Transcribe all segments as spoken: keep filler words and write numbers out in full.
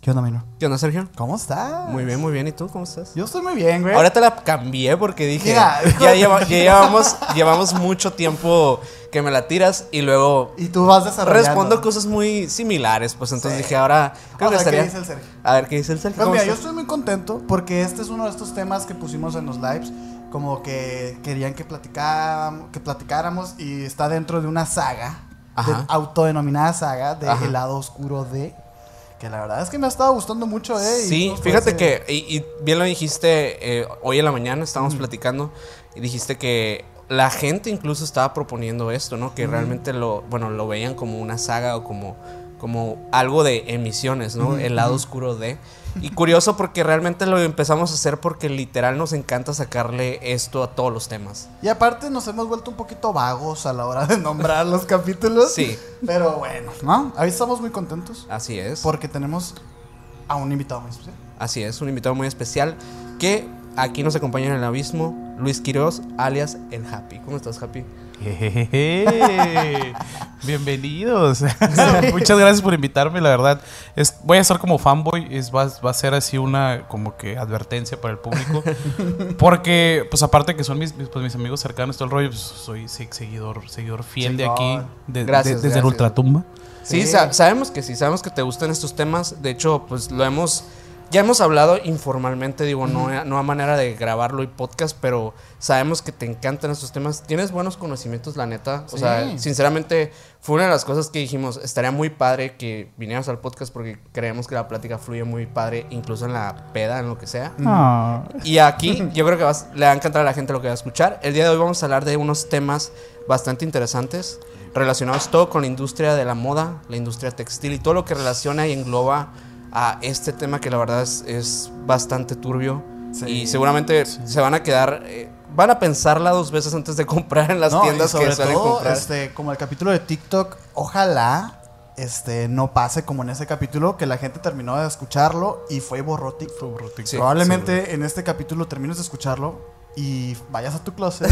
¿Qué onda, Minor? ¿Qué onda, Sergio? ¿Cómo estás? Muy bien, muy bien. ¿Y tú cómo estás? Yo estoy muy bien, güey. Ahora te la cambié porque dije, Mira. ya, lleva, ya llevamos, llevamos mucho tiempo que me la tiras y luego Y tú vas desarrollando. respondo cosas muy similares, pues entonces Sí. dije, ahora creo que Ahora, ¿qué estaría... dice el Sergio? A ver, ¿qué dice el Sergio? Pues ¿Cómo mira, yo estás? estoy muy contento porque este es uno de estos temas que pusimos en los lives, como que querían que platicáramos, que platicáramos y está dentro de una saga, Ajá. de, autodenominada saga de Ajá. El lado oscuro de, que la verdad es que me ha estado gustando mucho, eh. y Sí, nos fíjate parece- que, y, y bien lo dijiste, eh, hoy en la mañana estábamos platicando y dijiste que la gente incluso estaba proponiendo esto, ¿no? Que realmente lo, bueno, lo veían como una saga o como, como algo de emisiones, ¿no? Ujú, El lado ujú. oscuro de... Y curioso porque realmente lo empezamos a hacer porque literal nos encanta sacarle esto a todos los temas. Y aparte nos hemos vuelto un poquito vagos a la hora de nombrar los capítulos. Sí. Pero bueno, ¿no? Ahí estamos muy contentos Así es. porque tenemos a un invitado muy especial. Así es, un invitado muy especial que aquí nos acompaña en el abismo, Luis Quiroz, alias el Happy. ¿Cómo estás, Happy? Jejeje. Bienvenidos. Muchas gracias por invitarme, la verdad. Es, voy a estar como fanboy, es, va, va a ser así una como que advertencia para el público. Porque, pues aparte que son mis, mis, pues, mis amigos cercanos, todo el rollo, pues, soy se- seguidor, seguidor fiel de aquí, de, Gracias, de- desde gracias. el Ultratumba. Sí, Sí. sa- sabemos que sí, sabemos que te gustan estos temas. De hecho, pues lo hemos, ya hemos hablado informalmente, digo, no, no a manera de grabarlo y podcast, pero sabemos que te encantan estos temas. Tienes buenos conocimientos, la neta. O Sí. sea, sinceramente, fue una de las cosas que dijimos, estaría muy padre que vinieras al podcast porque creemos que la plática fluye muy padre, incluso en la peda, en lo que sea. Ah. Y aquí yo creo que vas- le va a encantar a la gente lo que va a escuchar. El día de hoy vamos a hablar de unos temas bastante interesantes relacionados todo con la industria de la moda, la industria textil y todo lo que relaciona y engloba a este tema que la verdad es, es bastante turbio. Sí. Y seguramente se van a quedar, eh, van a pensarla dos veces antes de comprar en las No, tiendas y sobre que suelen todo, comprar. este, como el capítulo de TikTok, ojalá este, no pase como en ese capítulo, que la gente terminó de escucharlo y fue y borró TikTok. Sí. Probablemente en este capítulo termines de escucharlo y vayas a tu closet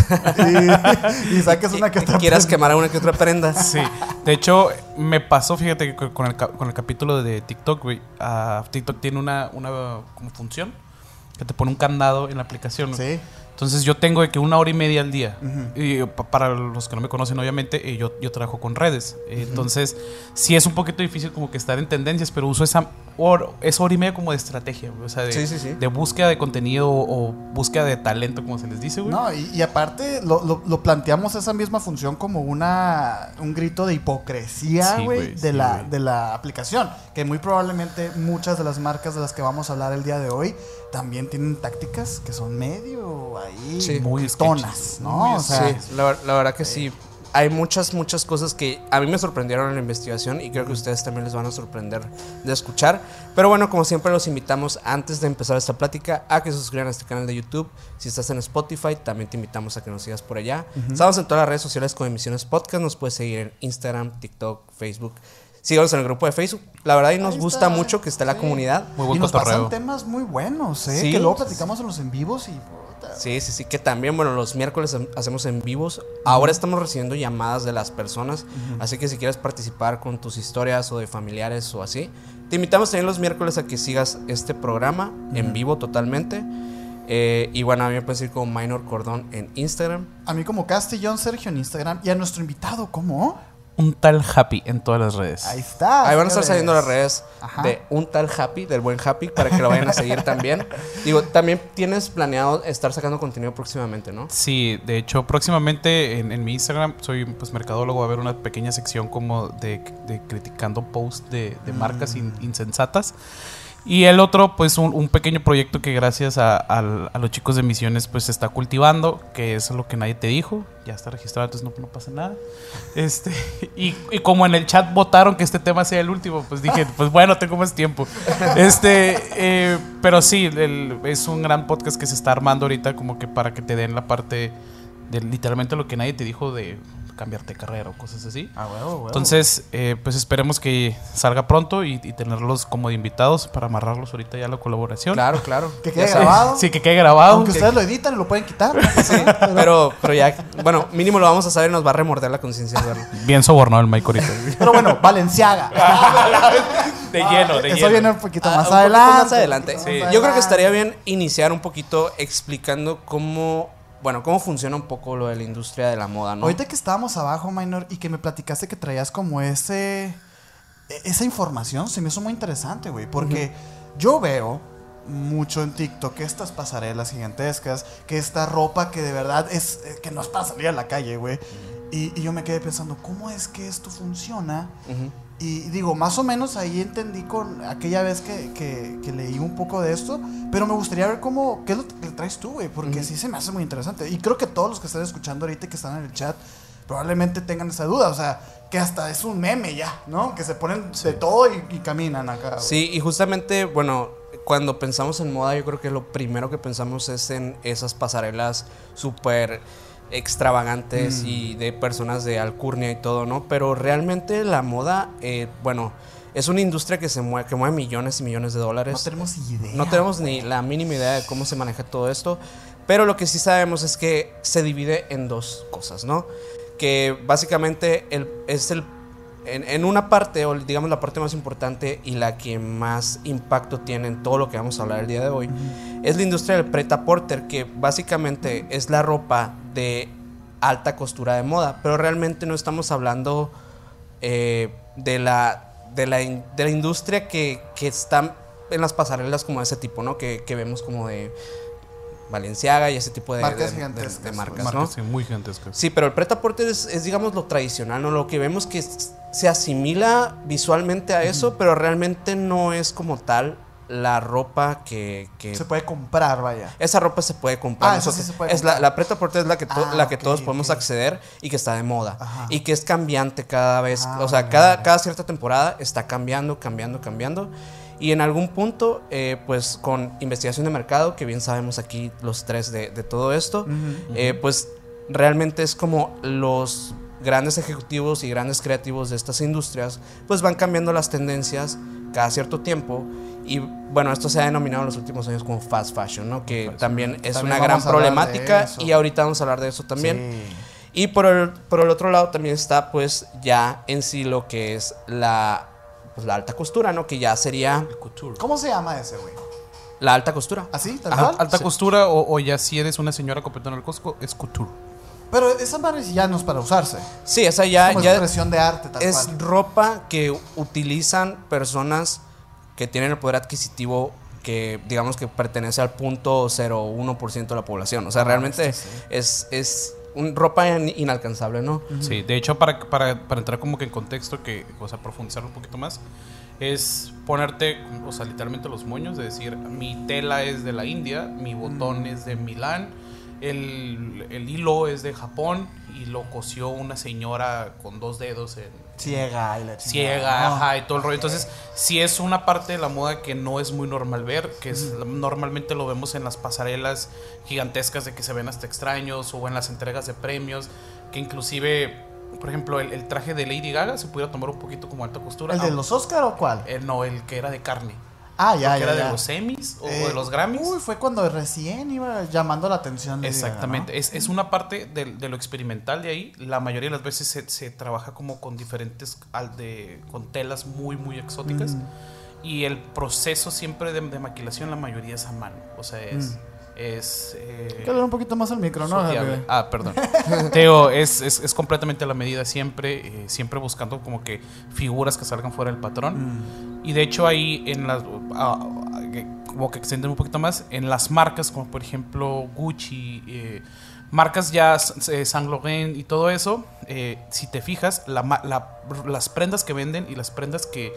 y, y saques una que Y otra quieras prenda. quemar a una que otra prenda. Sí, de hecho me pasó, fíjate, que con el, ca- con el capítulo de TikTok, güey. ah, TikTok tiene una, una como función que te pone un candado en la aplicación. Sí. Entonces yo tengo de que una hora y media al día. Ujú. Y pa- para los que no me conocen, obviamente, eh, yo, yo trabajo con redes. Eh, Entonces sí es un poquito difícil como que estar en tendencias, pero uso esa hora, esa hora y media como de estrategia, güey. O sea, de, Sí, sí, sí. de búsqueda de contenido o búsqueda de talento, como se les dice, güey. No, y, y aparte lo, lo- lo planteamos esa misma función como una un grito de hipocresía, Sí, güey, güey, de, sí, la, güey. de la aplicación. Que muy probablemente muchas de las marcas de las que vamos a hablar el día de hoy también tienen tácticas que son medio ahí Sí. Muy tonas, sketchy. ¿no? Muy O sea, Sí, la, ver- la verdad que sí. Hay muchas, muchas cosas que a mí me sorprendieron en la investigación y creo que a ustedes también les van a sorprender de escuchar. Pero bueno, como siempre los invitamos antes de empezar esta plática a que se suscriban a este canal de YouTube. Si estás en Spotify, también te invitamos a que nos sigas por allá. Estamos en todas las redes sociales con Emisiones Podcast. Nos puedes seguir en Instagram, TikTok, Facebook. Síganos en el grupo de Facebook. La verdad y nos Ahí gusta está. mucho que esté la Sí. comunidad. Muy y buen nos cotorreo. pasan temas muy buenos, ¿eh? Sí. Que luego platicamos en los en vivos y... puta. Sí, sí, sí, que también, bueno, los miércoles ha- hacemos en vivos. Ahora estamos recibiendo llamadas de las personas, así que si quieres participar con tus historias o de familiares o así, te invitamos también los miércoles a que sigas este programa en vivo totalmente. Eh, y bueno, a mí me puedes ir como Minor Cordón en Instagram. A mí como Castellón Sergio en Instagram y a nuestro invitado, ¿cómo? Un tal Happy en todas las redes. Ahí está. Ahí van a estar señores. saliendo las redes Ajá. de un tal Happy, del buen Happy, para que lo vayan a seguir también. Digo, también tienes planeado estar sacando contenido próximamente, ¿no? Sí, de hecho, próximamente en, en mi Instagram, soy pues mercadólogo, va a haber una pequeña sección como de, de criticando posts de, de marcas in- insensatas. Y el otro, pues un, un pequeño proyecto que gracias a, a- a los chicos de Misiones pues se está cultivando, que es lo que nadie te dijo, ya está registrado, entonces no, no pasa nada. Este, y, y como en el chat votaron que este tema sea el último, pues dije, pues bueno, tengo más tiempo. Este, eh, pero sí, el- es un gran podcast que se está armando ahorita como que para que te den la parte de literalmente lo que nadie te dijo de cambiarte de carrera o cosas así. Ah, huevo, huevo. Entonces, eh, pues esperemos que salga pronto y, y tenerlos como de invitados para amarrarlos ahorita ya a la colaboración. Claro, claro. Que quede Ya sabes. grabado. Sí, que quede grabado. Aunque ustedes lo editan y lo pueden quitar. Sí, pero, pero ya, bueno, mínimo lo vamos a saber y nos va a remorder la conciencia de verlo. Bien sobornado el Mike ahorita. Pero bueno, Valenciaga. De lleno, de Eso lleno. viene un poquito Ah, más un poquito adelante. más adelante. Más Sí. adelante. Yo creo que estaría bien iniciar un poquito explicando cómo, bueno, cómo funciona un poco lo de la industria de la moda, ¿no? Ahorita que estábamos abajo, Minor, y que me platicaste que traías como ese... Esa información se me hizo muy interesante, güey. Porque uh-huh. yo veo mucho en TikTok estas pasarelas gigantescas, que esta ropa que de verdad es... Que no es para salir a la calle, güey. Uh-huh. Y, y yo me quedé pensando, ¿cómo es que esto funciona? Uh-huh. Y digo, más o menos ahí entendí con aquella vez que, que, que leí un poco de esto, pero me gustaría ver cómo, qué es lo que traes tú, güey, porque uh-huh. sí se me hace muy interesante. Y creo que todos los que están escuchando ahorita, que están en el chat, probablemente tengan esa duda, o sea, que hasta es un meme ya, ¿no? Que se ponen sí. de todo y, y caminan acá. Güey. Sí, y justamente, bueno, cuando pensamos en moda, yo creo que lo primero que pensamos es en esas pasarelas súper extravagantes mm. y de personas de alcurnia y todo, ¿no? Pero realmente la moda, eh, bueno, es una industria que se mueve, que mueve millones y millones de dólares. No tenemos idea. No tenemos ni la mínima idea de cómo se maneja todo esto, pero lo que sí sabemos es que se divide en dos cosas, ¿no? Que básicamente el, es el en, en una parte, o digamos la parte más importante y la que más impacto tiene en todo lo que vamos a hablar el día de hoy, uh-huh. es la industria del pret-à-porter, que básicamente es la ropa de alta costura de moda, pero realmente no estamos hablando eh, de, la, de, la in, de la industria que, que está en las pasarelas como de ese tipo, ¿no? Que, que vemos como de Balenciaga y ese tipo de marcas de, gigantescas, de, de marcas, marcas ¿no? sí, muy gigantescas. Sí, pero el pret-à-porter es, es, digamos, lo tradicional, ¿no? Lo que vemos que es, se asimila visualmente a eso, uh-huh. pero realmente no es como tal la ropa que, que... se puede comprar, vaya. Esa ropa se puede comprar. Ah, eso sí se puede es comprar. La, la pret-à-porter es la que, to, ah, la que okay, todos podemos okay. acceder y que está de moda. Ajá. Y que es cambiante cada vez. Ah, o sea, vale, cada, vale. cada cierta temporada está cambiando, cambiando, cambiando. Y en algún punto, eh, pues con investigación de mercado, que bien sabemos aquí los tres de, de todo esto, uh-huh, uh-huh. Eh, pues realmente es como los grandes ejecutivos y grandes creativos de estas industrias, pues van cambiando las tendencias cada cierto tiempo. Y bueno, esto se ha denominado en los últimos años como fast fashion, ¿no? Que fast también es también una gran problemática y ahorita vamos a hablar de eso también. Sí. Y por el, por el otro lado también está pues ya en sí lo que es la... pues la alta costura, ¿no? Que ya sería... ¿Cómo se llama ese, güey? La alta costura. ¿Así? ¿Tal Ajá, cual? alta Sí. costura o, o ya si eres una señora completando el Costco, es couture. Pero esa madre ya no es para usarse. Sí, esa ya... Es como ya expresión de arte, tal es cual. ropa que utilizan personas que tienen el poder adquisitivo que digamos que pertenece al punto cero uno por ciento de la población. O sea, Ah, realmente sí, sí. es... es un, ropa in, inalcanzable, ¿no? Uh-huh. Sí, de hecho, para, para, para entrar como que en contexto, que, o sea, profundizar un poquito más, es ponerte, o sea, literalmente los moños, de decir, mi tela es de la India, mi botón mm. es de Milán, el, el hilo es de Japón y lo cosió una señora con dos dedos en... Ciega y la Ciega, no. ajá, y todo el rollo. Entonces, sí es una parte de la moda que no es muy normal ver, que es, mm. normalmente lo vemos en las pasarelas gigantescas de que se ven hasta extraños o en las entregas de premios, que inclusive, por ejemplo, el, el traje de Lady Gaga se pudiera tomar un poquito como alta costura. ¿El de los Oscar o cuál? Eh, no, el que era de carne. Ah, ya, que ya, era ya. de los Emmys o eh, de los Grammys. Uy, fue cuando recién iba llamando la atención. Exactamente, Gaga, ¿no? es, es una parte de, de lo experimental de ahí. La mayoría de las veces se, se trabaja como con diferentes, al de, con telas muy, muy exóticas. Mm. Y el proceso siempre de, de maquilación, la mayoría es a mano. O sea, es... Mm. Es, eh, hay que hablar un poquito más al micro, ¿no? Ah, perdón. Teo, es, es, es completamente a la medida siempre, eh, siempre buscando como que figuras que salgan fuera del patrón. Mm. Y de hecho ahí en las, uh, uh, como que extienden un poquito más, en las marcas como por ejemplo Gucci, eh, marcas ya eh, Saint Laurent y todo eso, eh, si te fijas, la, la, las prendas que venden y las prendas que,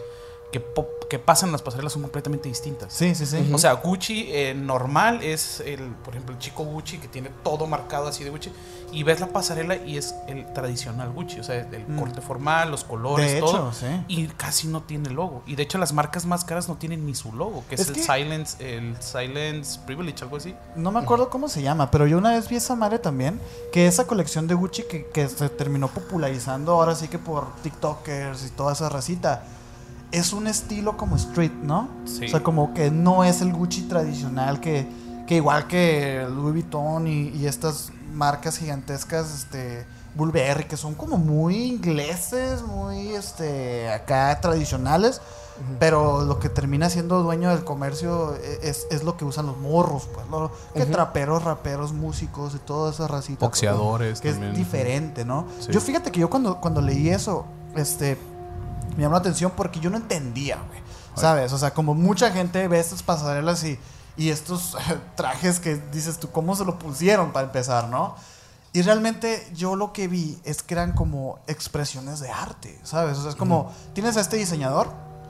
que, po- que pasan en las pasarelas son completamente distintas. Sí, sí, sí. O sea, Gucci eh, normal es, el, por ejemplo, el chico Gucci que tiene todo marcado así de Gucci. Y ves la pasarela y es el tradicional Gucci. O sea, el Mm. corte formal, los colores, De todo. hecho, sí. Y casi no tiene logo. Y de hecho, las marcas más caras no tienen ni su logo, que es, Es el que- Silence, el Silence Privilege, algo así. No me acuerdo cómo se llama, pero yo una vez vi esa madre también, que esa colección de Gucci que, que se terminó popularizando ahora sí que por TikTokers y toda esa racita, es un estilo como street, ¿no? Sí. O sea, como que no es el Gucci tradicional que, que igual que Louis Vuitton y, y estas marcas gigantescas, este, Burberry, que son como muy ingleses, muy este, acá tradicionales. Pero lo que termina siendo dueño del comercio es, es lo que usan los morros, pues, ¿no? Que Ujú. traperos, raperos, músicos y toda esa racita. Boxeadores Que también. es diferente, ¿no? Sí. Yo fíjate que yo cuando, cuando leí eso, este, me llamó la atención porque yo no entendía, güey. ¿Sabes? O sea, como mucha gente ve estas pasarelas y, y estos trajes que dices tú, ¿cómo se lo pusieron para empezar, no? Y realmente yo lo que vi es que eran como expresiones de arte, ¿sabes? O sea, es como, tienes a este diseñador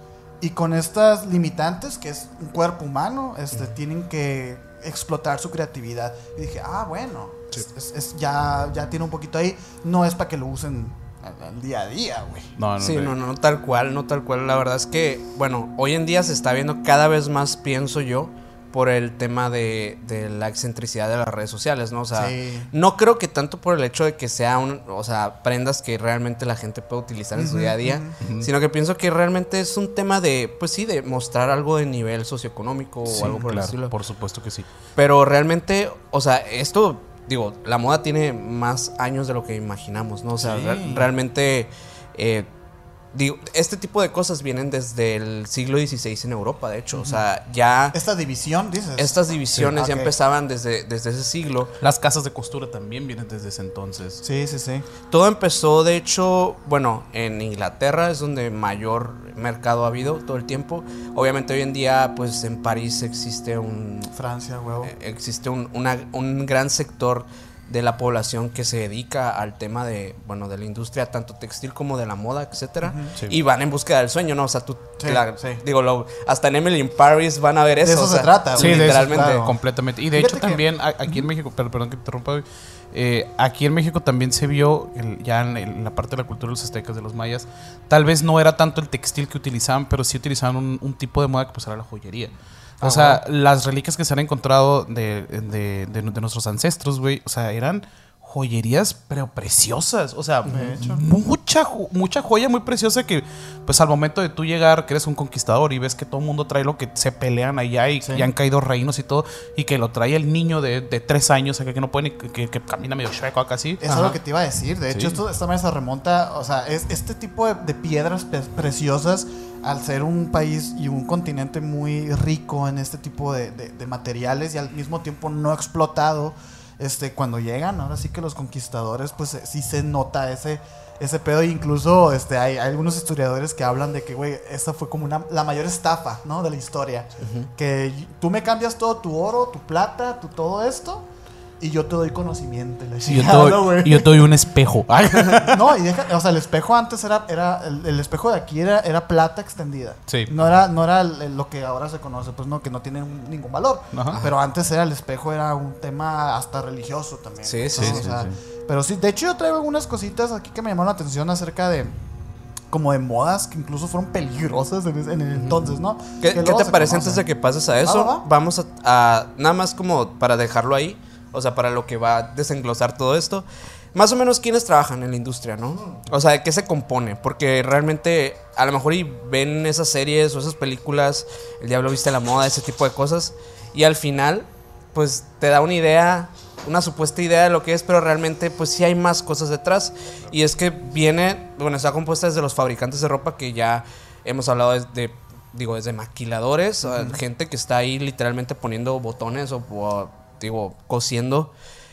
y con estas limitantes, que es un cuerpo humano, este, tienen que explotar su creatividad. Y dije, ah, bueno, es, es- es- ya, ya tiene un poquito ahí. No es para que lo usen al, al día a día, güey. No, no, Sí, de- no, no, no tal cual, no tal cual. La verdad es que, bueno, hoy en día se está viendo cada vez más, pienso yo, por el tema de, de la excentricidad de las redes sociales, ¿no? O sea, Sí. no creo que tanto por el hecho de que sea un, o sea, prendas que realmente la gente puede utilizar en su Ujú, día a día, ujú. sino que pienso que realmente es un tema de, pues sí, de mostrar algo de nivel socioeconómico Sí, o algo por el claro, estilo. por supuesto que sí. Pero realmente, o sea, esto, digo, la moda tiene más años de lo que imaginamos, ¿no? O sea, Sí. re- realmente, eh, digo, este tipo de cosas vienen desde el siglo dieciséis en Europa, de hecho. O sea, ya Esta división, dices. estas divisiones Sí, ya ok. empezaban desde, desde ese siglo. Las casas de costura también vienen desde ese entonces. Sí, sí, sí. Todo empezó, de hecho, bueno, en Inglaterra es donde mayor mercado ha habido todo el tiempo. Obviamente hoy en día, pues en París existe un, Francia, huevo. Eh, existe un, una- un gran sector de la población que se dedica al tema de, bueno, de la industria tanto textil como de la moda, etcétera, Sí. y van en búsqueda del sueño, ¿no? O sea, tú, Sí, la- sí. digo, lo- hasta en Emily in Paris van a ver eso. eso o se sea, trata, Sí, güey. de eso, literalmente. claro. completamente. Y de Fíjate hecho que- también a- aquí en México, per- perdón que te interrumpa, güey, eh, aquí en México también se vio el- ya en, el- en la parte de la cultura de los aztecas, de los mayas, tal vez no era tanto el textil que utilizaban, pero sí utilizaban un, un tipo de moda que pues era la joyería. O Ah, sea, las reliquias que se han encontrado de, de, de- de nuestros ancestros, güey, o sea, eran joyerías pero preciosas, o sea, De hecho. mucha jo- mucha joya muy preciosa que pues al momento de tú llegar que eres un conquistador y ves que todo el mundo trae lo que se pelean allá y Sí. ya han caído reinos y todo y que lo trae el niño de, de tres años acá que no puede ni- que, que camina medio chueco acá así. Es algo que te iba a decir. De hecho, Sí. esto, esta mesa remonta, o sea, es este tipo de, de piedras pe- preciosas, al ser un país y un continente muy rico en este tipo de, de- de materiales y al mismo tiempo no explotado, este, cuando llegan, ahora sí que los conquistadores, pues eh, sí se nota ese, ese pedo. E incluso este, hay, hay algunos historiadores que hablan de que, güey, esta fue como una, la mayor estafa, ¿no? De la historia. Que y- tú me cambias todo tu oro, tu plata, tu todo esto, y yo te doy conocimiento. y la Y yo, te chingada, doy, güey. y yo te doy un espejo. Ay. No, y deja, o sea, el espejo antes era, era el, el espejo de aquí era, era plata extendida. Sí. No era, no era el- el- lo que ahora se conoce, pues no, que no tiene un- ningún valor. Ajá. Pero antes era el espejo, era un tema hasta religioso también. Sí, ¿no? sí, O sí, sea, sí. Pero sí, de hecho yo traigo algunas cositas aquí que me llamaron la atención acerca de como de modas que incluso fueron peligrosas en, ese- en el entonces, ¿no? ¿Qué, Que qué luego te se parece conocen. antes de que pases a eso? Va, va, va. Vamos a, a- nada más como para dejarlo ahí, o sea, para lo que va a desenglosar todo esto. Más o menos quiénes trabajan en la industria, ¿no? O sea, ¿de qué se compone? Porque realmente a lo mejor y ven esas series o esas películas, El Diablo Viste la Moda, ese tipo de cosas, y al final, pues te da una idea, una supuesta idea de lo que es, pero realmente pues sí hay más cosas detrás. Y es que viene, bueno, está compuesta desde los fabricantes de ropa que ya hemos hablado desde, digo, desde maquiladores, uh, gente que está ahí literalmente poniendo botones o, o, digo, cosiendo,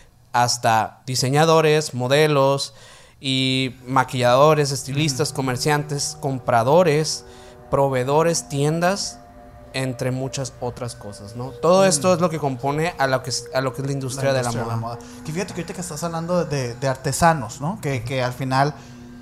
hasta diseñadores, modelos y maquilladores, estilistas, comerciantes, compradores, proveedores, tiendas, entre muchas otras cosas, ¿no? Todo esto es lo que compone a lo que es, a lo que es la industria, La industria de la moda. Que fíjate que ahorita que estás hablando de, de artesanos, ¿no? Que, que al final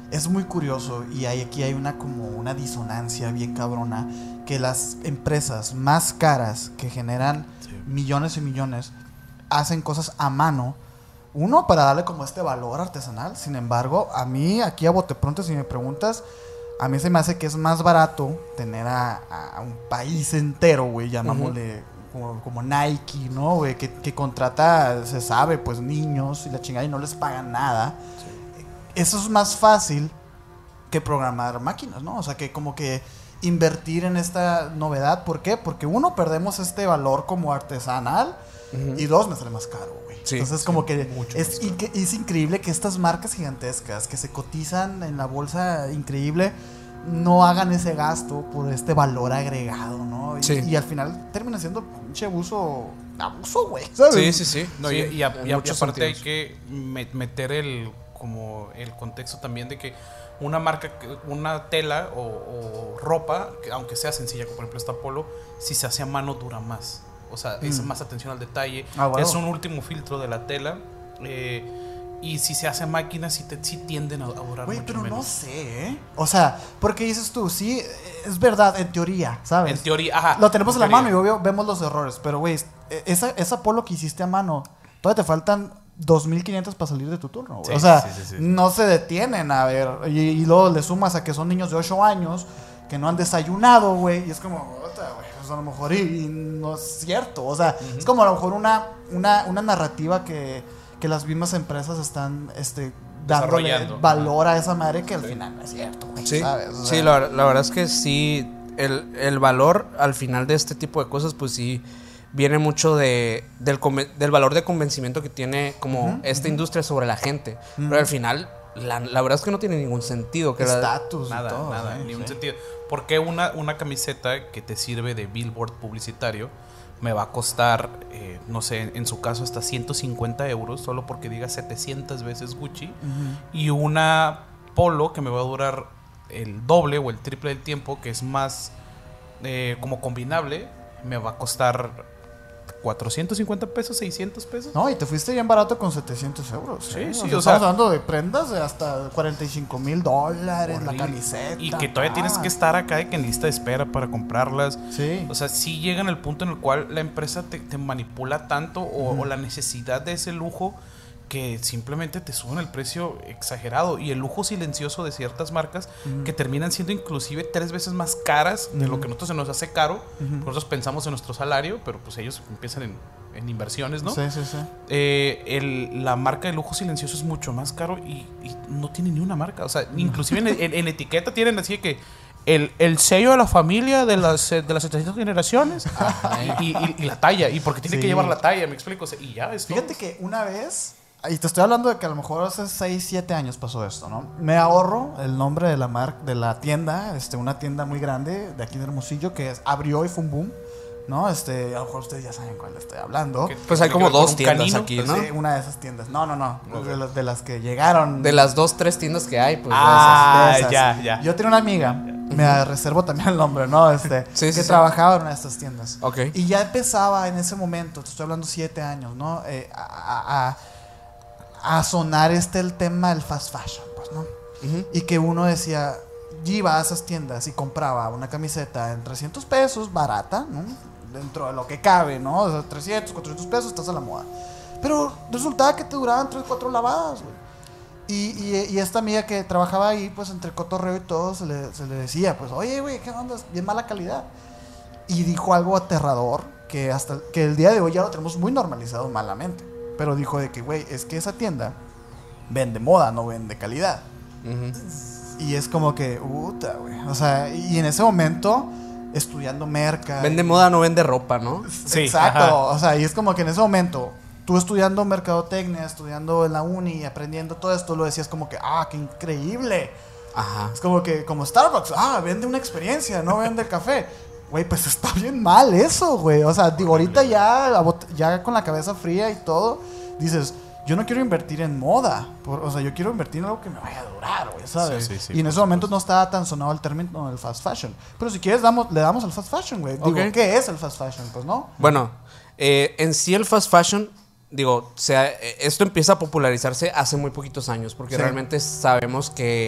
es muy curioso y hay, aquí hay una como una disonancia bien cabrona, que las empresas más caras que generan sí. millones y millones hacen cosas a mano. Uno, para darle como este valor artesanal. Sin embargo, a mí, aquí a bote pronto, si me preguntas, a mí se me hace que es más barato tener a, a un país entero, güey, llamámosle uh-huh. como, como Nike, ¿no, güey? Que, que contrata, se sabe, pues niños y la chingada y no les pagan nada. Sí. Eso es más fácil que programar máquinas, ¿no? O sea, que como que invertir en esta novedad. ¿Por qué? Porque uno, perdemos este valor como artesanal uh-huh. y dos, me sale más caro, güey. Sí, entonces, sí, como que es, inc- es increíble que estas marcas gigantescas que se cotizan en la bolsa increíble no hagan ese gasto por este valor agregado, ¿no? Y, sí. y al final termina siendo pinche abuso, abuso, güey, ¿sabes? Sí, sí, sí. No, sí y, y, a, y aparte sentidos. hay que meter el como el contexto también de que una marca, una tela o, o ropa, que aunque sea sencilla, como por ejemplo esta Polo, si se hace a mano dura más. O sea, mm. es más atención al detalle. Ah, wow. Es un último filtro de la tela. Eh, y si se hace a máquina, sí, te, sí tienden a, a durar Güey, mucho pero menos. no sé, ¿eh? O sea, porque dices tú, sí, es verdad, en teoría, ¿sabes? En teoría, ajá. Lo tenemos en en la teoría. mano y obvio vemos los errores. Pero, güey, esa, esa Polo que hiciste a mano, todavía te faltan dos mil quinientos para salir de tu turno, sí, o sea, sí, sí, sí, sí. no se detienen a ver. Y, y luego le sumas a que son niños de ocho años que no han desayunado, güey. Y es como, güey, pues a lo mejor y, y no es cierto. O sea, uh-huh. es como a lo mejor una, una, una narrativa que, que las mismas empresas están este, dándole valor a esa madre que al sí. final no es cierto, güey, sí, ¿sabes? O sea, sí, la, la verdad es que sí, el, el valor al final de este tipo de cosas, pues sí, viene mucho de, del, del valor de convencimiento que tiene como uh-huh, esta uh-huh. industria sobre la gente. Uh-huh. Pero al final, la, la verdad es que no tiene ningún sentido. Que estatus la, nada, todo, nada, ¿eh? Ningún sí. sentido. ¿Por qué una, una camiseta que te sirve de billboard publicitario me va a costar, eh, no sé, en, en su caso hasta ciento cincuenta euros, solo porque diga setecientas veces Gucci, uh-huh. y una Polo que me va a durar el doble o el triple del tiempo, que es más eh, como combinable, me va a costar cuatrocientos cincuenta pesos, seiscientos pesos? No, y te fuiste bien barato con setecientos euros. Sí, ¿eh? sí, o sea, o estamos sea, hablando de prendas de hasta cuarenta y cinco mil dólares, horrible. La camiseta. Y que todavía ah. tienes que estar acá de que en lista de espera para comprarlas. Sí. O sea, sí llegan al punto en el cual la empresa te, te manipula tanto o, mm. o la necesidad de ese lujo que simplemente te suben el precio exagerado. Y el lujo silencioso de ciertas marcas mm. que terminan siendo inclusive tres veces más caras de mm. lo que a nosotros se nos hace caro. Mm-hmm. Nosotros pensamos en nuestro salario, pero pues ellos empiezan en, en inversiones, ¿no? Sí, sí, sí. Eh, el, la marca de lujo silencioso es mucho más caro y, y no tiene ni una marca. O sea, mm. inclusive en, en, en etiqueta tienen así que el, el sello de la familia de las, de las setecientas generaciones y, y, y la talla. Y porque tiene sí. que llevar la talla, me explico. O sea, y ya es todo. Fíjate que una vez... Y te estoy hablando de que a lo mejor hace seis, siete años pasó esto, ¿no? Me ahorro el nombre de la marca, de la tienda, este, una tienda muy grande de aquí de Hermosillo que es, abrió y fue un boom, ¿no? Este, a lo mejor ustedes ya saben cuál estoy hablando. Que, pues hay como dos tiendas canino, aquí, ¿no? Sí, una de esas tiendas. No, no, no. Okay. De, las, de las que llegaron. De las dos, tres tiendas que hay, pues. Ah, de esas, de esas. ya, ya. Yo tenía una amiga, uh-huh. me reservo también el nombre, ¿no? Este, sí, que sí, trabajaba sí. en una de estas tiendas. Okay. Y ya empezaba en ese momento, te estoy hablando siete años, ¿no? Eh, a, a a sonar este el tema del fast fashion, pues, ¿no? Uh-huh. Y que uno decía, iba a esas tiendas y compraba una camiseta en trescientos pesos, barata, ¿no? Dentro de lo que cabe, ¿no? O sea, trescientos, cuatrocientos pesos, estás a la moda. Pero resultaba que te duraban tres, cuatro lavadas, güey. Y, y, y esta amiga que trabajaba ahí, pues entre cotorreo y todo, se le, se le decía, pues, oye, güey, ¿qué onda? Bien mala calidad. Y dijo algo aterrador que hasta que el día de hoy ya lo tenemos muy normalizado malamente. Pero dijo de que, güey, es que esa tienda vende moda, no vende calidad. Uh-huh. Y es como que, puta, güey. O sea, y en ese momento, estudiando merca. Vende y... moda, no vende ropa, ¿no? Sí. Exacto. Ajá. O sea, y es como que en ese momento, tú estudiando mercadotecnia, estudiando en la uni, aprendiendo todo esto, lo decías como que, ah, qué increíble. Ajá. Es como que, como Starbucks, ah, vende una experiencia, no vende café. Güey, pues está bien mal eso, güey. O sea, digo, ahorita ya, ya con la cabeza fría y todo, dices, yo no quiero invertir en moda. Por, o sea, yo quiero invertir en algo que me vaya a durar, güey, ¿sabes? Sí, sí, sí, y en ese momento no estaba tan sonado el término del fast fashion. Pero si quieres, damos, le damos al fast fashion, güey. Digo, okay. ¿Qué es el fast fashion? Pues, ¿no? Bueno, eh, en sí el fast fashion, digo, o sea, esto empieza a popularizarse hace muy poquitos años, porque sí. realmente sabemos que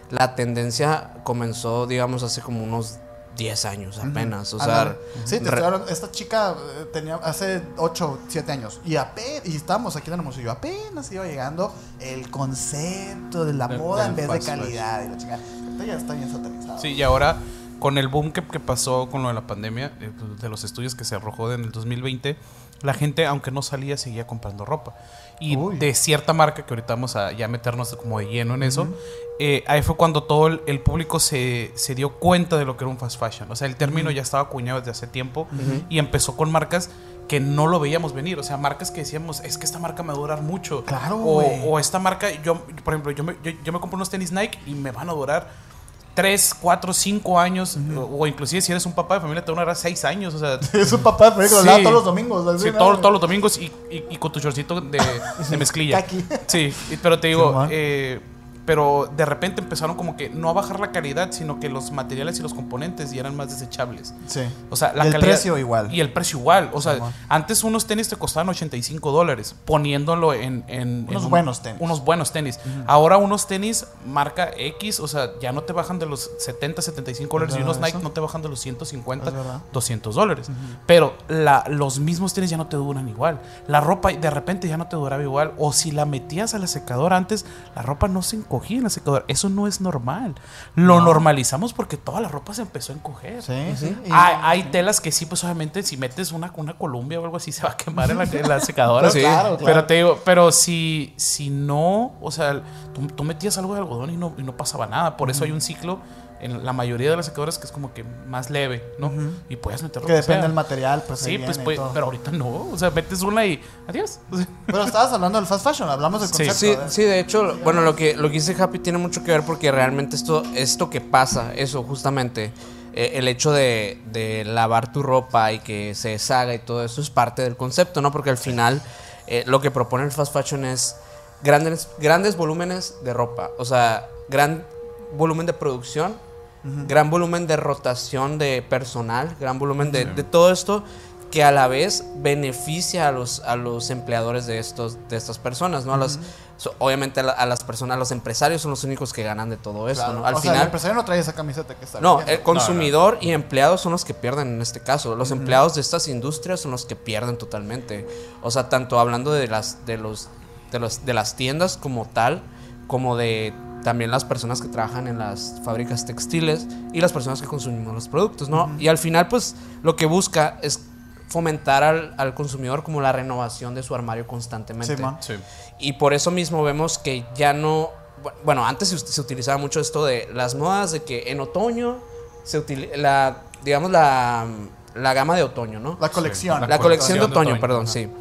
la tendencia comenzó, digamos, hace como unos diez años apenas. Uh-huh. O sea, Andale. Sí, te re- estoy hablando, esta chica eh, tenía hace ocho, siete años y apenas, y estábamos aquí en Hermosillo, apenas iba llegando el concepto de la Del- moda del en vez de fast calidad y la chica. Esto ya está bien satanizado. Sí, y ahora con el boom que, que pasó con lo de la pandemia, eh, de los estudios que se arrojó en el dos mil veinte, la gente, aunque no salía, seguía comprando ropa. Y Uy. de cierta marca, que ahorita vamos a ya meternos como de lleno en eso, uh-huh. eh, ahí fue cuando todo el, el público se, se dio cuenta de lo que era un fast fashion. O sea, el término uh-huh. ya estaba acuñado desde hace tiempo uh-huh. y empezó con marcas que no lo veíamos venir. O sea, marcas que decíamos, es que esta marca me va a durar mucho. Claro, o, güey. o esta marca, yo, por ejemplo, yo me, yo, yo me compro unos tenis Nike y me van a durar tres, cuatro, cinco años, uh-huh. o, o inclusive si eres un papá de familia te van a durar seis años, o sea, es un papá de familia que lo lava todos los domingos, así, sí, ¿no? todo, todos los domingos y, y, y con tu shortcito de, de mezclilla. Sí, pero te digo, sí, eh, pero de repente empezaron como que no a bajar la calidad, sino que los materiales y los componentes ya eran más desechables. Sí. O sea, la y el calidad, precio igual. Y el precio igual. O sea, sí, antes unos tenis te costaban ochenta y cinco dólares, poniéndolo en... en unos en buenos tenis. Unos buenos tenis. Uh-huh. Ahora unos tenis marca X, o sea, ya no te bajan de los setenta, setenta y cinco dólares. Y unos Nike eso? no te bajan de los ciento cincuenta, doscientos dólares. Uh-huh. Pero la, los mismos tenis ya no te duran igual. La ropa de repente ya no te duraba igual. O si la metías a la secadora antes, la ropa no se encogía en la secadora. Eso no es normal. Lo no. normalizamos porque toda la ropa se empezó a encoger. Sí, sí. Hay, hay telas que sí, pues obviamente si metes una, una Columbia o algo así se va a quemar en la, en la secadora. Sí, claro, claro. Pero te digo, pero si, si no, o sea, tú, tú metías algo de algodón y no, y no pasaba nada. Por eso uh-huh. hay un ciclo en la mayoría de las secadoras que es como que más leve, ¿no? Uh-huh. Y puedes meterlo. Que depende del material, pues. Sí, pues, pues pero ahorita no. O sea, metes una y adiós. Pero estabas hablando del fast fashion, hablamos del concepto. Sí, sí, sí, de hecho, bueno, lo que, lo que dice Happy tiene mucho que ver porque realmente esto, esto que pasa, eso justamente, eh, el hecho de, de lavar tu ropa y que se deshaga y todo eso es parte del concepto, ¿no? Porque al final eh, lo que propone el fast fashion es grandes, grandes volúmenes de ropa, o sea, gran volumen de producción, uh-huh. gran volumen de rotación de personal, gran volumen de, sí. de todo esto que a la vez beneficia a los, a los empleadores de, estos, de estas personas, ¿no? Uh-huh. A las, so, obviamente a, la, a las personas, los empresarios son los únicos que ganan de todo esto, claro. ¿no? Al o final, sea, el empresario no trae esa camiseta que está no, viendo. el consumidor no, no. y empleados son los que pierden en este caso. Los uh-huh. empleados de estas industrias son los que pierden totalmente. O sea, tanto hablando de las, de los, de los, de las tiendas como tal, como de también las personas que trabajan en las fábricas textiles y las personas que consumimos los productos, ¿no? Uh-huh. Y al final, pues, lo que busca es fomentar al, al consumidor como la renovación de su armario constantemente. Sí, sí. Y por eso mismo vemos que ya no... Bueno, antes se, se utilizaba mucho esto de las modas de que en otoño se utiliza, la, digamos, la, la gama de otoño, ¿no? La colección. Sí, la, la colección de otoño, de otoño perdón, ajá. sí.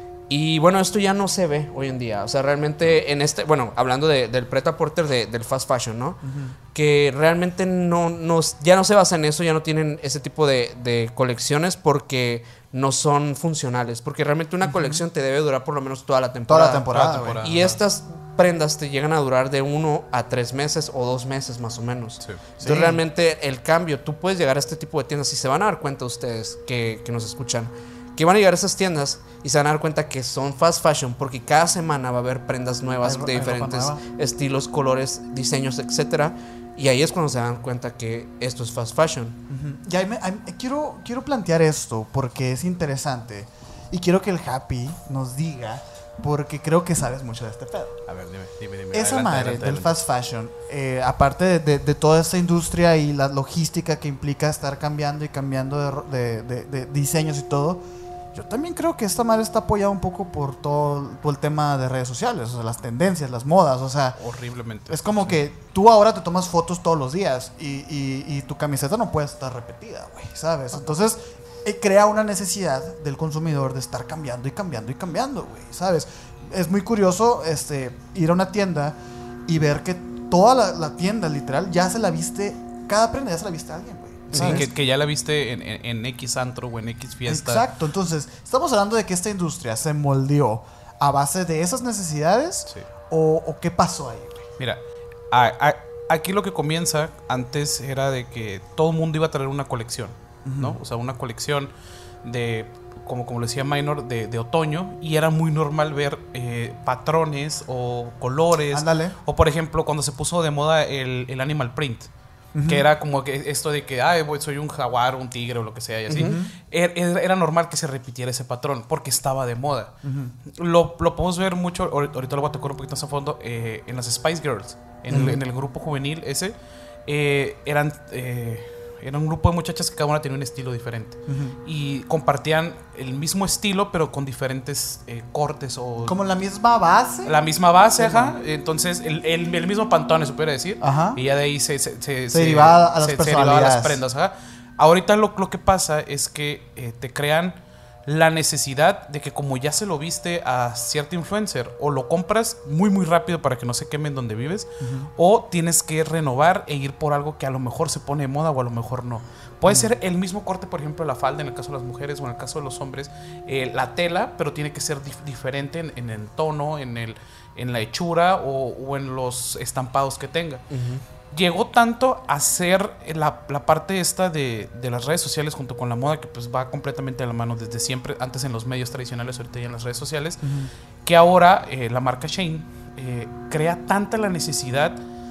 Y bueno, esto ya no se ve hoy en día. O sea, realmente en este... Bueno, hablando de, del pret-a-porter de, del fast fashion, ¿no? Uh-huh. Que realmente no, no, ya no se basa en eso, ya no tienen ese tipo de, de colecciones porque no son funcionales. Porque realmente una uh-huh. colección te debe durar por lo menos toda la temporada. Toda la temporada, toda la temporada. Y estas prendas te llegan a durar de uno a tres meses o dos meses más o menos. Sí. Entonces sí. realmente el cambio, tú puedes llegar a este tipo de tiendas y se van a dar cuenta ustedes que, que nos escuchan, que van a llegar a esas tiendas y se van a dar cuenta que son fast fashion porque cada semana va a haber prendas nuevas hay, de diferentes estilos, colores, diseños, etcétera. Y ahí es cuando se dan cuenta que esto es fast fashion. Uh-huh. Y ahí me, ahí, quiero, quiero plantear esto porque es interesante y quiero que el Happy nos diga porque creo que sabes mucho de este pedo. A ver, dime, dime, dime. Esa adelante, madre adelante, del adelante. fast fashion, eh, aparte de, de, de toda esta industria y la logística que implica estar cambiando y cambiando de, de, de, de diseños y todo, yo también creo que esta madre está apoyada un poco por todo, todo el tema de redes sociales, o sea, las tendencias, las modas, o sea... Horriblemente. Es como sí. que tú ahora te tomas fotos todos los días y, y, y tu camiseta no puede estar repetida, güey, ¿sabes? Entonces, eh, crea una necesidad del consumidor de estar cambiando y cambiando y cambiando, güey, ¿sabes? Es muy curioso este, ir a una tienda y ver que toda la, la tienda, literal, ya se la viste, cada prenda ya se la viste a alguien, güey. Sí, que, que ya la viste en, en, en X antro o en X fiesta. Exacto, entonces estamos hablando de que esta industria se moldeó a base de esas necesidades. Sí. o, o qué pasó ahí, güey. Mira, a, a, aquí lo que comienza antes era de que todo el mundo iba a traer una colección, uh-huh. ¿no? O sea, una colección de como, como lo decía Minor, de, de otoño, y era muy normal ver eh, patrones o colores. Ándale. O por ejemplo, cuando se puso de moda el, el animal print. Uh-huh. Que era como que esto de que ay, soy un jaguar, un tigre o lo que sea y así. Uh-huh. Era, era normal que se repitiera ese patrón porque estaba de moda. Uh-huh. Lo, lo podemos ver mucho, ahorita lo voy a tocar un poquito más a fondo, eh, en las Spice Girls, en, uh-huh. el, en el grupo juvenil ese. Eh, eran, eh, era un grupo de muchachas que cada una tenía un estilo diferente. Uh-huh. Y compartían el mismo estilo, pero con diferentes eh, cortes o... ¿Como la misma base? La misma base, uh-huh. ajá. Entonces, el, el, el mismo pantone, se puede decir. Ajá. Y ya de ahí se... Se, se, se derivaba a las se, personalidades. Se derivaba a las prendas, ajá. Ahorita lo, lo que pasa es que eh, te crean la necesidad de que como ya se lo viste a cierto influencer, o lo compras muy muy rápido para que no se queme en donde vives, uh-huh. o tienes que renovar e ir por algo que a lo mejor se pone de moda o a lo mejor no. Puede uh-huh. ser el mismo corte, por ejemplo, la falda en el caso de las mujeres o en el caso de los hombres, eh, la tela, pero tiene que ser dif- diferente en, en el tono, en, el, en la hechura o, o en los estampados que tenga. Uh-huh. Llegó tanto a ser la, la parte esta de, de las redes sociales junto con la moda, que pues va completamente a la mano desde siempre, antes en los medios tradicionales, ahorita ya en las redes sociales, uh-huh. que ahora eh, la marca Shein eh, crea tanta la necesidad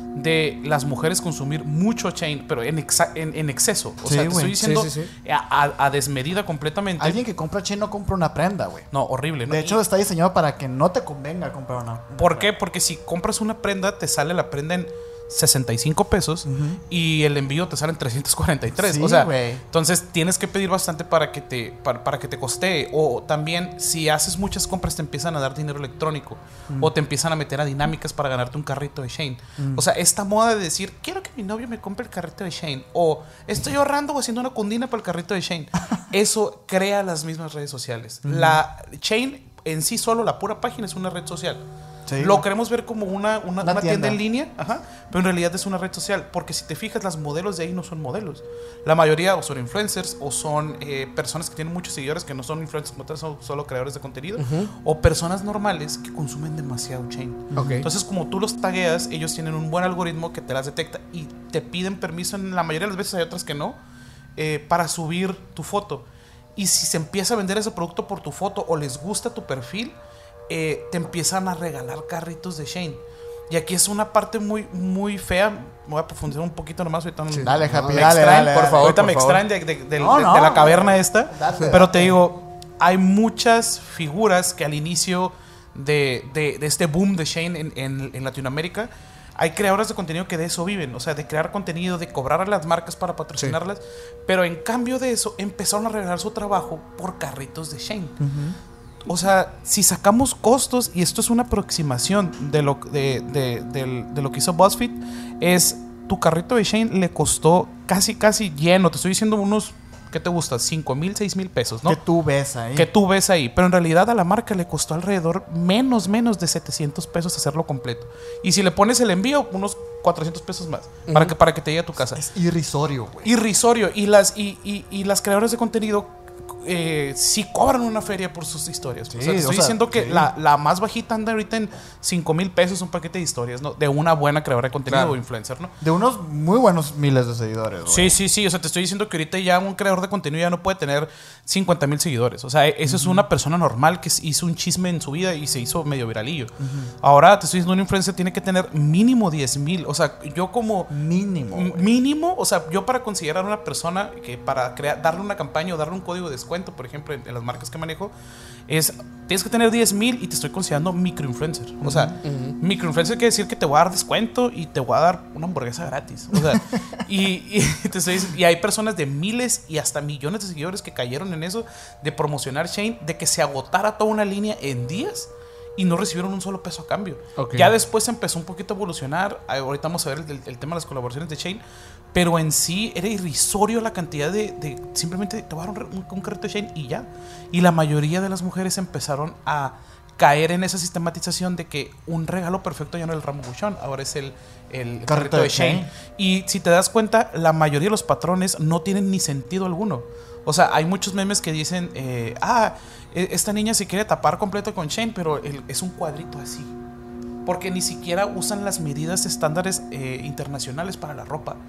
de las mujeres consumir mucho Shein, pero en, exa- en, en exceso. O sí, sea, te wey. estoy diciendo sí, sí, sí. A, a desmedida completamente. Alguien que compra Shein no compra una prenda, güey. No, horrible, ¿no? De hecho, y, está diseñado para que no te convenga comprar una, una ¿Por prenda. qué? Porque si compras una prenda, te sale la prenda en sesenta y cinco pesos uh-huh. y el envío te sale en trescientos cuarenta y tres. Sí, o sea, wey. entonces tienes que pedir bastante para que te para, para que te costee. O también si haces muchas compras te empiezan a dar dinero electrónico uh-huh. o te empiezan a meter a dinámicas para ganarte un carrito de Shein. Uh-huh. O sea, esta moda de decir quiero que mi novio me compre el carrito de Shein o estoy ahorrando o haciendo una cundina para el carrito de Shein. Eso crea las mismas redes sociales. Uh-huh. La Shein en sí solo, la pura página es una red social. Sí. Lo queremos ver como una, una, una, una tienda. tienda en línea, ajá, pero en realidad es una red social. Porque si te fijas, las modelos de ahí no son modelos. La mayoría o son influencers o son eh, personas que tienen muchos seguidores que no son influencers como tal, son solo creadores de contenido. Uh-huh. O personas normales que consumen demasiado Shein. Okay. Entonces, como tú los tagueas, ellos tienen un buen algoritmo que te las detecta y te piden permiso. En la mayoría de las veces hay otras que no, eh, para subir tu foto. Y si se empieza a vender ese producto por tu foto o les gusta tu perfil, Eh, te empiezan a regalar carritos de Shein. Y aquí es una parte muy, muy fea. Me voy a profundizar un poquito nomás. Ahorita sí. no, Dale, no, Happy, me dale, extraen, dale, por favor. Ahorita por me favor. extraen de, de, de, no, de, no, de la caverna dale, esta. dale, pero dale. te digo, hay muchas figuras que al inicio de, de, de este boom de Shein en, en, en Latinoamérica, hay creadoras de contenido que de eso viven. O sea, de crear contenido, de cobrar a las marcas para patrocinarlas. Sí. Pero en cambio de eso, empezaron a regalar su trabajo por carritos de Shein. Uh-huh. O sea, si sacamos costos, y esto es una aproximación de lo, de, de, de, de lo que hizo BuzzFeed, es tu carrito de Shein le costó casi, casi lleno. Te estoy diciendo unos, ¿qué te gusta? cinco mil, seis mil pesos, ¿no? Que tú ves ahí. Que tú ves ahí. Pero en realidad a la marca le costó alrededor menos, menos de setecientos pesos hacerlo completo. Y si le pones el envío, unos cuatrocientos pesos más. Uh-huh. para, que, para que te llegue a tu casa. Es irrisorio, güey. Irrisorio. Y las, y, y, y las creadoras de contenido Eh, sí cobran una feria por sus historias. Sí, o sea, te estoy o sea, diciendo que sí. la, la más bajita anda ahorita en cinco mil pesos un paquete de historias, ¿no? De una buena creadora de contenido claro. o influencer, ¿no? De unos muy buenos miles de seguidores, güey. Sí, sí, sí. O sea, te estoy diciendo que ahorita ya un creador de contenido ya no puede tener cincuenta mil seguidores. O sea, eso uh-huh. es una persona normal que hizo un chisme en su vida y se hizo medio viralillo. Uh-huh. Ahora te estoy diciendo, un influencer tiene que tener mínimo diez mil. O sea, yo como... Mínimo. M- mínimo. O sea, yo para considerar una persona que para crear, darle una campaña o darle un código de descuento, por ejemplo, en, en las marcas que manejo, es tienes que tener diez mil y te estoy considerando microinfluencer. O sea, uh-huh. microinfluencer quiere decir que te voy a dar descuento y te voy a dar una hamburguesa gratis. O sea, y, y, te estoy diciendo, y hay personas de miles y hasta millones de seguidores que cayeron en eso de promocionar Shein, de que se agotara toda una línea en días y no recibieron un solo peso a cambio. Okay. Ya después empezó un poquito a evolucionar. Ahorita vamos a ver el, el tema de las colaboraciones de Shein. Pero en sí era irrisorio la cantidad de... de simplemente te voy a dar un, un, un carrito de Shein y ya. Y la mayoría de las mujeres empezaron a caer en esa sistematización de que un regalo perfecto ya no es el ramo buchón, ahora es el, el carrito, carrito de, de Shein. Shein. Y si te das cuenta, la mayoría de los patrones no tienen ni sentido alguno. O sea, hay muchos memes que dicen, eh, ah, esta niña se quiere tapar completo con Shein, pero el, es un cuadrito así. Porque ni siquiera usan las medidas estándares eh, internacionales para la ropa.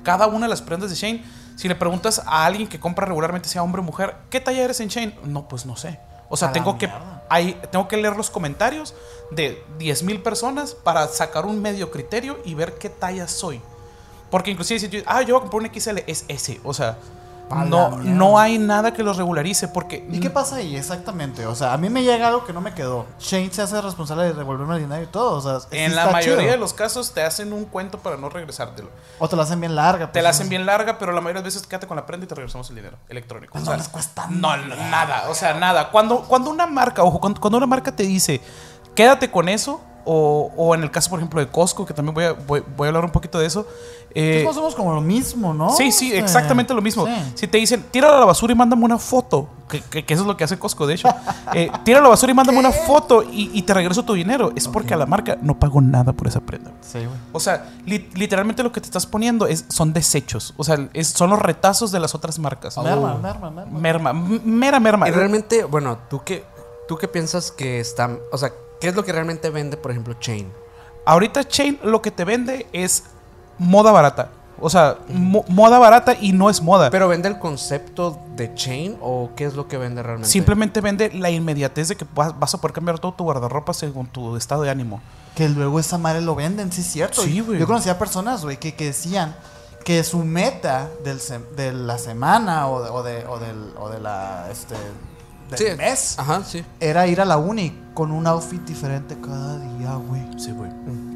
cada una de las prendas de Shein, si le preguntas a alguien que compra regularmente, sea hombre o mujer, ¿qué talla eres en Shein? No, pues no sé. O sea, A la tengo que, mierda. hay, tengo que leer los comentarios de diez mil personas para sacar un medio criterio y ver qué talla soy. Porque inclusive si tú dices, ah, yo voy a comprar un X L, es S. O sea, A la no, mierda. no hay nada que los regularice porque... ¿Y qué pasa ahí exactamente? O sea, a mí me llega algo que no me quedó. Shane se hace responsable de devolverme el dinero y todo. O sea, sí En la está mayoría chido. de los casos te hacen un cuento para no regresártelo. O te la hacen bien larga. Te pues, la no hacen sé. bien larga, pero la mayoría de veces quédate con la prenda y te regresamos el dinero electrónico. Pues O no sea, les cuesta no, nada. nada. O sea, nada. Cuando, cuando una marca, ojo, cuando, cuando una marca te dice, quédate con eso, o, o en el caso, por ejemplo, de Costco, que también voy a, voy, voy a hablar un poquito de eso. Eh, Pues somos como lo mismo, ¿no? Sí, sí, Este, exactamente lo mismo. sí. Si te dicen, tíralo a la basura y mándame una foto, que, que, que eso es lo que hace Costco, de hecho. Eh, tíralo a la basura y mándame una foto y, y te regreso tu dinero. Es porque a la marca no pagó nada por esa prenda. Sí, güey. O sea, li- literalmente lo que te estás poniendo es, son desechos. O sea, es- son los retazos de las otras marcas. Merma, merma, merma. Merma, m- mera merma. Y realmente, bueno, ¿tú qué, ¿tú qué piensas que está... O sea, ¿qué es lo que realmente vende, por ejemplo, Chain? Ahorita Chain lo que te vende es moda barata. O sea, mo- moda barata y no es moda. ¿Pero vende el concepto de Chain o qué es lo que vende realmente? Simplemente vende la inmediatez de que vas, vas a poder cambiar todo tu guardarropa según tu estado de ánimo. Que luego esa madre lo venden, sí es cierto. Sí, güey. Yo conocía personas, güey, que, que decían que su meta del sem- de la semana o de, o de, o del, o de la, este, del Sí. mes Ajá, sí. era ir a la uni con un outfit diferente cada día, güey. Sí, güey.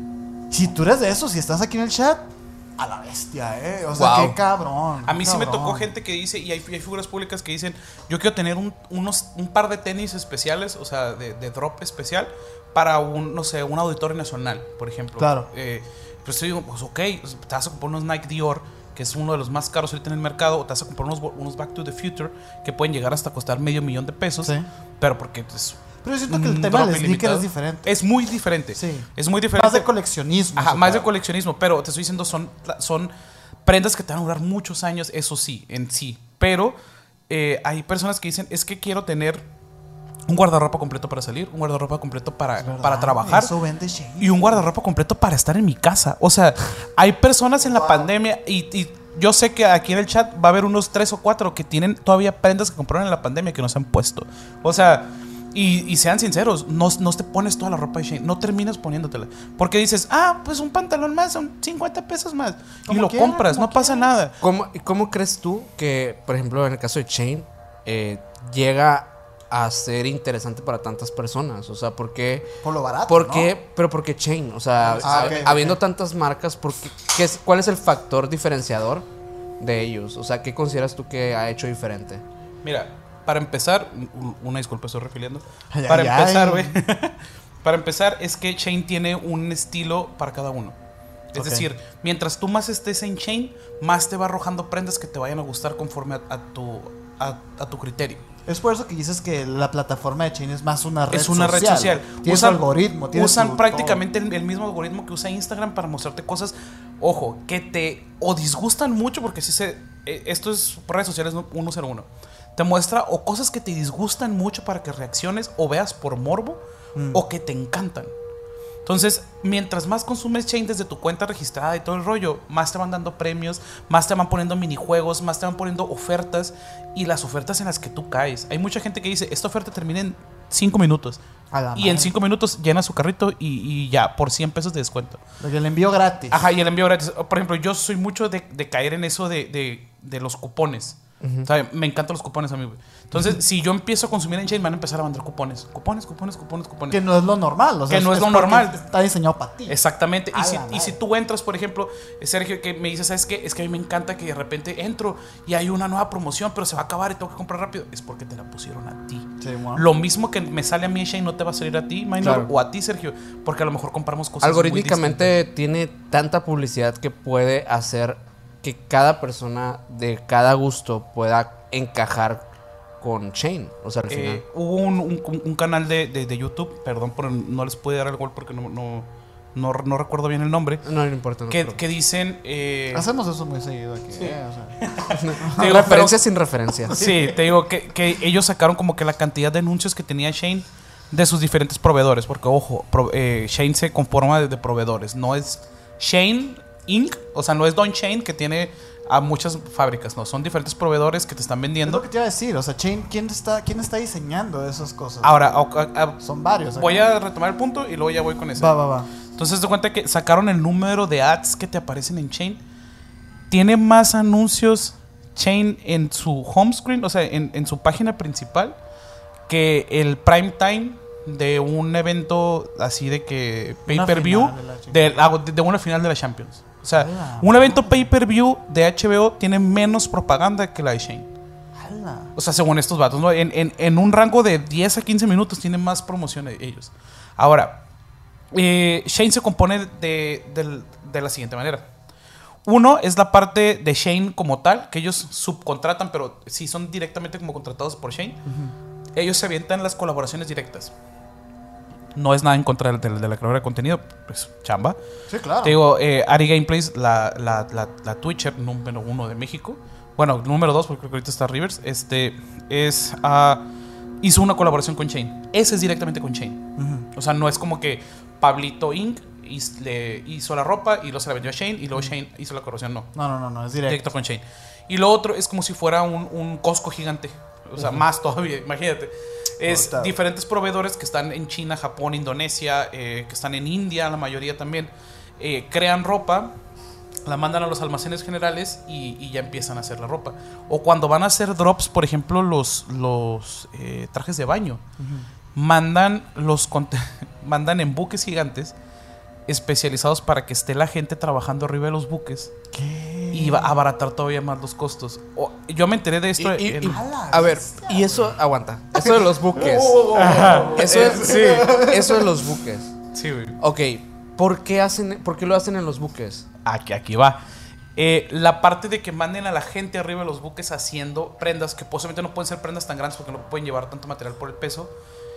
Si tú eres de eso, si estás aquí en el chat, a la bestia, ¿eh? O sea, Wow. qué cabrón. A mí qué sí me cabrón. tocó gente que dice, y hay, hay figuras públicas que dicen, yo quiero tener un, unos, un par de tenis especiales, o sea, de, de drop especial, para un, no sé, un auditorio nacional, por ejemplo. Claro. Eh, pues yo digo, pues ok, te vas a comprar unos Nike Dior, que es uno de los más caros ahorita en el mercado, o te vas a comprar unos, unos Back to the Future, que pueden llegar hasta costar medio millón de pesos, Sí. pero porque es Pero yo siento que el un tema drop del sneaker ilimitado. es diferente. Es muy diferente. Sí. Es muy diferente. Más de coleccionismo. Ajá, se más de puede. coleccionismo, pero te estoy diciendo, son, son prendas que te van a durar muchos años, eso sí, en sí. Pero eh, hay personas que dicen, es que quiero tener un guardarropa completo para salir, un guardarropa completo para, Es verdad, para trabajar Eso vende Shane. y un guardarropa completo para estar en mi casa. O sea, hay personas en la pandemia y, y yo sé que aquí en el chat va a haber unos tres o cuatro que tienen todavía prendas que compraron en la pandemia que no se han puesto. O sea... Y, y sean sinceros, no, no te pones toda la ropa de Shein, no terminas poniéndotela. Porque dices, ah, pues un pantalón más, son cincuenta pesos más. Y Como lo quiera, compras, como no pasa quiera. nada. ¿Cómo, y ¿Cómo crees tú que, por ejemplo, en el caso de Chain, eh, llega a ser interesante para tantas personas? O sea, ¿por qué? Por lo barato. ¿Por ¿no? qué? Pero ¿por qué Chain? O sea, Ah, hab- ok, habiendo ok. tantas marcas, ¿por qué, qué es, ¿cuál es el factor diferenciador de ellos? O sea, ¿qué consideras tú que ha hecho diferente? Mira, para empezar, u- una disculpa, estoy refiliando. Ay, Para ay, empezar, ay. güey. Para empezar, es que Shein tiene un estilo para cada uno. Es Ok. decir, mientras tú más estés en Shein, más te va arrojando prendas que te vayan a gustar conforme a, a tu, a, a tu criterio. Es por eso que dices que la plataforma de Chain es más una red Es una social. red social. Tiene su algoritmo. Tiene usan su prácticamente el, el mismo algoritmo que usa Instagram para mostrarte cosas, ojo, que te o disgustan mucho, porque si se, eh, esto es por redes sociales uno cero uno. Te muestra o cosas que te disgustan mucho para que reacciones o veas por morbo, Mm. o que te encantan. Entonces, mientras más consumes Chain desde tu cuenta registrada y todo el rollo, más te van dando premios, más te van poniendo minijuegos, más te van poniendo ofertas, y las ofertas en las que tú caes. Hay mucha gente que dice, esta oferta termina en cinco minutos. A la Y en madre. cinco minutos llena su carrito y, y ya, por cien pesos de descuento. Porque el envío gratis. Ajá, y el envío gratis. Por ejemplo, yo soy mucho de, de caer en eso de, de, de los cupones. ¿Sabe? Me encantan los cupones a mí, güey. Entonces, si yo empiezo a consumir en Chain, me van a empezar a mandar cupones. Cupones, cupones, cupones, cupones. Que no es lo normal. O sea, Que no es lo porque normal. Está diseñado para ti. Exactamente. A Y si, la y madre. si tú entras, por ejemplo, Sergio, que me dices, ¿sabes qué? Es que a mí me encanta que de repente entro y hay una nueva promoción, pero se va a acabar y tengo que comprar rápido. Es porque te la pusieron a ti. Sí, bueno. Lo mismo que me sale a mí en Shein no te va a salir a ti, Minor, Claro. o a ti, Sergio, porque a lo mejor compramos cosas muy Algorítmicamente tiene tanta publicidad que puede hacer que cada persona de cada gusto pueda encajar con Chain. O sea, al final. Eh, hubo un, un- un canal de, de- de YouTube, perdón, por no les pude dar el gol porque no, no, no, no recuerdo bien el nombre, No le importa. No que, te que dicen... eh, Hacemos eso muy seguido aquí. eh, o sea. te digo, referencia pero- sin referencia. Sí, te digo que, que ellos sacaron como que la cantidad de anuncios que tenía Shein de sus diferentes proveedores, porque ojo, pro- eh, Shein se conforma de, de proveedores, no es Shein incorporated. O sea, no es Don Chain que tiene a muchas fábricas, no. Son diferentes proveedores que te están Es vendiendo. lo que te iba a decir. O sea, Chain, ¿quién está, quién está diseñando esas cosas? Ahora, a- a- a- Son varios. ¿eh? voy a retomar el punto y luego ya voy con ese. Va, va, va. Entonces, te cuenta que sacaron el número de ads que te aparecen en Chain. Tiene más anuncios Chain en su home screen, o sea, en, en su página principal, que el prime time de un evento así de que Una pay-per-view final de la Champions. de, ah, de- de una final de la Champions. O sea, ¡Hala! un evento pay-per-view de H B O tiene menos propaganda que la de Shane. ¡Hala! O sea, según estos vatos, ¿no? En, en- en un rango de diez a quince minutos tienen más promoción ellos. Ahora, eh, Shane se compone de, del- de la siguiente manera. Uno es la parte de Shane como tal, que ellos subcontratan, pero sí son directamente como contratados por Shane. Ellos se avientan las colaboraciones directas. No es nada en contra de, de la creadora de contenido, pues chamba. Sí, claro. Te digo, eh, Ari Gameplays, la, la, la, la Twitcher número uno de México. Bueno, número dos, porque creo que ahorita está Rivers. Este es. ah, hizo una colaboración con Shane. Ese es directamente con Shane. Ujú. O sea, no es como que Pablito Inc his- le hizo la ropa y luego se la vendió a Shane y luego Shane hizo la colaboración. No, No, no, no, no, es directo. directo con Shane. Y lo otro es como si fuera un, un Costco gigante. O sea, más todavía, imagínate. Es Total. diferentes proveedores que están en China, Japón, Indonesia, eh, que están en India, la mayoría también. eh, crean ropa, la mandan a los almacenes generales y, y ya empiezan a hacer la ropa. O cuando van a hacer drops, por ejemplo, los, los eh, trajes de baño, mandan, los conte- mandan en buques gigantes especializados para que esté la gente trabajando arriba de los buques ¿Qué? y va a abaratar todavía más los costos. O- yo me enteré de esto. Y- y- en- y- ¡Hala! a ver, y eso, aguanta. Eso de los buques. Eso es, Sí. eso de los buques. sí, güey. Ok, ¿por qué, hacen, ¿por qué lo hacen en los buques? Aquí, aquí va. Eh, la parte de que manden a la gente arriba de los buques haciendo prendas, que posiblemente no pueden ser prendas tan grandes porque no pueden llevar tanto material por el peso,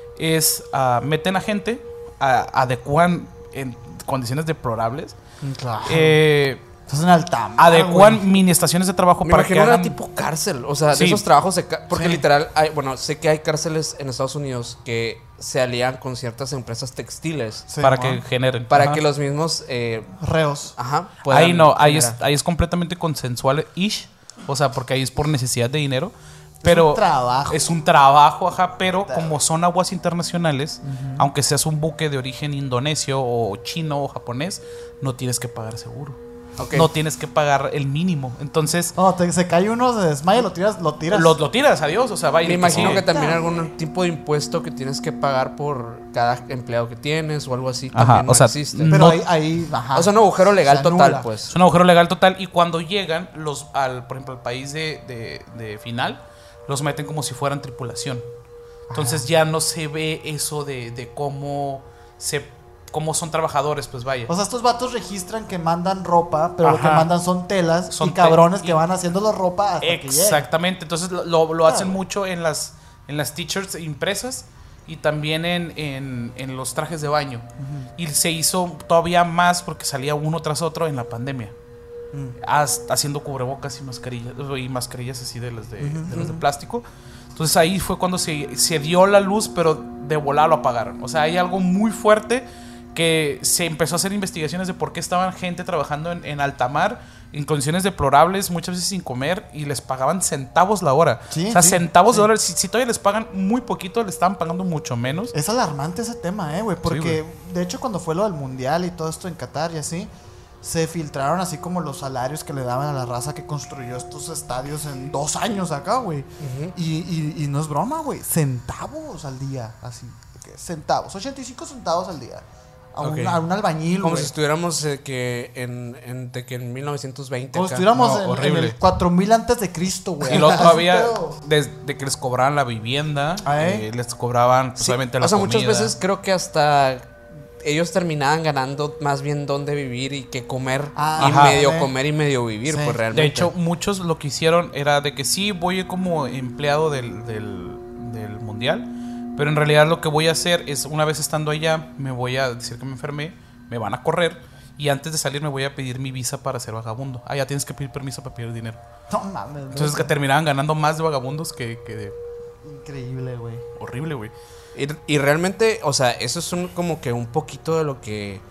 es ah, meten a gente, a- adecuan en condiciones deplorables, Claro. eh, Estás en alta mar, adecuan güey. mini estaciones de trabajo Me para que imagino una hagan... tipo cárcel, o sea, Sí. de esos trabajos de ca- porque Sí. literal, hay, bueno, sé que hay cárceles en Estados Unidos que se alían con ciertas empresas textiles Sí, para ¿no? que generen. para Ajá. que los mismos, eh, Reos. ajá, puedan Ahí no, ahí es, generar. ahí es completamente consensual-ish. O sea, porque ahí es por necesidad de dinero. Pero un trabajo. Es un trabajo, ajá. Pero como son aguas internacionales, aunque seas un buque de origen indonesio o chino o japonés, no tienes que pagar seguro. Ok. No tienes que pagar el mínimo. Entonces, No, te- se cae uno, se desmaya, lo tiras, lo tiras. lo, lo tiras, adiós. O sea, vaya. Me imagino sí. que también Puta, algún tipo de impuesto que tienes que pagar por cada empleado que tienes o algo así Ajá, también no o sea, existe. Pero no- ahí, ahí, ajá. O sea, un agujero legal Se total, anula. pues. Es un agujero legal total. Y cuando llegan, los al, por ejemplo, al país de, de- de final, los meten como si fueran tripulación. Entonces ya no se ve eso de, de cómo se cómo son trabajadores, pues vaya. O sea, estos vatos registran que mandan ropa, pero lo que Ajá. mandan son telas Son y cabrones te- que van haciendo la ropa hasta que llegan. Exactamente. Entonces lo, lo- lo hacen Claro. mucho en las, en las t-shirts impresas y también en, en- en los trajes de baño. Y se hizo todavía más porque salía uno tras otro en la pandemia. Mm. Haz- haciendo cubrebocas y mascarillas y mascarillas así de las de, de las de plástico. Entonces ahí fue cuando se, se dio la luz, pero de volar lo apagaron. O sea, hay algo muy fuerte que se empezó a hacer investigaciones de por qué estaban gente trabajando en, en alta mar, en condiciones deplorables, muchas veces sin comer, y les pagaban centavos la hora. Sí, o sea, sí, centavos sí. de dólar. Si, si todavía les pagan muy poquito, les estaban pagando mucho menos. Es alarmante ese tema, eh, güey. Porque, de hecho, cuando fue lo del mundial y todo esto en Qatar y así, se filtraron así como los salarios que le daban a la raza que construyó estos estadios en dos años acá, güey. y, y, y no es broma, güey. Centavos al día, así. ¿Qué? Centavos, ochenta y cinco centavos al día. A, Ok. un, a un albañil, Como güey. si estuviéramos eh, que en, en, de que en mil novecientos veinte Como si acá. estuviéramos No, en- en, horrible. el cuatro mil antes de Cristo, güey. Y luego Así, todavía, pero- desde que les cobraban la vivienda, Ah, ¿eh? eh, les cobraban pues, Sí, obviamente la o sea, comida. muchas veces creo que hasta ellos terminaban ganando más bien dónde vivir y qué comer. Ah, y ajá. medio eh. comer y medio vivir, Sí. pues realmente. De hecho, muchos lo que hicieron era de que sí, voy como empleado del, del, del mundial, pero en realidad lo que voy a hacer es, una vez estando allá, me voy a decir que me enfermé, me van a correr, y antes de salir me voy a pedir mi visa para ser vagabundo. Ah, ya tienes que pedir permiso para pedir dinero. No mames, güey. Entonces que terminaban ganando más de vagabundos que, que de... Increíble, güey. Horrible, güey. Y, y realmente, o sea, eso es un, como que un poquito de lo que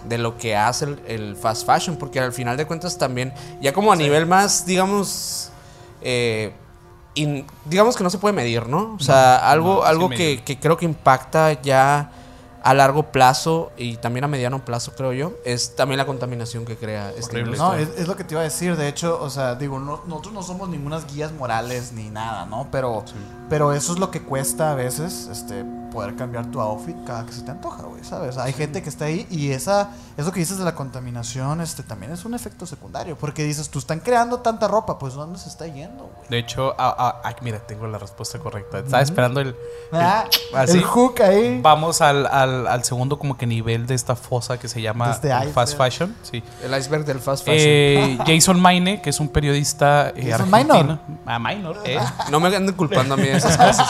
de lo que hace el, el fast fashion, porque al final de cuentas también, ya como a sí. nivel más, digamos, eh, in, digamos que no se puede medir, ¿no? O sea, no, algo, no, algo que, que creo que impacta ya a largo plazo y también a mediano plazo, creo yo, es también la contaminación que crea este industria. No, es, es lo que te iba a decir. De hecho, o sea, digo, no, nosotros no somos ningunas guías morales ni nada, ¿no? Pero, sí. pero eso es lo que cuesta a veces, este, poder cambiar tu outfit cada que se te antoja, güey, ¿sabes? Hay sí. gente que está ahí y esa, eso que dices de la contaminación, este, también es un efecto secundario, porque dices, tú están creando tanta ropa, pues ¿dónde se está yendo, güey? De hecho, ah, ah, ah, mira, tengo la respuesta correcta. Estaba uh-huh. esperando el, el, ah, así. el hook ahí. Vamos al, al, al segundo como que nivel de esta fosa que se llama este fast fashion. Sí. El iceberg del fast fashion. Eh, Jason Mayne, que es un periodista eh, Jason argentino. Minor. Ah, Minor, eh. No me anden culpando a mí de esas cosas.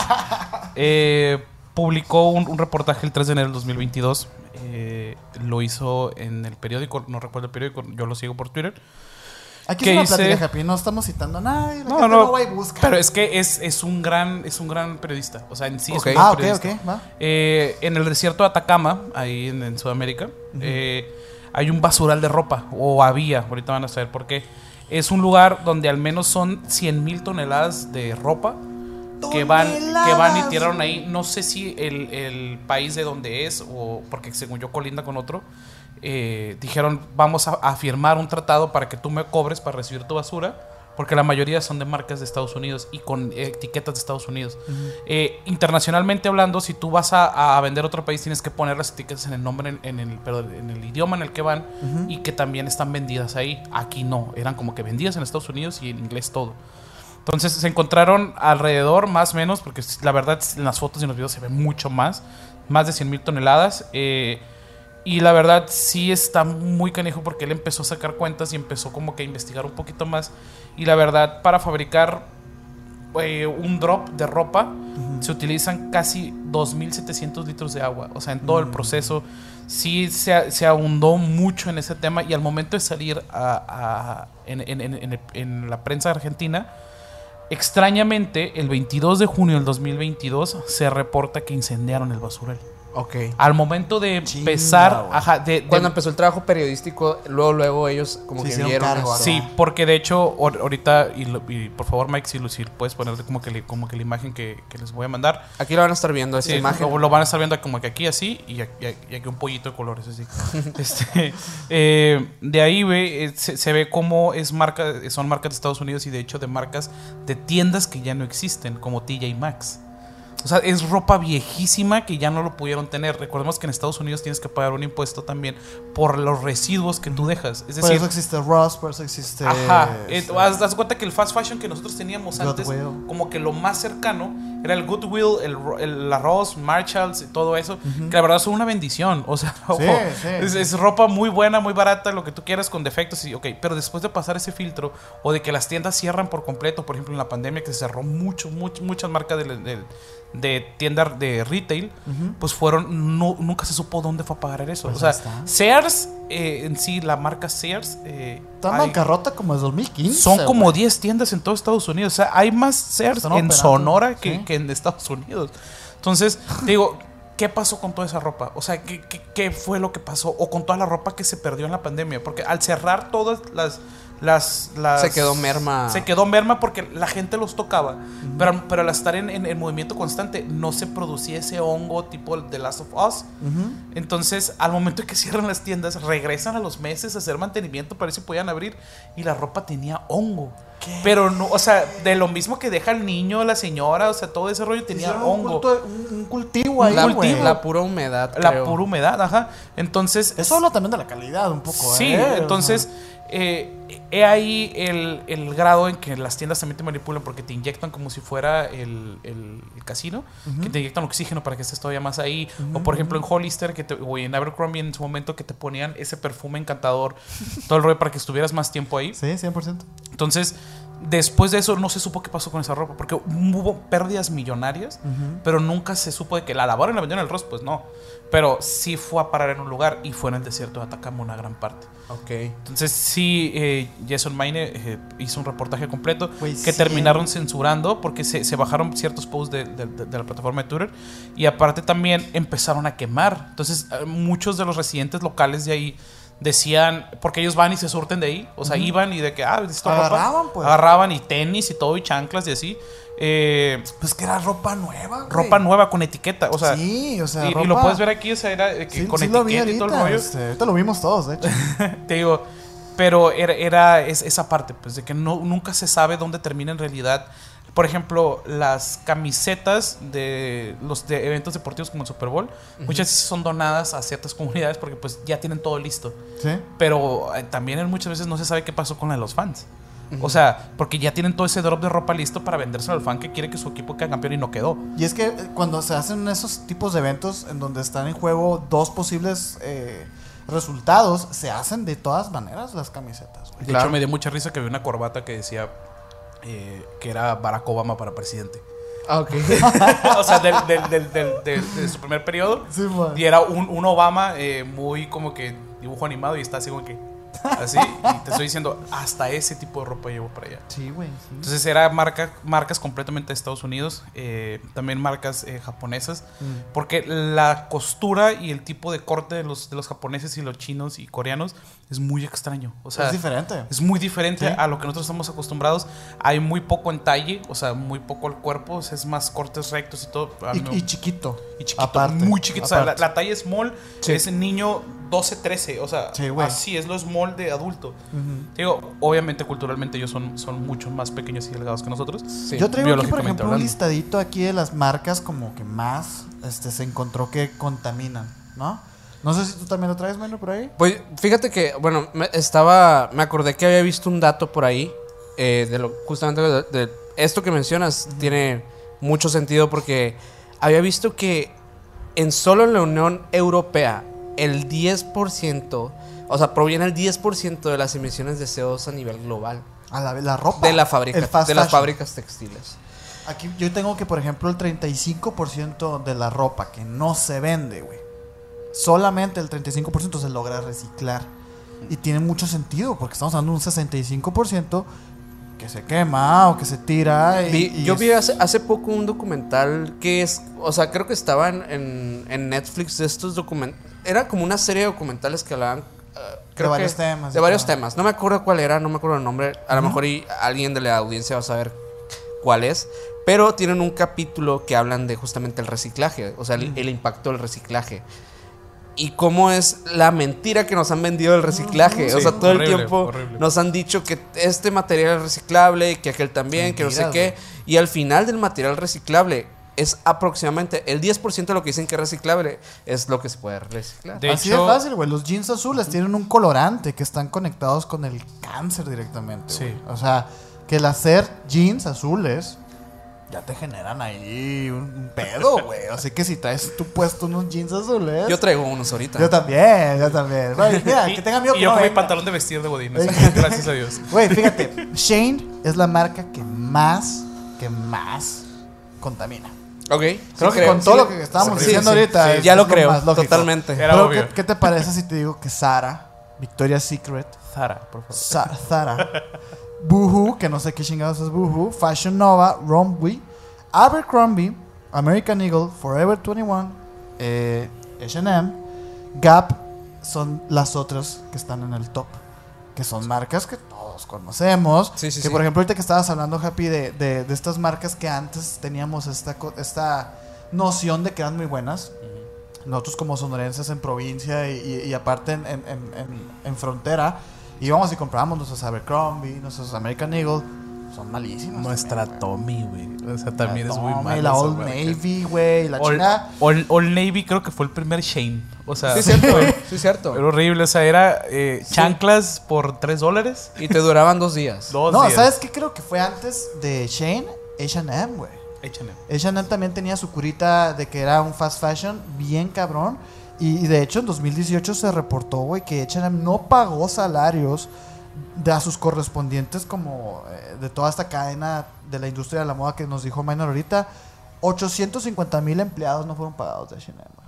Eh... Publicó un, un reportaje el tres de enero del dos mil veintidós. Eh, lo hizo en el periódico, no recuerdo el periódico, yo lo sigo por Twitter. Aquí es una plática, Happy, no estamos citando a nadie. No, no, va y busca. Pero es que es, es, un gran, es un gran periodista. O sea, en sí okay. es un gran ah, periodista. ok, ok, va. Eh, en el desierto de Atacama, ahí en, en Sudamérica, uh-huh. eh, hay un basural de ropa, o había, ahorita van a saber por qué. Es un lugar donde al menos son cien mil toneladas de ropa que van, que van y tiraron ahí. No sé si el, el país de donde es, o porque según yo colinda con otro, eh, dijeron vamos a, a firmar un tratado para que tú me cobres para recibir tu basura, porque la mayoría son de marcas de Estados Unidos y con etiquetas de Estados Unidos. Uh-huh. eh, internacionalmente hablando, si tú vas a, a vender a otro país, tienes que poner las etiquetas en el nombre, en, en, el, pero en el idioma en el que van, uh-huh. y que también están vendidas ahí. Aquí no, eran como que vendidas en Estados Unidos y en inglés todo. Entonces se encontraron alrededor, más o menos, porque la verdad en las fotos y en los videos se ve mucho más, más de cien mil toneladas. Eh, y la verdad sí está muy canijo, porque él empezó a sacar cuentas y empezó como que a investigar un poquito más. Y la verdad, para fabricar eh, un drop de ropa, uh-huh. se utilizan casi dos mil setecientos litros de agua. O sea, en todo uh-huh. el proceso sí se, se ahondó mucho en ese tema. Y al momento de salir a, a, en, en, en, en, en la prensa argentina, extrañamente, el veintidós de junio del dos mil veintidós se reporta que incendiaron el basural. Ok. Al momento de empezar, ajá, de, de, cuando empezó el trabajo periodístico, luego luego ellos como sí, que vieron cargo, sí, porque de hecho ahorita y, lo, y por favor Mike, si, si puedes ponerle como que le, como que la imagen que, que les voy a mandar. Aquí lo van a estar viendo esa sí, imagen. Lo, lo van a estar viendo como que aquí así y aquí, y aquí un pollito de colores así. este, eh, de ahí ve, se, se ve cómo es marca, son marcas de Estados Unidos y de hecho de marcas de tiendas que ya no existen, como T J Maxx. O sea, es ropa viejísima que ya no lo pudieron tener. Recordemos que en Estados Unidos tienes que pagar un impuesto también por los residuos que tú dejas. Es decir, por eso existe Ross, por eso existe... Ajá. Este, eh, haz, haz cuenta que el fast fashion que nosotros teníamos antes, Goodwill. como que lo más cercano era el Goodwill, el, el, la Ross, Marshalls y todo eso, uh-huh. que la verdad son una bendición. O sea, ojo, sí, sí. Es, es ropa muy buena, muy barata, lo que tú quieras, con defectos. Y, ok, pero después de pasar ese filtro o de que las tiendas cierran por completo, por ejemplo en la pandemia que se cerró mucho, mucho muchas marcas de, de, de tiendas de retail, uh-huh. pues fueron, no, nunca se supo dónde fue a pagar eso. Pues o sea, está. Sears, eh, en sí, la marca Sears... Eh, está en bancarrota como desde dos mil quince. Son como diez tiendas en todo Estados Unidos. O sea, hay más Sears en operando. Sonora que, ¿sí? que en Estados Unidos. Entonces, digo, ¿qué pasó con toda esa ropa? O sea, ¿qué, qué, ¿qué fue lo que pasó? O con toda la ropa que se perdió en la pandemia. Porque al cerrar todas las... Las, las, se quedó merma. Se quedó merma porque la gente los tocaba. Uh-huh. Pero, pero al estar en, en, en movimiento constante, no se producía ese hongo tipo The Last of Us. Uh-huh. Entonces, al momento de que cierran las tiendas, regresan a los meses a hacer mantenimiento para ver si podían abrir. Y la ropa tenía hongo. ¿Qué? Pero no, o sea, de lo mismo que deja el niño, la señora, o sea, todo ese rollo tenía Hicieron hongo. Un, culto, un, un cultivo ahí, la, cultivo. La pura humedad. La creo. pura humedad, ajá. Entonces. Eso habla también de la calidad un poco, sí, ¿eh? entonces. Eh, he ahí el, el grado en que las tiendas también te manipulan porque te inyectan como si fuera el, el, el casino, uh-huh. que te inyectan oxígeno para que estés todavía más ahí. Uh-huh. O por ejemplo en Hollister que te, o en Abercrombie en su momento que te ponían ese perfume encantador, todo el rollo para que estuvieras más tiempo ahí. Sí, cien por ciento. Entonces, Después de eso no se supo qué pasó con esa ropa, porque hubo pérdidas millonarias, uh-huh. pero nunca se supo de que la lavaron y la vendieron en el Ross, pues no. Pero sí fue a parar en un lugar y fue en el desierto de Atacama una gran parte. Ok. Entonces sí, eh, Jason Mayne eh, hizo un reportaje completo pues que sí. terminaron censurando porque se, se bajaron ciertos posts de, de, de, de la plataforma de Twitter y aparte también empezaron a quemar. Entonces muchos de los residentes locales de ahí decían, porque ellos van y se surten de ahí, o sea, uh-huh. iban y de que, ah, esto agarraban, ropa, pues. agarraban y tenis y todo y chanclas y así. Eh, pues que era ropa nueva, güey. Ropa nueva con etiqueta, o sea. Sí, o sea, y, ropa... y lo puedes ver aquí, o sea, era que sí, con sí etiqueta y todo el rollo. Este, ahorita lo vimos todos, de hecho. Te digo, pero era, era es, esa parte, pues, de que no, nunca se sabe dónde termina en realidad. Por ejemplo, las camisetas de los de eventos deportivos como el Super Bowl, uh-huh. muchas veces son donadas a ciertas comunidades porque pues ya tienen todo listo. ¿Sí? Pero eh, también muchas veces no se sabe qué pasó con la de los fans. Uh-huh. O sea, porque ya tienen todo ese drop de ropa listo para vendérselo al fan que quiere que su equipo quede campeón y no quedó. Y es que cuando se hacen esos tipos de eventos en donde están en juego dos posibles eh, resultados, se hacen de todas maneras las camisetas. De claro. hecho, me dio mucha risa que vi una corbata que decía eh, que era Barack Obama para presidente. Ah, ok. O sea, del, del, del, del, del, de su primer periodo. Sí, y era un, un Obama eh, muy como que dibujo animado y está así como que así, y te estoy diciendo, hasta ese tipo de ropa llevo para allá. Sí, güey. Sí. Entonces era marca, marcas completamente de Estados Unidos, eh, también marcas eh, japonesas, mm. porque la costura y el tipo de corte de los, de los japoneses y los chinos y coreanos es muy extraño. O sea, es diferente. Es muy diferente ¿sí? a lo que nosotros estamos acostumbrados. Hay muy poco en talle, o sea, muy poco el cuerpo, o sea, es más cortes rectos y todo. Y, no, y chiquito. Y chiquito, aparte, muy chiquito. O sea, la, la talla small sí. es niño doce, trece, o sea, sí, así es lo small de adulto. Uh-huh. Digo, obviamente culturalmente ellos son, son mucho más pequeños y delgados que nosotros. Sí. Yo traigo aquí, por ejemplo, hablando. un listadito aquí de las marcas como que más este, se encontró que contaminan, ¿no? No sé si tú también lo traes, Mano, por ahí. Pues fíjate que, bueno, me, estaba, me acordé que había visto un dato por ahí eh, de lo justamente de, de esto que mencionas. Uh-huh. Tiene mucho sentido porque había visto que en solo la Unión Europea el diez por ciento, o sea, proviene el diez por ciento de las emisiones de C O dos a nivel global. A la, la ropa. De la fábrica, de fashion. Las fábricas textiles. Aquí yo tengo que, por ejemplo, el treinta y cinco por ciento de la ropa que no se vende, güey, solamente el treinta y cinco por ciento se logra reciclar. Y tiene mucho sentido porque estamos hablando de un sesenta y cinco por ciento que se quema o que se tira. Y, vi, y yo es... vi hace, hace poco un documental que es, o sea, creo que estaba en, en, en Netflix de estos documentales. Era como una serie de documentales que hablaban uh, creo de varios que, temas. De varios claro. temas. No me acuerdo cuál era, no me acuerdo el nombre. A uh-huh. lo mejor y alguien de la audiencia va a saber cuál es. Pero tienen un capítulo que hablan de justamente el reciclaje, o sea, el, el impacto del reciclaje. Y cómo es la mentira que nos han vendido del reciclaje. Sí, o sea, todo horrible, el tiempo horrible. Nos han dicho que este material es reciclable y que aquel también, mentira, que no sé qué. Y al final del material reciclable es aproximadamente el diez por ciento de lo que dicen que es reciclable es lo que se puede reciclar. De Así hecho, de fácil, güey. Los jeans azules tienen un colorante que están conectados con el cáncer directamente. Sí. Wey. O sea, que el hacer jeans azules ya te generan ahí un, un pedo, güey. Así que si traes tú puesto unos jeans azules. Yo traigo unos ahorita. Yo también, yo también. Wey, mira, y, que tenga miedo. Y que yo no con mi venga. pantalón de vestir de Godín. Gracias a Dios. Güey, fíjate. Shane es la marca que más, que más contamina. Ok. Creo sí, que creo, con todo sí, lo que estábamos sí, diciendo sí, ahorita. Sí, es, ya es lo creo, lo totalmente. Pero, ¿qué, ¿qué te parece si te digo que Zara, Victoria's Secret, Zara, por favor. Sa- Zara, Boohoo, que no sé qué chingados es Boohoo, Fashion Nova, Romwe, Abercrombie, American Eagle, Forever veintiuno, eh, H and M, Gap, son las otras que están en el top, que son marcas que todos conocemos. Sí, sí, que sí. por ejemplo, ahorita que estabas hablando, Happy, de, de, de estas marcas que antes teníamos esta, esta noción de que eran muy buenas. Uh-huh. Nosotros como sonorenses en provincia y, y, y aparte en, en, en, en frontera, íbamos y comprábamos nuestros Abercrombie, nuestros American Eagle. Son malísimos. Nuestra Tommy, güey. O sea, también la es muy mala. La Old Navy, güey. La chingada. Old, Old Navy creo que fue el primer Shane. O sea, sí, cierto. Sí, cierto. Era horrible. O sea, era eh, sí. chanclas por tres dólares. Y te duraban dos días. Dos no, días. ¿sabes qué? Creo que fue antes de Shane, H and M, güey. H and M. H and M también tenía su curita de que era un fast fashion bien cabrón. Y, y de hecho, en dos mil dieciocho se reportó, güey, que H and M no pagó salarios de a sus correspondientes como eh, de toda esta cadena de la industria de la moda que nos dijo Minor ahorita, ochocientos cincuenta mil empleados no fueron pagados de H and M.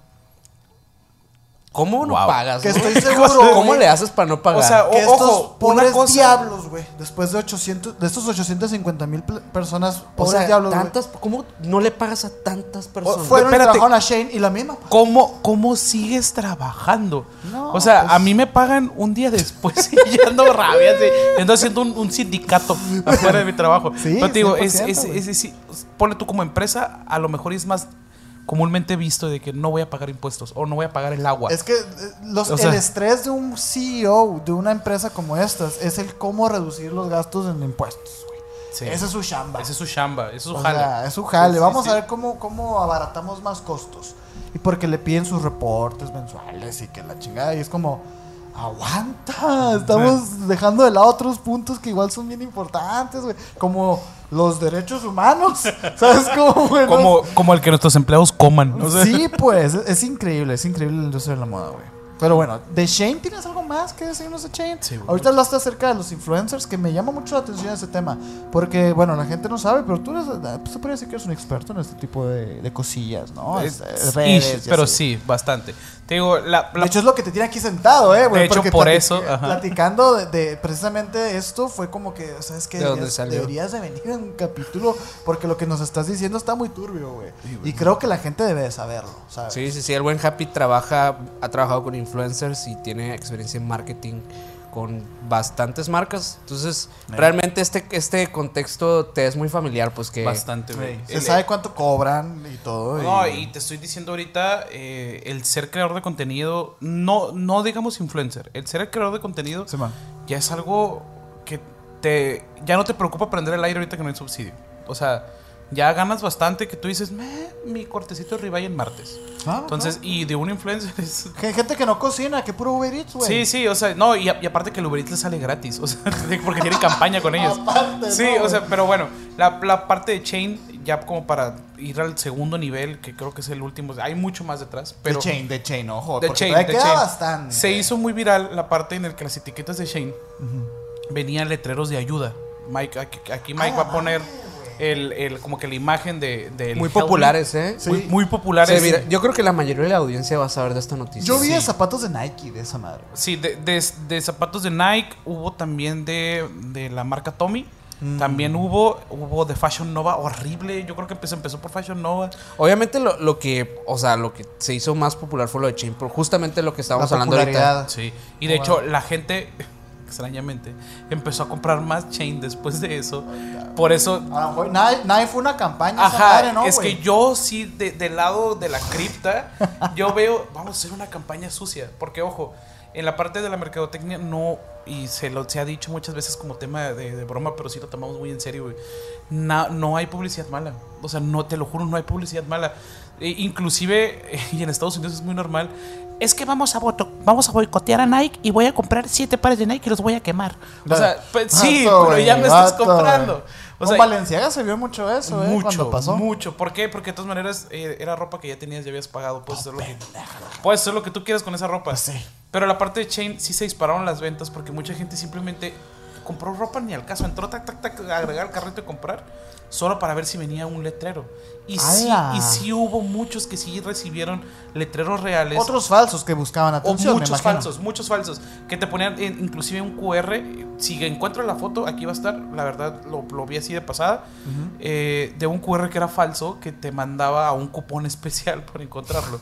¿Cómo no Wow. pagas? Que no? estoy seguro, ¿Cómo güey, le haces para no pagar? O sea, que O- estos ojo, pobres una cosa- diablos, güey, después de ochocientos, de estos ochocientos cincuenta mil personas, O pobres sea, diablos, güey, tantas, ¿cómo no le pagas a tantas personas? fueron y Espérate. trabajaron a Shane y la misma. ¿Cómo, ¿Cómo sigues trabajando? No, o sea, pues- a mí me pagan un día después y ya ando rabia, así, y ando haciendo un, un sindicato afuera de mi trabajo. Sí, Pero te digo, es, cien por es, ciento, es, es- sí, ponle tú como empresa, a lo mejor es más comúnmente visto de que no voy a pagar impuestos o no voy a pagar el agua. Es que eh, los, O sea- el estrés de un C E O de una empresa como estas es el cómo reducir los gastos en impuestos, güey. Sí. Ese es su chamba. Ese es su chamba, ese es su O jale. sea, es su jale. Sí, sí, Vamos sí. a ver cómo, cómo abaratamos más costos. Y porque le piden sus reportes mensuales y que la chingada. Y es como, aguanta. Estamos dejando de lado otros puntos que igual son bien importantes, güey. Como los derechos humanos. ¿Sabes cómo, güey? Como, como el que nuestros empleados coman. O sea, Sí, pues, es, es increíble, es increíble la industria de la moda, güey. Pero bueno, de Shane, ¿tienes algo más que decirnos de Shane? Sí, güey. Ahorita hablaste acerca de los influencers, que me llama mucho la atención ese tema. Porque, bueno, la gente no sabe, pero tú eres, pues, se podría decir que eres un experto en este tipo de, de cosillas, ¿no? es- Es- redes ish, y pero así. sí, bastante. Te digo, la, la- De hecho, es lo que te tiene aquí sentado, ¿eh, güey? De hecho, Porque por plati- eso, ajá. platicando de, de precisamente esto, fue como que, ¿sabes qué? ¿De dónde Deberías, salió? deberías de venir en un capítulo, porque lo que nos estás diciendo está muy turbio, güey. Y creo que la gente debe de saberlo, ¿sabes? Sí, sí, sí. El buen Happy trabaja, ha trabajado con influencers y tiene experiencia en marketing con bastantes marcas. Entonces, realmente este, este contexto te es muy familiar, pues que... bastante, güey. Se El- sabe cuánto cobran y todo. No, y te estoy diciendo ahorita, eh, el ser creador de contenido, no, no digamos influencer, el ser el creador de contenido Sí, man. ya es algo que te ya no te preocupa prender el aire ahorita que no hay subsidio. O sea, ya ganas bastante que tú dices, "Meh, mi cortecito de ribeye en martes". Ah, Entonces, y de un influencer es... Hay gente que no cocina, que puro Uber Eats, güey. Sí, sí, o sea, no, y, a- y aparte que el Uber Eats le sale gratis, o sea, porque tiene campaña con ellos. Aparte, Sí, no, o sea, güey. pero bueno, la, la parte de Chain, ya como para ir al segundo nivel, que creo que es el último, hay mucho más detrás, pero... de Chain, de Chain, ojo. de porque Chain, todavía de queda Chain. bastante. Se hizo muy viral la parte en la que las etiquetas de Shane venían letreros de ayuda. Mike, aquí, aquí Mike Ah, va a poner el, el, como que la imagen de, del Muy helmet. populares, ¿eh? Sí. Muy, muy populares. Se vira- yo creo que la mayoría de la audiencia va a saber de esta noticia. Yo vi Sí. de zapatos de Nike de esa madre. Sí, de, de- de zapatos de Nike, hubo también de, de la marca Tommy. Mm. También hubo, hubo de Fashion Nova, horrible. Yo creo que empezó, empezó por Fashion Nova. Obviamente lo, lo que, o sea, lo que se hizo más popular fue lo de Chain, por justamente lo que estábamos La hablando ahorita. popularidad. Sí. Y de Wow. hecho, la gente, extrañamente, empezó a comprar más Chain después de eso. Por eso A lo mejor nadie, nadie fue una campaña. esa Ajá, madre, ¿no, es güey? que yo sí, de- del lado de la cripta, yo veo, vamos a hacer una campaña sucia. Porque, ojo, en la parte de la mercadotecnia no, y se lo se ha dicho muchas veces como tema de, de broma, pero sí lo tomamos muy en serio, güey. Na- no hay publicidad mala. O sea, no, te lo juro, no hay publicidad mala. E- inclusive, y en Estados Unidos es muy normal, es que vamos a, boto- vamos a boicotear a Nike y voy a comprar siete pares de Nike y los voy a quemar. O sea, pues, sí, Vato, pero ya güey, me estás vato, comprando. güey. O Con sea, Balenciaga se vio mucho eso, ¿eh? mucho, Cuando pasó. mucho. ¿Por qué? Porque de todas maneras eh, era ropa que ya tenías, ya habías pagado. Puedes hacer, lo que, puedes hacer lo que tú quieras con esa ropa. Pues sí. Pero la parte de Chain sí se dispararon las ventas porque mucha gente simplemente compró ropa ni al caso. Entró, tac, tac, tac, a agregar al carrito y comprar solo para ver si venía un letrero. Y sí, ¡Hala! y sí hubo muchos que sí recibieron letreros reales. Otros falsos que buscaban O atención, me muchos imagino. falsos, muchos falsos. Que te ponían eh, inclusive un Q R. Si encuentro la foto, aquí va a estar. La verdad, lo, lo vi así de pasada. eh, de un Q R que era falso, que te mandaba a un cupón especial por encontrarlo.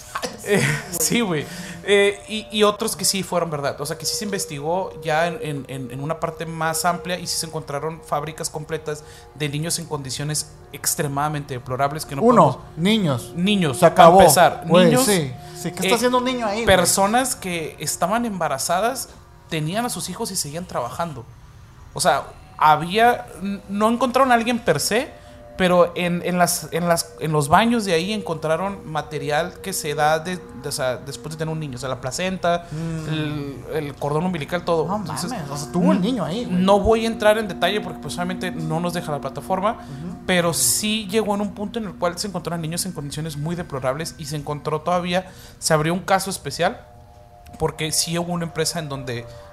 Eh, sí, güey. Eh, y, y otros que sí fueron verdad. O sea, que sí se investigó ya en, en- en una parte más amplia y sí se encontraron fábricas completas de niños en condiciones extremadamente deplorables que no Uno, podemos- niños. Niños, Se acabó. para empezar. Güey, niños. sí. Sí, ¿qué eh, está haciendo un niño ahí, güey? Personas que estaban embarazadas tenían a sus hijos y seguían trabajando. O sea, había. n- No encontraron a alguien per se, pero en, en, las, en, las, en los baños de ahí encontraron material que se da de, de- o sea, después de tener un niño. O sea, la placenta, el, el cordón umbilical, todo. No Entonces, mames, o sea, tuvo el niño ahí, güey. no voy a entrar en detalle porque pues obviamente no nos deja la plataforma, pero sí llegó en un punto en el cual se encontraron niños en condiciones muy deplorables y se encontró todavía, se abrió un caso especial porque sí hubo una empresa en donde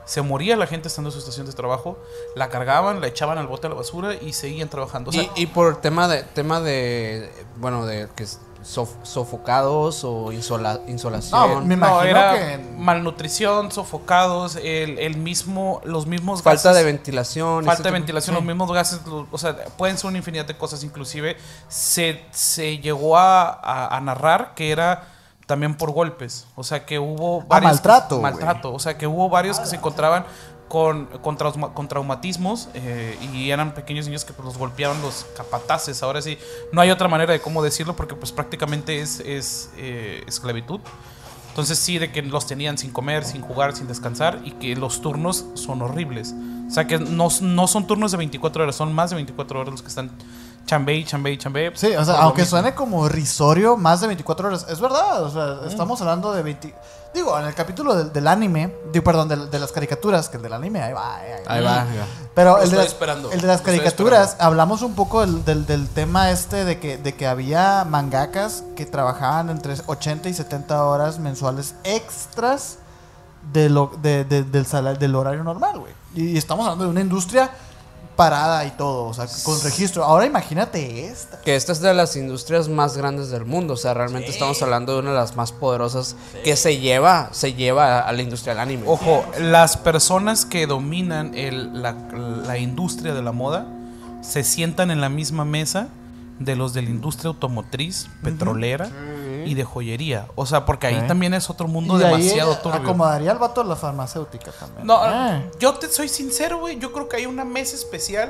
se moría la gente estando en su estación de trabajo, la cargaban, la echaban al bote de la basura y seguían trabajando. O sea, y, y por tema de, tema de, bueno, de que sof sofocados o insola insolación. No, me imagino no, era que... malnutrición, sofocados, el, el mismo, los mismos falta gases. de ventilación. Falta de ventilación, sí. los mismos gases, los, o sea, pueden ser una infinidad de cosas. Inclusive se, se llegó a, a, a narrar que era también por golpes. O sea, que hubo varios... Ah, maltrato. Que, maltrato. O sea, que hubo varios que se encontraban con, con, trauma, con traumatismos eh, y eran pequeños niños que pues, los golpeaban los capataces. Ahora sí, no hay otra manera de cómo decirlo porque pues prácticamente es, es eh, esclavitud. Entonces sí, de que los tenían sin comer, sin jugar, sin descansar y que los turnos son horribles. O sea, que no, no son turnos de veinticuatro horas, son más de veinticuatro horas los que están chambé, chambé, chambé. Sí, o sea, aunque suene como risorio, más de veinticuatro horas. Es verdad, o sea, mm. estamos hablando de veinte... Digo, en el capítulo del, del anime, digo, perdón, de, de las caricaturas, que el del anime, ahí va, ahí, ahí, ahí va. Ahí va. Pero Lo el de, las, esperando, el de las caricaturas, hablamos un poco del, del, del tema este de que, de que había mangakas que trabajaban entre ochenta y setenta horas mensuales extras de lo, de, de, del, salario, del horario normal, güey. Y, y estamos hablando de una industria parada y todo, o sea, con registro. Ahora imagínate esta. Que esta es de las industrias más grandes del mundo, o sea, realmente sí. estamos hablando de una de las más poderosas sí. que se lleva, se lleva a la industria del anime. Ojo, las personas que dominan el, la, la industria de la moda se sientan en la misma mesa de los de la industria automotriz, petrolera uh-huh. y de joyería. O sea, porque ahí ¿Eh? también es otro mundo y demasiado ahí turbio. Acomodaría al vato de la farmacéutica también. No, eh. yo te soy sincero, güey. Yo creo que hay una mesa especial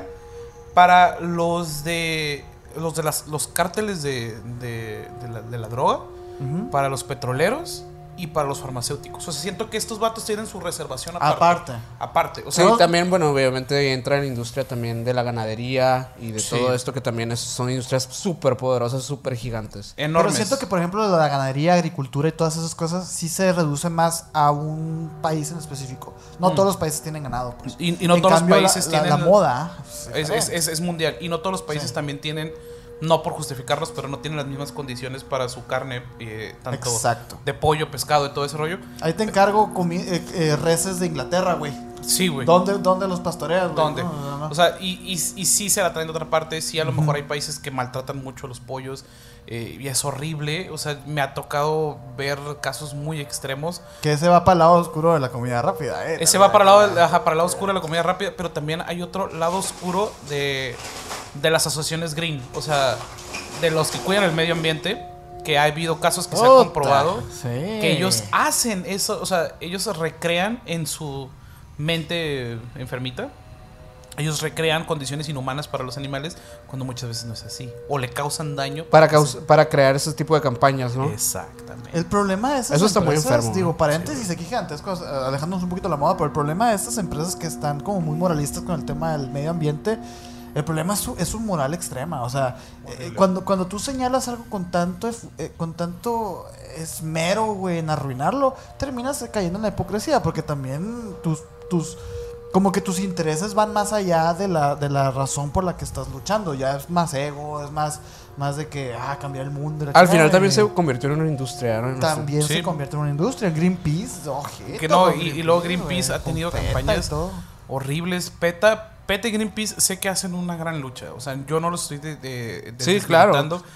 para los de los de las, los cárteles de, de, de, la, de la droga, uh-huh. para los petroleros y para los farmacéuticos. O sea, siento que estos vatos tienen su reservación aparte. Aparte. Aparte. O sea, sí, también, bueno, obviamente entra en la industria también de la ganadería y de sí. todo esto que también es, son industrias súper poderosas, súper gigantes. Pero Enormes. siento que, por ejemplo, la ganadería, agricultura y todas esas cosas sí se reduce más a un país en específico. No mm. todos los países tienen ganado. Pues. Y, y no en todos cambio, los países la, tienen... La, la moda. Es, es, es, es mundial. Y no todos los países sí. también tienen... No por justificarlos, pero no tienen las mismas condiciones para su carne, eh, tanto Exacto. de pollo, pescado y todo ese rollo. Ahí te encargo comi eh, eh, reses de Inglaterra, güey. Sí, güey. ¿Dónde, ¿Dónde los pastoreas, güey? ¿Dónde? No, no, no. O sea, y, y, y sí se la traen de otra parte. Sí, a lo uh-huh. mejor hay países que maltratan mucho a los pollos. Eh, y es horrible. O sea, me ha tocado ver casos muy extremos. Que ese va para el lado oscuro de la comida rápida, eh. Ese va para el lado, de, ajá, para el lado oscuro de la comida rápida. Pero también hay otro lado oscuro de, de las asociaciones green. O sea, de los que cuidan el medio ambiente, que ha habido casos que se ha comprobado sí. que ellos hacen eso, o sea, ellos recrean en su mente enfermita, ellos recrean condiciones inhumanas para los animales cuando muchas veces no es así, o le causan daño para, caus para crear ese tipo de campañas, ¿no? Exactamente. El problema de esas eso está empresas, muy enfermo, digo, ¿no? paréntesis sí, aquí gigantescos, alejándonos un poquito de la moda, pero el problema de estas empresas que están como muy moralistas con el tema del medio ambiente, el problema es su, es su moral extrema. O sea, eh, cuando, cuando tú señalas algo con tanto eh, con tanto esmero, güey, en arruinarlo, terminas cayendo en la hipocresía, porque también tus, tus como que tus intereses van más allá de la, de la razón por la que estás luchando. Ya es más ego, es más, más de que, ah, cambiar el mundo. Al final güey. también se convirtió en una industria, ¿no? También sí. se convierte en una industria. Greenpeace, ojito, que no, y, Greenpeace, y luego Greenpeace wey, ha tenido campañas horribles. PETA PETA y Greenpeace sé que hacen una gran lucha. O sea, yo no lo estoy de, de, de sí, claro.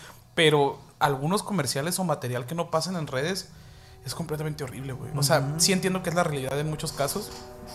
pero algunos comerciales o material que no pasan en redes es completamente horrible, güey. O sea, uh-huh. sí entiendo que es la realidad en muchos casos.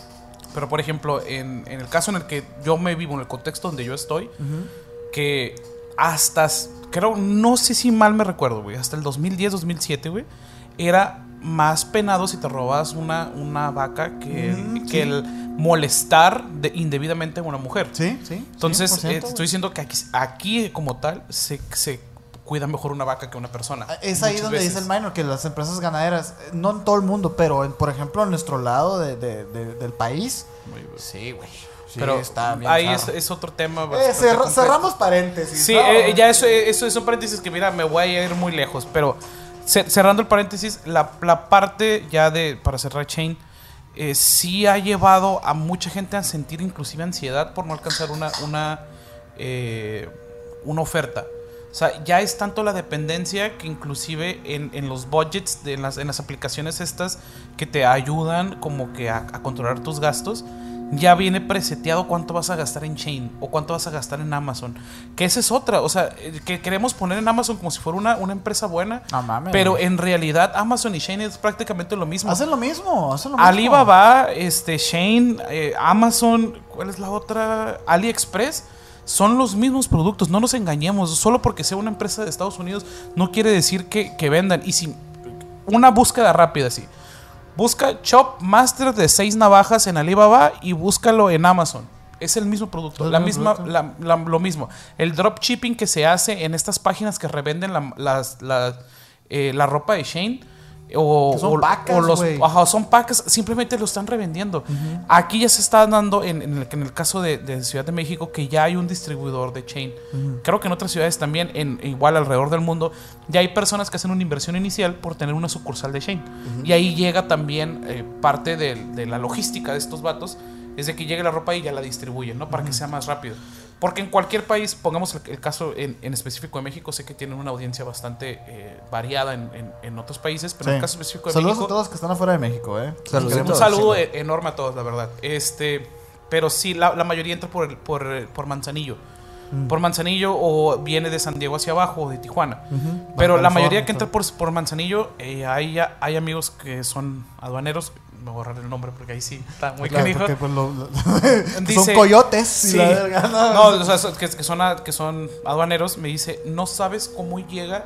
Pero, por ejemplo, en, en el caso en el que yo me vivo, en el contexto donde yo estoy, uh-huh. que hasta, creo, no sé si mal me recuerdo, güey, hasta el dos mil diez, dos mil siete, güey, era más penado si te robabas una, una vaca que, uh-huh, que sí. el molestar de, indebidamente a una mujer. Sí, sí. Entonces, cien por ciento, eh, estoy diciendo que aquí, aquí como tal, se, se cuida mejor una vaca que una persona. Es ahí donde veces. dice el minor que las empresas ganaderas, no en todo el mundo, pero en, por ejemplo en nuestro lado de, de, de, del país. Sí, güey. Sí, pero está bien ahí es, es otro tema. Eh, cerr cerramos paréntesis. Sí, ¿no? eh, ya eso, eso es un paréntesis que mira, me voy a ir muy lejos, pero cerrando el paréntesis, la, la parte ya de, para cerrar Chain, eh, sí ha llevado a mucha gente a sentir inclusive ansiedad por no alcanzar una, una, eh, una oferta. O sea, ya es tanto la dependencia que inclusive en, en los budgets, de en, las, en las aplicaciones estas que te ayudan como que a, a controlar tus gastos, ya viene preseteado cuánto vas a gastar en Shein o cuánto vas a gastar en Amazon. Que esa es otra, o sea, que queremos poner en Amazon como si fuera una, una empresa buena. No mames. Pero en realidad Amazon y Shein es prácticamente lo mismo. Hacen lo mismo, hacen lo mismo. Alibaba, este, Shein, eh, Amazon, ¿cuál es la otra? AliExpress. Son los mismos productos, no nos engañemos. Solo porque sea una empresa de Estados Unidos no quiere decir que, que vendan. Y si una búsqueda rápida, sí. Busca Chop Master de seis navajas en Alibaba y búscalo en Amazon. Es el mismo producto, ¿Es la el misma, producto? la, la, lo mismo. El dropshipping que se hace en estas páginas que revenden la, las, la, eh, la ropa de Shein. O, Que son o- pacas, o los, güey. ajá, son pacas, simplemente lo están revendiendo. Uh-huh. Aquí ya se está dando, en, en, el, en el caso de, de Ciudad de México, que ya hay un distribuidor de Shein. Uh-huh. Creo que en otras ciudades también, en, igual alrededor del mundo, ya hay personas que hacen una inversión inicial por tener una sucursal de Shein. Uh-huh. Y ahí llega también eh, parte de, de la logística de estos vatos, es de que llegue la ropa y ya la distribuyen, ¿no? Para uh-huh. que sea más rápido. Porque en cualquier país, pongamos el, el caso en, en específico de México, sé que tienen una audiencia bastante eh, variada en, en, en otros países, pero sí. en el caso específico de Saludos México... a todos los que están afuera de México, ¿eh? Un saludo sí, enorme a todos, la verdad. Este, pero sí, la, la mayoría entra por, el, por, por Manzanillo. Mm. Por Manzanillo o viene de San Diego hacia abajo o de Tijuana. Uh-huh. Pero Baja la mayoría que entra por, por Manzanillo, eh, hay, hay amigos que son aduaneros. Me voy a borrar el nombre porque ahí sí está muy claro, canijo. Pues lo, lo, dice, son coyotes. Sí. La verga, no, no o sea, que, que, son, que son aduaneros. Me dice, no sabes cómo llega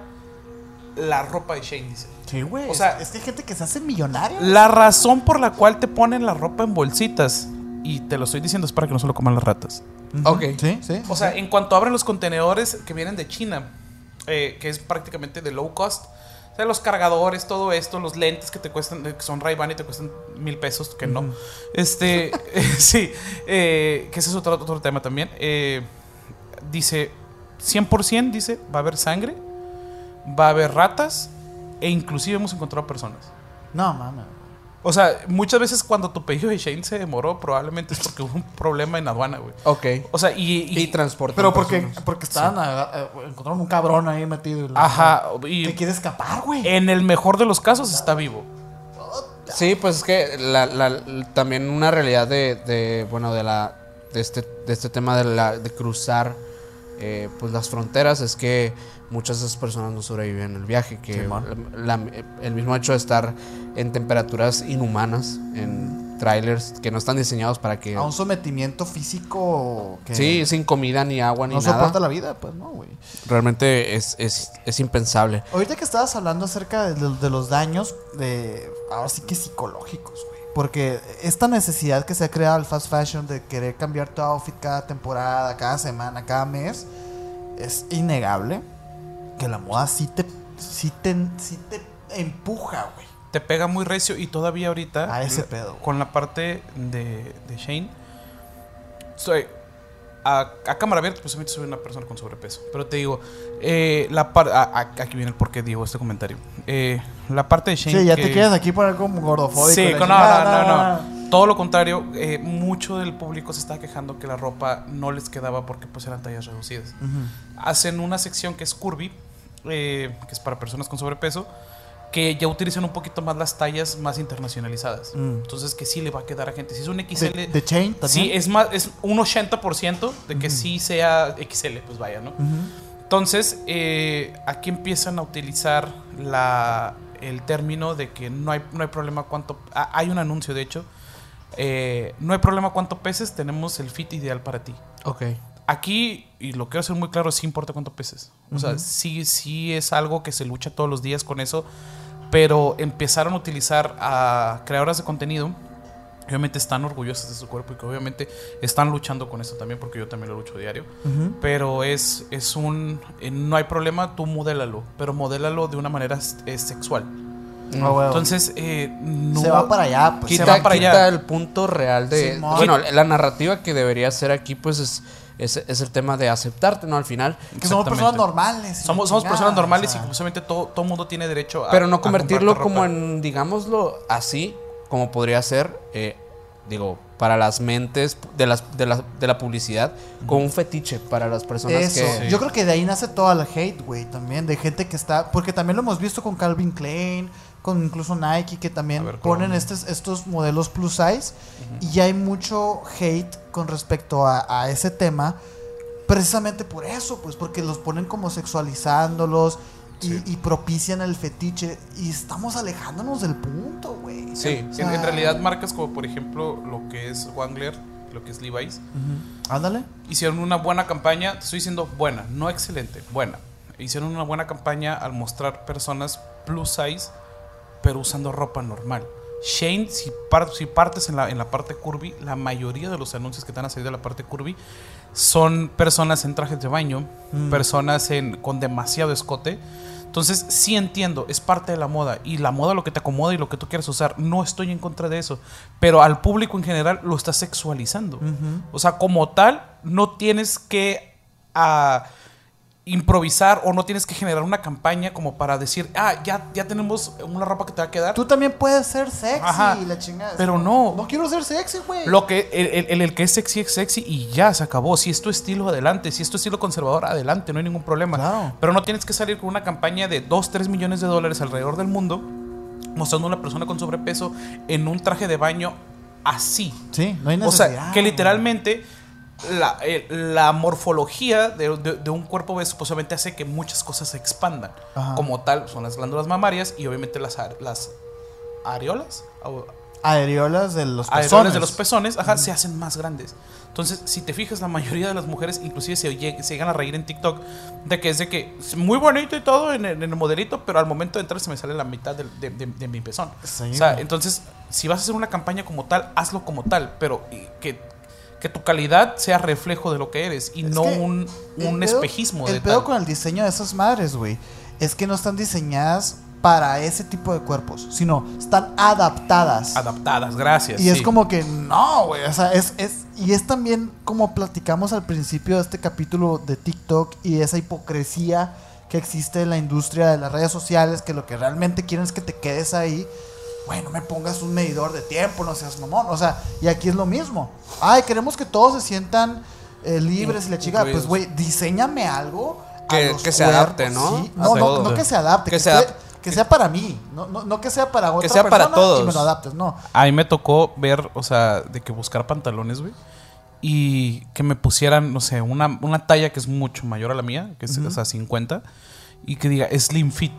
la ropa de Shein, dice. Sí, güey. O sea, es que hay gente que se hace millonaria. La razón por la cual te ponen la ropa en bolsitas, y te lo estoy diciendo, es para que no se lo coman las ratas. Uh-huh. Ok. Sí, sí. O sea, en cuanto abren los contenedores que vienen de China, eh, que es prácticamente de low cost, o sea, los cargadores, todo esto, los lentes que te cuestan, que son Ray-Ban y te cuestan mil pesos, que no. Uh-huh. Este, eh, sí, eh, que ese es otro, otro tema también. Eh, dice, cien por ciento, dice, va a haber sangre, va a haber ratas, e inclusive hemos encontrado personas. No, mames. O sea, muchas veces cuando tu pedido de Shein se demoró, probablemente es porque hubo un problema en aduana, güey. Ok. O sea, y... Y, y transporte. Pero porque, porque estaban... Sí. A, a, encontraron un cabrón ahí metido. La, Ajá. Y, que quiere escapar, güey. En el mejor de los casos está vivo. Sí, pues es que la, la, también una realidad de, de bueno, de la de este, de este tema de, la, de cruzar eh, pues las fronteras es que muchas de esas personas no sobreviven el viaje, que sí, la, la, el mismo hecho de estar en temperaturas inhumanas, en trailers que no están diseñados para que... A un sometimiento físico que... Sí, sin comida ni agua ni no nada. No soporta la vida, pues no, güey. Realmente es, es, es impensable. Ahorita que estabas hablando acerca de, de los daños, de ahora sí que psicológicos, güey. Porque esta necesidad que se ha creado el fast fashion de querer cambiar tu outfit cada temporada, cada semana, cada mes, es innegable que la moda sí te, sí te, sí te empuja, güey. Te pega muy recio y todavía ahorita... A ese pedo. Con la parte de, de Shein, soy... A, a cámara abierta, pues soy una persona con sobrepeso. Pero te digo, eh, la par, a, a, aquí viene el por qué digo este comentario. Eh, la parte de Shein. Sí, ya que, te quedas aquí por algo gordofóbico. Sí, no, no, no, no, no. Todo lo contrario, eh, mucho del público se está quejando que la ropa no les quedaba porque pues eran tallas reducidas. Uh-huh. Hacen una sección que es curvy, eh, que es para personas con sobrepeso, que ya utilizan un poquito más las tallas más internacionalizadas. Mm. Entonces, que sí le va a quedar a gente. Si es un X L... ¿De, de Shein también? Sí, es, más, es un ochenta por ciento de que uh-huh. sí sea X L, pues vaya, ¿no? Uh-huh. Entonces, eh, aquí empiezan a utilizar la, el término de que no hay, no hay problema cuánto... Ah, hay un anuncio, de hecho. Eh, no hay problema cuánto peses, tenemos el fit ideal para ti. Ok. Aquí, y lo quiero hacer muy claro, sí importa cuánto peses. O uh-huh. sea, sí, sí es algo que se lucha todos los días con eso. Pero empezaron a utilizar a creadoras de contenido. Obviamente están orgullosas de su cuerpo y que obviamente están luchando con eso también, porque yo también lo lucho diario. Uh-huh. Pero es, es un... Eh, no hay problema, tú modélalo. Pero modélalo de una manera eh, sexual. Oh, bueno. Entonces, eh, no, se va para allá. Pues. Quita, se va para quita allá. el punto real de... Sí, bueno, la narrativa que debería ser aquí, pues es... Es, es el tema de aceptarte, ¿no? Al final. Que somos personas normales. Somos, somos personas normales, o sea. Y justamente todo, todo mundo tiene derecho a... Pero no convertirlo como en, digámoslo así, como podría ser, eh, digo, para las mentes de, las, de, la, de la publicidad, como un fetiche para las personas Eso. que... Sí. Yo creo que de ahí nace toda la hate, güey, también, de gente que está... Porque también lo hemos visto con Calvin Klein, con incluso Nike, que también ver, ponen estos, estos modelos plus size, uh-huh. y ya hay mucho hate con respecto a, a ese tema, precisamente por eso, pues, porque los ponen como sexualizándolos, sí. y, y propician el fetiche, y estamos alejándonos del punto, güey. Sí, o sea, en, en realidad marcas como, por ejemplo, lo que es Wrangler, lo que es Levi's, uh-huh. ándale, hicieron una buena campaña, te estoy diciendo buena, no excelente, buena. Hicieron una buena campaña al mostrar personas plus size, pero usando ropa normal. Shane, si, par, si partes en la, en la parte curvy, la mayoría de los anuncios que te van a salir de la parte curvy son personas en trajes de baño, mm. personas en, con demasiado escote. Entonces sí entiendo, es parte de la moda, y la moda lo que te acomoda y lo que tú quieres usar, no estoy en contra de eso, pero al público en general lo está sexualizando. Uh-huh. O sea, como tal, no tienes que... Uh, improvisar o no tienes que generar una campaña como para decir, ah, ya, ya tenemos una ropa que te va a quedar. Tú también puedes ser sexy. Ajá, la chingada. Pero no. No quiero ser sexy, güey. Lo que el, el, el que es sexy es sexy y ya se acabó. Si es tu estilo, adelante. Si es tu estilo conservador, adelante. No hay ningún problema. Claro. Pero no tienes que salir con una campaña de dos, tres millones de dólares alrededor del mundo mostrando a una persona con sobrepeso en un traje de baño así. Sí, no hay necesidad. O sea, que literalmente... La, eh, la morfología de, de, de un cuerpo obeso supuestamente hace que muchas cosas se expandan. Ajá. Como tal son las glándulas mamarias y obviamente las, las areolas areolas de los pezones, areolas de los pezones ajá, uh-huh. se hacen más grandes. Entonces, si te fijas, la mayoría de las mujeres inclusive se, se llegan a reír en TikTok de que es de que es muy bonito y todo en el, en el modelito, pero al momento de entrar se me sale la mitad de, de, de, de mi pezón. Sí, o sea, entonces, si vas a hacer una campaña como tal, hazlo como tal, pero que que tu calidad sea reflejo de lo que eres y es no un, un pedo, espejismo. El de pedo tal. Con el diseño de esas madres, güey, es que no están diseñadas para ese tipo de cuerpos, sino están adaptadas. Adaptadas, gracias. Y sí. es como que no, güey, o sea, es, es, y es también como platicamos al principio de este capítulo de TikTok y esa hipocresía que existe en la industria de las redes sociales, que lo que realmente quieren es que te quedes ahí. Güey, no me pongas un medidor de tiempo, no seas mamón. O sea, y aquí es lo mismo. Ay, queremos que todos se sientan eh, libres y la chica, pues güey, diseñame algo que, que se adapte, ¿no? Sí. No, no, no que se adapte, que, que, se adapte. Que, que sea para mí, no, no, no que sea para otra que sea persona para todos. Y me lo adaptes, no. A mí me tocó ver, o sea, de que buscar pantalones, güey, y que me pusieran, no sé, una, una talla que es mucho mayor a la mía, que es, uh-huh. o sea, cincuenta, y que diga slim fit.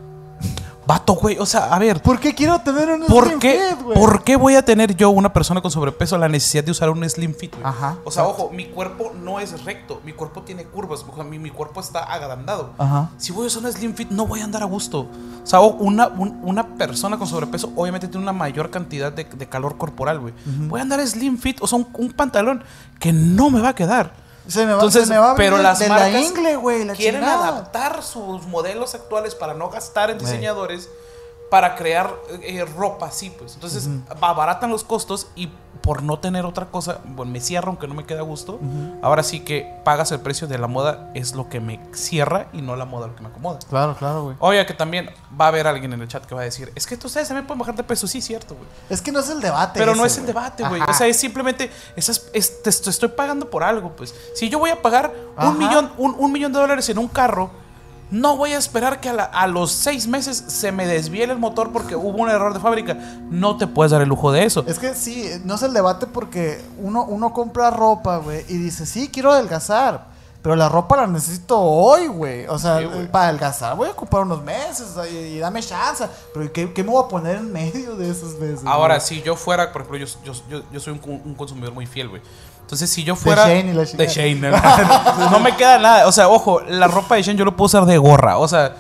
Vato, güey, o sea, a ver. ¿Por qué quiero tener un ¿por slim qué, fit, güey? ¿Por qué voy a tener yo, una persona con sobrepeso, la necesidad de usar un slim fit, güey? Ajá. O sea, ojo, mi cuerpo no es recto, mi cuerpo tiene curvas, o sea, mi, mi cuerpo está agrandado. Ajá. Si voy a usar un slim fit, no voy a andar a gusto. O sea, una, un, una persona con sobrepeso obviamente tiene una mayor cantidad de, de calor corporal, güey. Uh-huh. Voy a andar slim fit, o sea, un, un pantalón que no me va a quedar. Se me va, Entonces, se me va pero de, las de marcas la ingle, güey, la quieren chingada. adaptar sus modelos actuales para no gastar en diseñadores, para crear eh, ropa así, pues. Entonces, uh-huh. abaratan los costos y por no tener otra cosa, bueno, me cierra aunque no me queda a gusto. Uh-huh. Ahora sí que pagas el precio de la moda, es lo que me cierra y no la moda lo que me acomoda. Claro, claro, güey. Oye, que también va a haber alguien en el chat que va a decir, es que ustedes también pueden bajar de peso. Sí, cierto, güey. Es que no es el debate. Pero ese, no es güey. el debate, güey. O sea, es simplemente, esas, es, te, te estoy pagando por algo, pues. Si yo voy a pagar un millón, un, un millón de dólares en un carro, no voy a esperar que a, la, a los seis meses se me desvíe el motor porque hubo un error de fábrica. No te puedes dar el lujo de eso. Es que sí, no es el debate porque uno, uno compra ropa, güey, y dice, sí, quiero adelgazar, pero la ropa la necesito hoy, güey. O sea, sí, para adelgazar voy a ocupar unos meses y, y dame chance. Pero ¿qué, ¿qué me voy a poner en medio de esos meses? Ahora, güey? si yo fuera, por ejemplo, yo, yo, yo, yo soy un, un consumidor muy fiel, güey. Entonces, si yo fuera... De Shane y la De Shane. No, no me queda nada. O sea, ojo, la ropa de Shane yo lo puedo usar de gorra. O sea...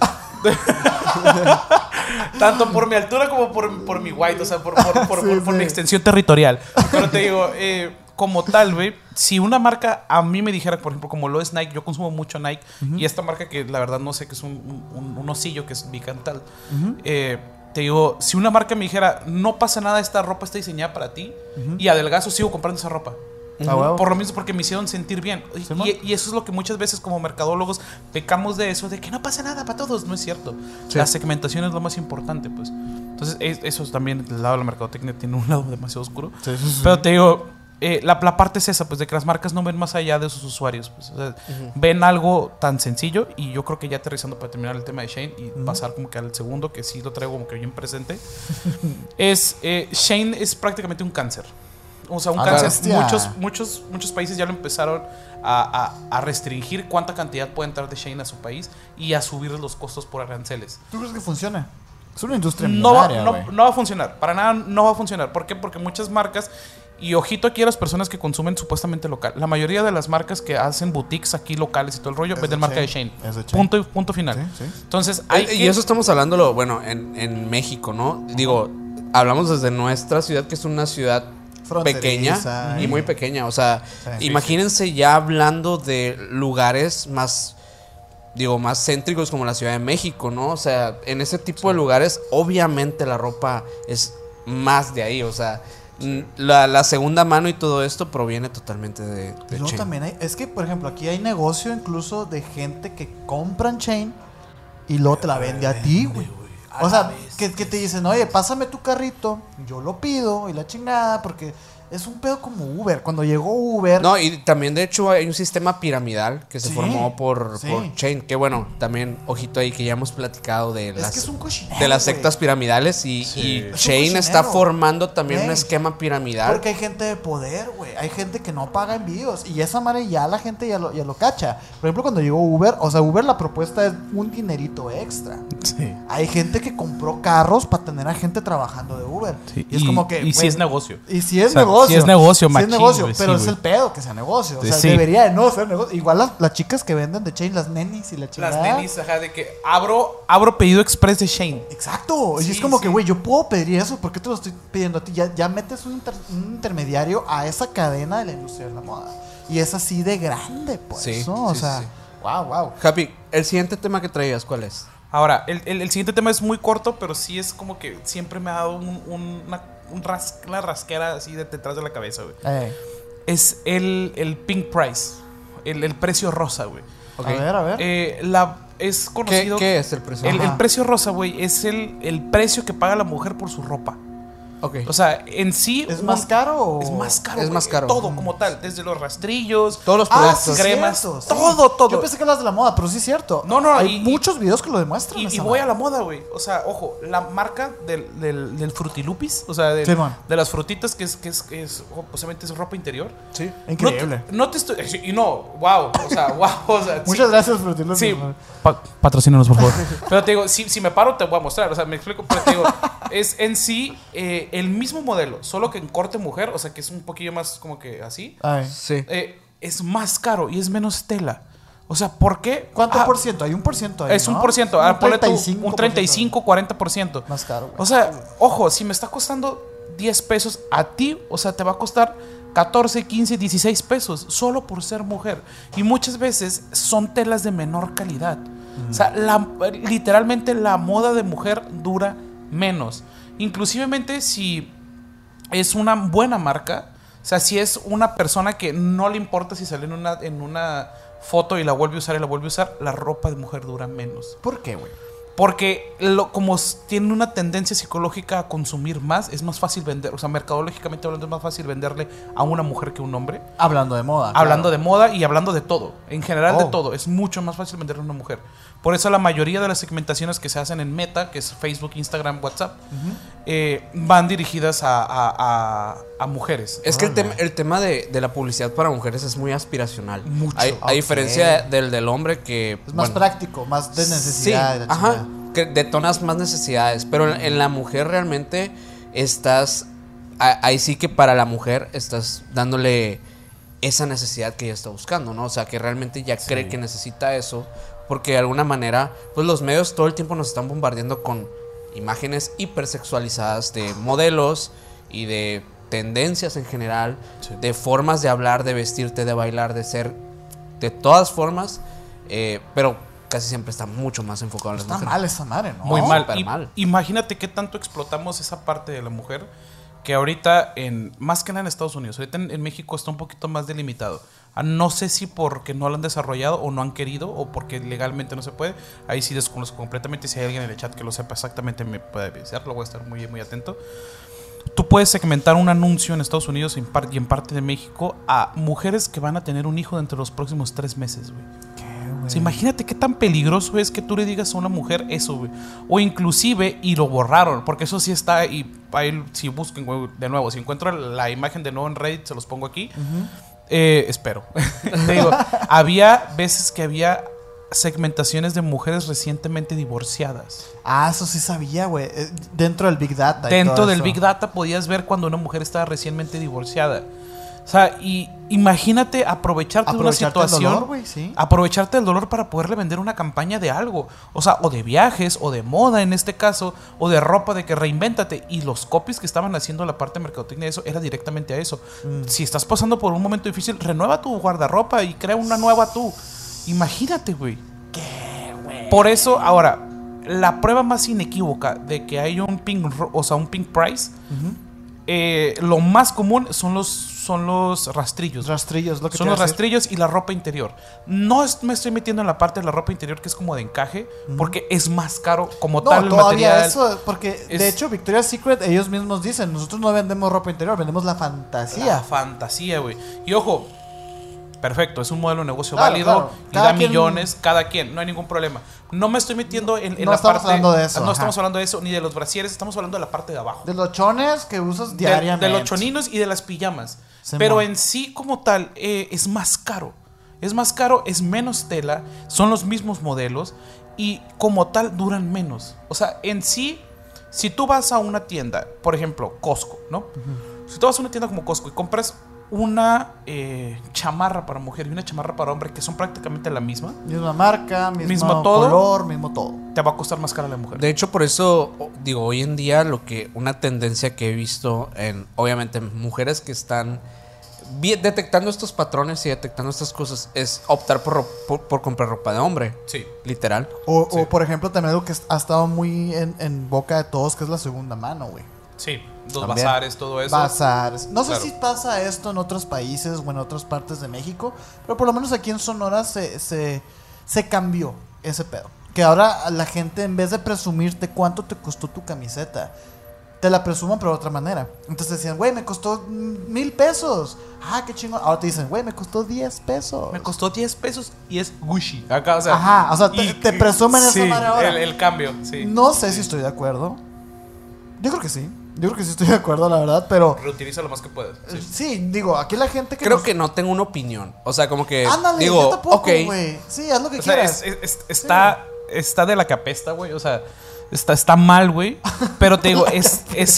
tanto por mi altura como por, por mi white. O sea, por, por, por, sí, por, por sí. mi extensión territorial. Pero te digo, eh, como tal, güey, si una marca a mí me dijera, por ejemplo, como lo es Nike, yo consumo mucho Nike. Uh-huh. Y esta marca que la verdad no sé, que es un, un, un osillo, que es Bicantal. Uh-huh. Eh... Te digo, si una marca me dijera, no pasa nada, esta ropa está diseñada para ti, uh-huh. y adelgazo, sigo comprando esa ropa. Uh-huh. Ah, bueno. Por lo mismo, porque me hicieron sentir bien. Y, ¿Sí, y, y eso es lo que muchas veces como mercadólogos pecamos de eso, de que no pasa nada para todos. No es cierto. Sí. La segmentación es lo más importante, pues. Entonces, es, eso también, el lado de la mercadotecnia tiene un lado demasiado oscuro. Sí, sí, sí. Pero te digo, eh, la, la parte es esa, pues, de que las marcas no ven más allá de sus usuarios. Pues, o sea, uh-huh. ven algo tan sencillo. Y yo creo que ya aterrizando para terminar el tema de Shane y uh-huh. pasar como que al segundo, que sí lo traigo como que bien presente, es eh, Shane es prácticamente un cáncer. O sea, un ah, cáncer. Muchos, muchos, muchos países ya lo empezaron a, a, a restringir cuánta cantidad puede entrar de Shane a su país y a subir los costos por aranceles. ¿Tú crees que funciona? Es una industria no va, millonaria, no, no va a funcionar. Para nada no va a funcionar. ¿Por qué? Porque muchas marcas, y ojito aquí a las personas que consumen supuestamente local, la mayoría de las marcas que hacen boutiques aquí locales y todo el rollo venden marca de Shane. Es de Shane. Punto, punto final. Sí, sí. Entonces, hay y, que... y eso estamos hablándolo, bueno, en, en México, ¿no? Uh-huh. Digo, hablamos desde nuestra ciudad, que es una ciudad pequeña y muy pequeña. O sea, sí, imagínense sí. ya hablando de lugares más, digo, más céntricos como la Ciudad de México, ¿no? O sea, en ese tipo sí. de lugares, obviamente la ropa es más de ahí. O sea, sí. la, la segunda mano y todo esto proviene totalmente de, de no, Chain. También hay, es que, por ejemplo, aquí hay negocio incluso de gente que compran Chain y luego te la vende a ti, güey. O sea, que, que te dicen, oye, pásame tu carrito, yo lo pido y la chingada, porque es un pedo como Uber. Cuando llegó Uber... No, y también de hecho hay un sistema piramidal que se sí, formó por, sí. por Chain. Que bueno, también, ojito ahí que ya hemos platicado de es las, que es un cochinero, de las sectas wey. piramidales y, sí. y Chain está formando también wey. un esquema piramidal. Porque hay gente de poder, güey. Hay gente que no paga envíos y esa madre ya la gente ya lo, ya lo cacha. Por ejemplo, cuando llegó Uber, o sea, Uber la propuesta es un dinerito extra. Sí. Hay gente que compró carros para tener a gente trabajando de Uber. Sí. Y es y, como que... Y si es negocio. Y si es o sea, negocio. Si es negocio, Si machín, es negocio, wey, pero sí, es el pedo que sea negocio. O sea, sí. debería de no ser negocio. Igual las, las chicas que venden de Chain, las nenis y la chingada. Las nenis, ajá, de que abro, abro pedido express de Shane. Exacto. Sí, y es como sí. que, güey, yo puedo pedir eso. ¿Por qué te lo estoy pidiendo a ti? Ya, ya metes un, inter, un intermediario a esa cadena de la industria de la moda. Y es así de grande, pues. Sí, ¿no? O sí, sea, sí. wow, wow. Happy, el siguiente tema que traías, ¿cuál es? Ahora, el, el, el siguiente tema es muy corto, pero sí es como que siempre me ha dado un, un, una, un ras, una rasquera así de detrás de la cabeza, güey. Hey. Es el, el pink price, el, el precio rosa, güey. Okay. A ver, a ver. Eh, la, es conocido... ¿Qué, qué es el precio? El, el precio rosa, güey, es el, el precio que paga la mujer por su ropa. Okay. O sea, en sí... ¿Es un, más caro o...? Es más caro, Es wey, más caro. Todo como tal, desde los rastrillos, todos los productos, ah, sí, cremas, cierto, sí. todo, todo. Yo pensé que hablas de la moda, pero sí es cierto. No, no, hay y, muchos videos que lo demuestran. Y, y voy a la moda, güey. O sea, ojo, la marca del, del, del Frutilupis, o sea, del, sí, de las frutitas que es, que es, que es, posiblemente es ropa interior. Sí, increíble. No te, no te estoy... Y no, wow, o sea, wow. O sea, muchas sí, gracias, Frutilupis. Sí, pa patrocínanos, por favor. Pero te digo, si, si me paro te voy a mostrar, o sea, me explico. Pero te digo, es en sí eh, el mismo modelo, solo que en corte mujer, o sea, que es un poquillo más como que así. Ay. Sí. Eh, es más caro y es menos tela. O sea, ¿por qué? ¿Cuánto ah, por ciento? Hay un por ciento ahí, Es ¿no? un por ciento. Un Ah, ponle tú treinta y cinco por ciento. un treinta y cinco, cuarenta por ciento. Más caro, güey. O sea, ojo, si me está costando diez pesos a ti, o sea, te va a costar catorce, quince, dieciséis pesos solo por ser mujer. Y muchas veces son telas de menor calidad. Mm. O sea, la, literalmente la moda de mujer dura menos. Inclusivemente si es una buena marca, o sea, si es una persona que no le importa si sale en una, en una foto y la vuelve a usar y la vuelve a usar, la ropa de mujer dura menos. ¿Por qué, güey? Porque lo, como tiene una tendencia psicológica a consumir más, es más fácil vender. O sea, mercadológicamente hablando, es más fácil venderle a una mujer que a un hombre. Hablando de moda. Hablando claro. de moda y hablando de todo. En general, oh. de todo. Es mucho más fácil venderle a una mujer. Por eso la mayoría de las segmentaciones que se hacen en Meta, que es Facebook, Instagram, WhatsApp, uh-huh. eh, van dirigidas a, a, a, a mujeres. Es que el, tema, el tema de, de la publicidad para mujeres es muy aspiracional. Mucho. Hay, Okay. a diferencia del del hombre que... Es más bueno, práctico, más de necesidad. Sí, de la ajá, que detonas más necesidades. Pero en, en la mujer realmente estás... Ahí sí que para la mujer estás dándole esa necesidad que ella está buscando, ¿no? O sea, que realmente ya sí. cree que necesita eso. Porque de alguna manera, pues los medios todo el tiempo nos están bombardeando con imágenes hipersexualizadas de modelos y de tendencias en general, sí. de formas de hablar, de vestirte, de bailar, de ser, de todas formas, eh, pero casi siempre está mucho más enfocado en las está mujeres. mal esa madre, ¿no? Muy mal. Y, mal. Imagínate qué tanto explotamos esa parte de la mujer que ahorita, en más que nada en Estados Unidos, ahorita en, en México está un poquito más delimitado. No sé si porque no lo han desarrollado o no han querido o porque legalmente no se puede. Ahí sí desconozco completamente. Si hay alguien en el chat que lo sepa exactamente me puede avisar. Lo voy a estar muy, muy atento. Tú puedes segmentar un anuncio en Estados Unidos y en parte de México a mujeres que van a tener un hijo dentro de los próximos tres meses, güey. O sea, imagínate qué tan peligroso es que tú le digas a una mujer eso, güey. O inclusive, y lo borraron, porque eso sí está, y ahí si busquen, güey, de nuevo, si encuentro la imagen de nuevo en Reddit, se los pongo aquí. Uh-huh. eh, espero. Te digo, había veces que había segmentaciones de mujeres recientemente divorciadas. Ah, eso sí sabía, güey. Dentro del Big Data. Dentro del eso. Big Data podías ver cuando una mujer estaba recientemente divorciada. O sea, y imagínate aprovecharte, aprovecharte de una situación, del dolor, güey, ¿sí? aprovecharte del dolor para poderle vender una campaña de algo. O sea, o de viajes, o de moda en este caso, o de ropa, de que reinvéntate. Y los copies que estaban haciendo la parte de mercadotecnia de eso era directamente a eso. Mm. Si estás pasando por un momento difícil, renueva tu guardarropa y crea una nueva tú. Imagínate, güey. ¿Qué, güey? Por eso, ahora, la prueba más inequívoca de que hay un pink, o sea, un pink price, uh-huh. eh, lo más común son los son los rastrillos. Rastrillos, lo que son los rastrillos y la ropa interior. No es, me estoy metiendo en la parte de la ropa interior que es como de encaje, uh-huh. porque es más caro como no, tal el todavía material. Eso, porque es, de hecho Victoria's Secret ellos mismos dicen, nosotros no vendemos ropa interior, vendemos la fantasía. La fantasía, güey. Y ojo, perfecto, es un modelo de negocio claro, válido claro. y da quien, millones cada quien, no hay ningún problema. No me estoy metiendo en, en no la estamos parte... hablando de eso. No ajá. estamos hablando de eso, ni de los brasieres, estamos hablando de la parte de abajo. De los chones que usas diariamente. De, de los choninos y de las pijamas. Se Pero en sí, como tal, eh, es más caro. Es más caro, es menos tela, son los mismos modelos y como tal duran menos. O sea, en sí, si tú vas a una tienda, por ejemplo, Costco, ¿no? Uh-huh. Si tú vas a una tienda como Costco y compras una eh, chamarra para mujer y una chamarra para hombre que son prácticamente la misma, misma marca, mismo, mismo todo, color, mismo todo, te va a costar más cara la mujer. De hecho, por eso digo, hoy en día lo que una tendencia que he visto en, obviamente, mujeres que están detectando estos patrones y detectando estas cosas es optar por, por, por comprar ropa de hombre. Sí. Literal. O, sí. o por ejemplo, también algo que ha estado muy en, en boca de todos, que es la segunda mano, güey. Sí, los también. bazares, todo eso. Bazares. No claro. sé si pasa esto en otros países o en otras partes de México, pero por lo menos aquí en Sonora se, se, se cambió ese pedo. Que ahora la gente, en vez de presumirte cuánto te costó tu camiseta, te la presuman pero de otra manera. Entonces decían, güey, me costó mil pesos. Ah, qué chingón. Ahora te dicen, güey, me costó diez pesos. Me costó diez pesos y es Gucci. Acá, o sea, ajá, o sea, te, y, te presumen sí, esa madre ahora. El, el cambio, sí. No sé sí. si estoy de acuerdo. Yo creo que sí. Yo creo que sí estoy de acuerdo, la verdad, pero... Reutiliza lo más que puedas. Sí, sí digo, aquí la gente que... Creo nos... que no tengo una opinión. O sea, como que... Ándale, digo, yo tampoco, okay. güey. Sí, haz lo que o quieras. Sea, es, es, es, está, sí. está de la que apesta, güey. O sea, está, está mal, güey. Pero te digo, es, es,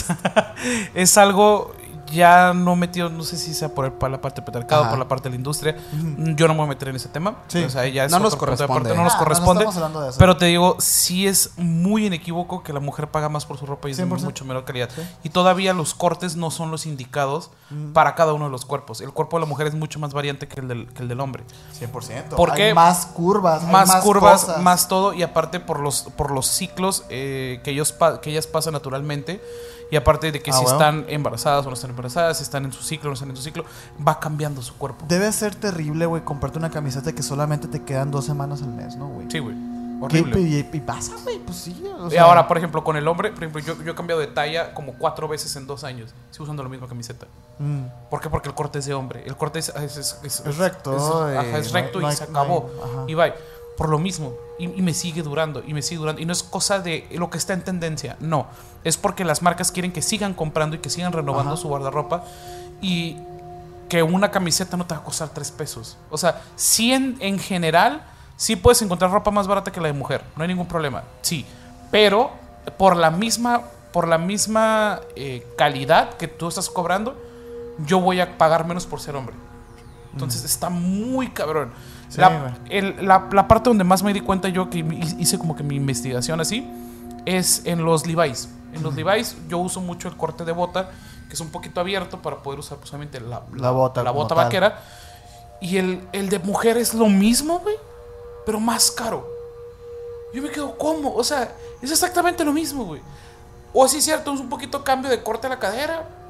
es algo... Ya no metido, no sé si sea por, el, por la parte del patriarcado, Ajá. por la parte de la industria. Uh-huh. Yo no me voy a meter en ese tema. Sí. O sea, ya es no nos corresponde. Parte, no nos ah, corresponde. No estamos hablando de eso. Pero te digo, sí es muy inequívoco que la mujer paga más por su ropa y es de mucho menor calidad. Sí. Y todavía los cortes no son los indicados uh-huh. para cada uno de los cuerpos. El cuerpo de la mujer es mucho más variante que el del, que el del hombre. cien por ciento. Porque hay más curvas. Más, hay más curvas, cosas. más todo. Y aparte por los, por los ciclos eh, que, ellos pa- que ellas pasan naturalmente. Y aparte de que ah, si bueno. están embarazadas o no están embarazadas, si están en su ciclo o no están en su ciclo, va cambiando su cuerpo. Debe ser terrible, güey, comprarte una camiseta que solamente te quedan dos semanas al mes, ¿no, güey? Sí, güey. Horrible. Y, y, y pasa, güey, pues sí. O sea. Y ahora, por ejemplo, con el hombre, por ejemplo, yo, yo he cambiado de talla como cuatro veces en dos años. Sigo usando la misma camiseta. Mm. ¿Por qué? Porque el corte es de hombre. El corte es, es, es, es, es recto. Es, ajá, es recto no, y no se hay, acabó. No hay, y bye. Por lo mismo. Y, y me sigue durando. Y me sigue durando. Y no es cosa de lo que está en tendencia. No. Es porque las marcas quieren que sigan comprando y que sigan renovando Ajá. su guardarropa. Y que una camiseta no te va a costar tres pesos. O sea, sí en, en general, sí puedes encontrar ropa más barata que la de mujer. No hay ningún problema. Sí. Pero por la misma, por la misma eh, calidad que tú estás cobrando, yo voy a pagar menos por ser hombre. Entonces mm. está muy cabrón. Sí, la, el, la, la parte donde más me di cuenta yo que hice como que mi investigación así es en los Levi's. En los mm. Levi's yo uso mucho el corte de bota, que es un poquito abierto para poder usar pues, obviamente la, la bota, la bota vaquera. Tal. Y el, el de mujer es lo mismo, güey, pero más caro. Yo me quedo, ¿cómo? O sea, es exactamente lo mismo, güey. O sí es cierto, es un poquito cambio de corte a la cadera,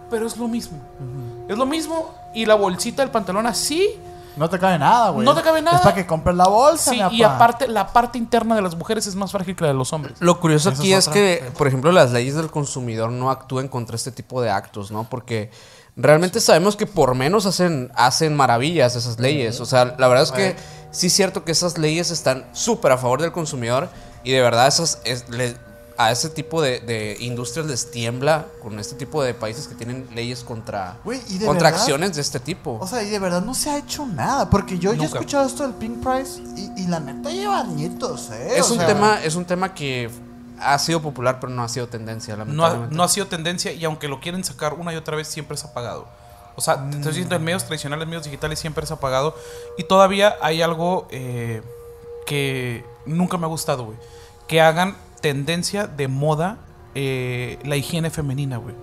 pero es lo mismo. Uh-huh. Es lo mismo y la bolsita del pantalón así. No te cabe nada, güey. No te cabe nada. Es para que compres la bolsa, sí, y aparte, la parte interna de las mujeres es más frágil que la de los hombres. Lo curioso Eso aquí es, es que, por ejemplo, las leyes del consumidor no actúen contra este tipo de actos, ¿no? Porque realmente sabemos que por menos hacen, hacen maravillas esas leyes. O sea, la verdad es que sí es cierto que esas leyes están súper a favor del consumidor y de verdad esas es, le, a ese tipo de, de industrias les tiembla con este tipo de países que tienen leyes contra, Wey, ¿y de contra verdad? acciones de este tipo. O sea, y de verdad no se ha hecho nada. Porque yo Nunca. ya he escuchado esto del Pink Price y, y la neta lleva añitos, ¿eh? Es o un sea, tema, es un tema que ha sido popular, pero no ha sido tendencia, lamentablemente. No ha, no ha sido tendencia y aunque lo quieren sacar una y otra vez, siempre es apagado. O sea, mm. te estoy diciendo, en medios tradicionales, en medios digitales, siempre es apagado. Y todavía hay algo eh, que nunca me ha gustado, güey. Que hagan tendencia de moda eh, la higiene femenina, güey.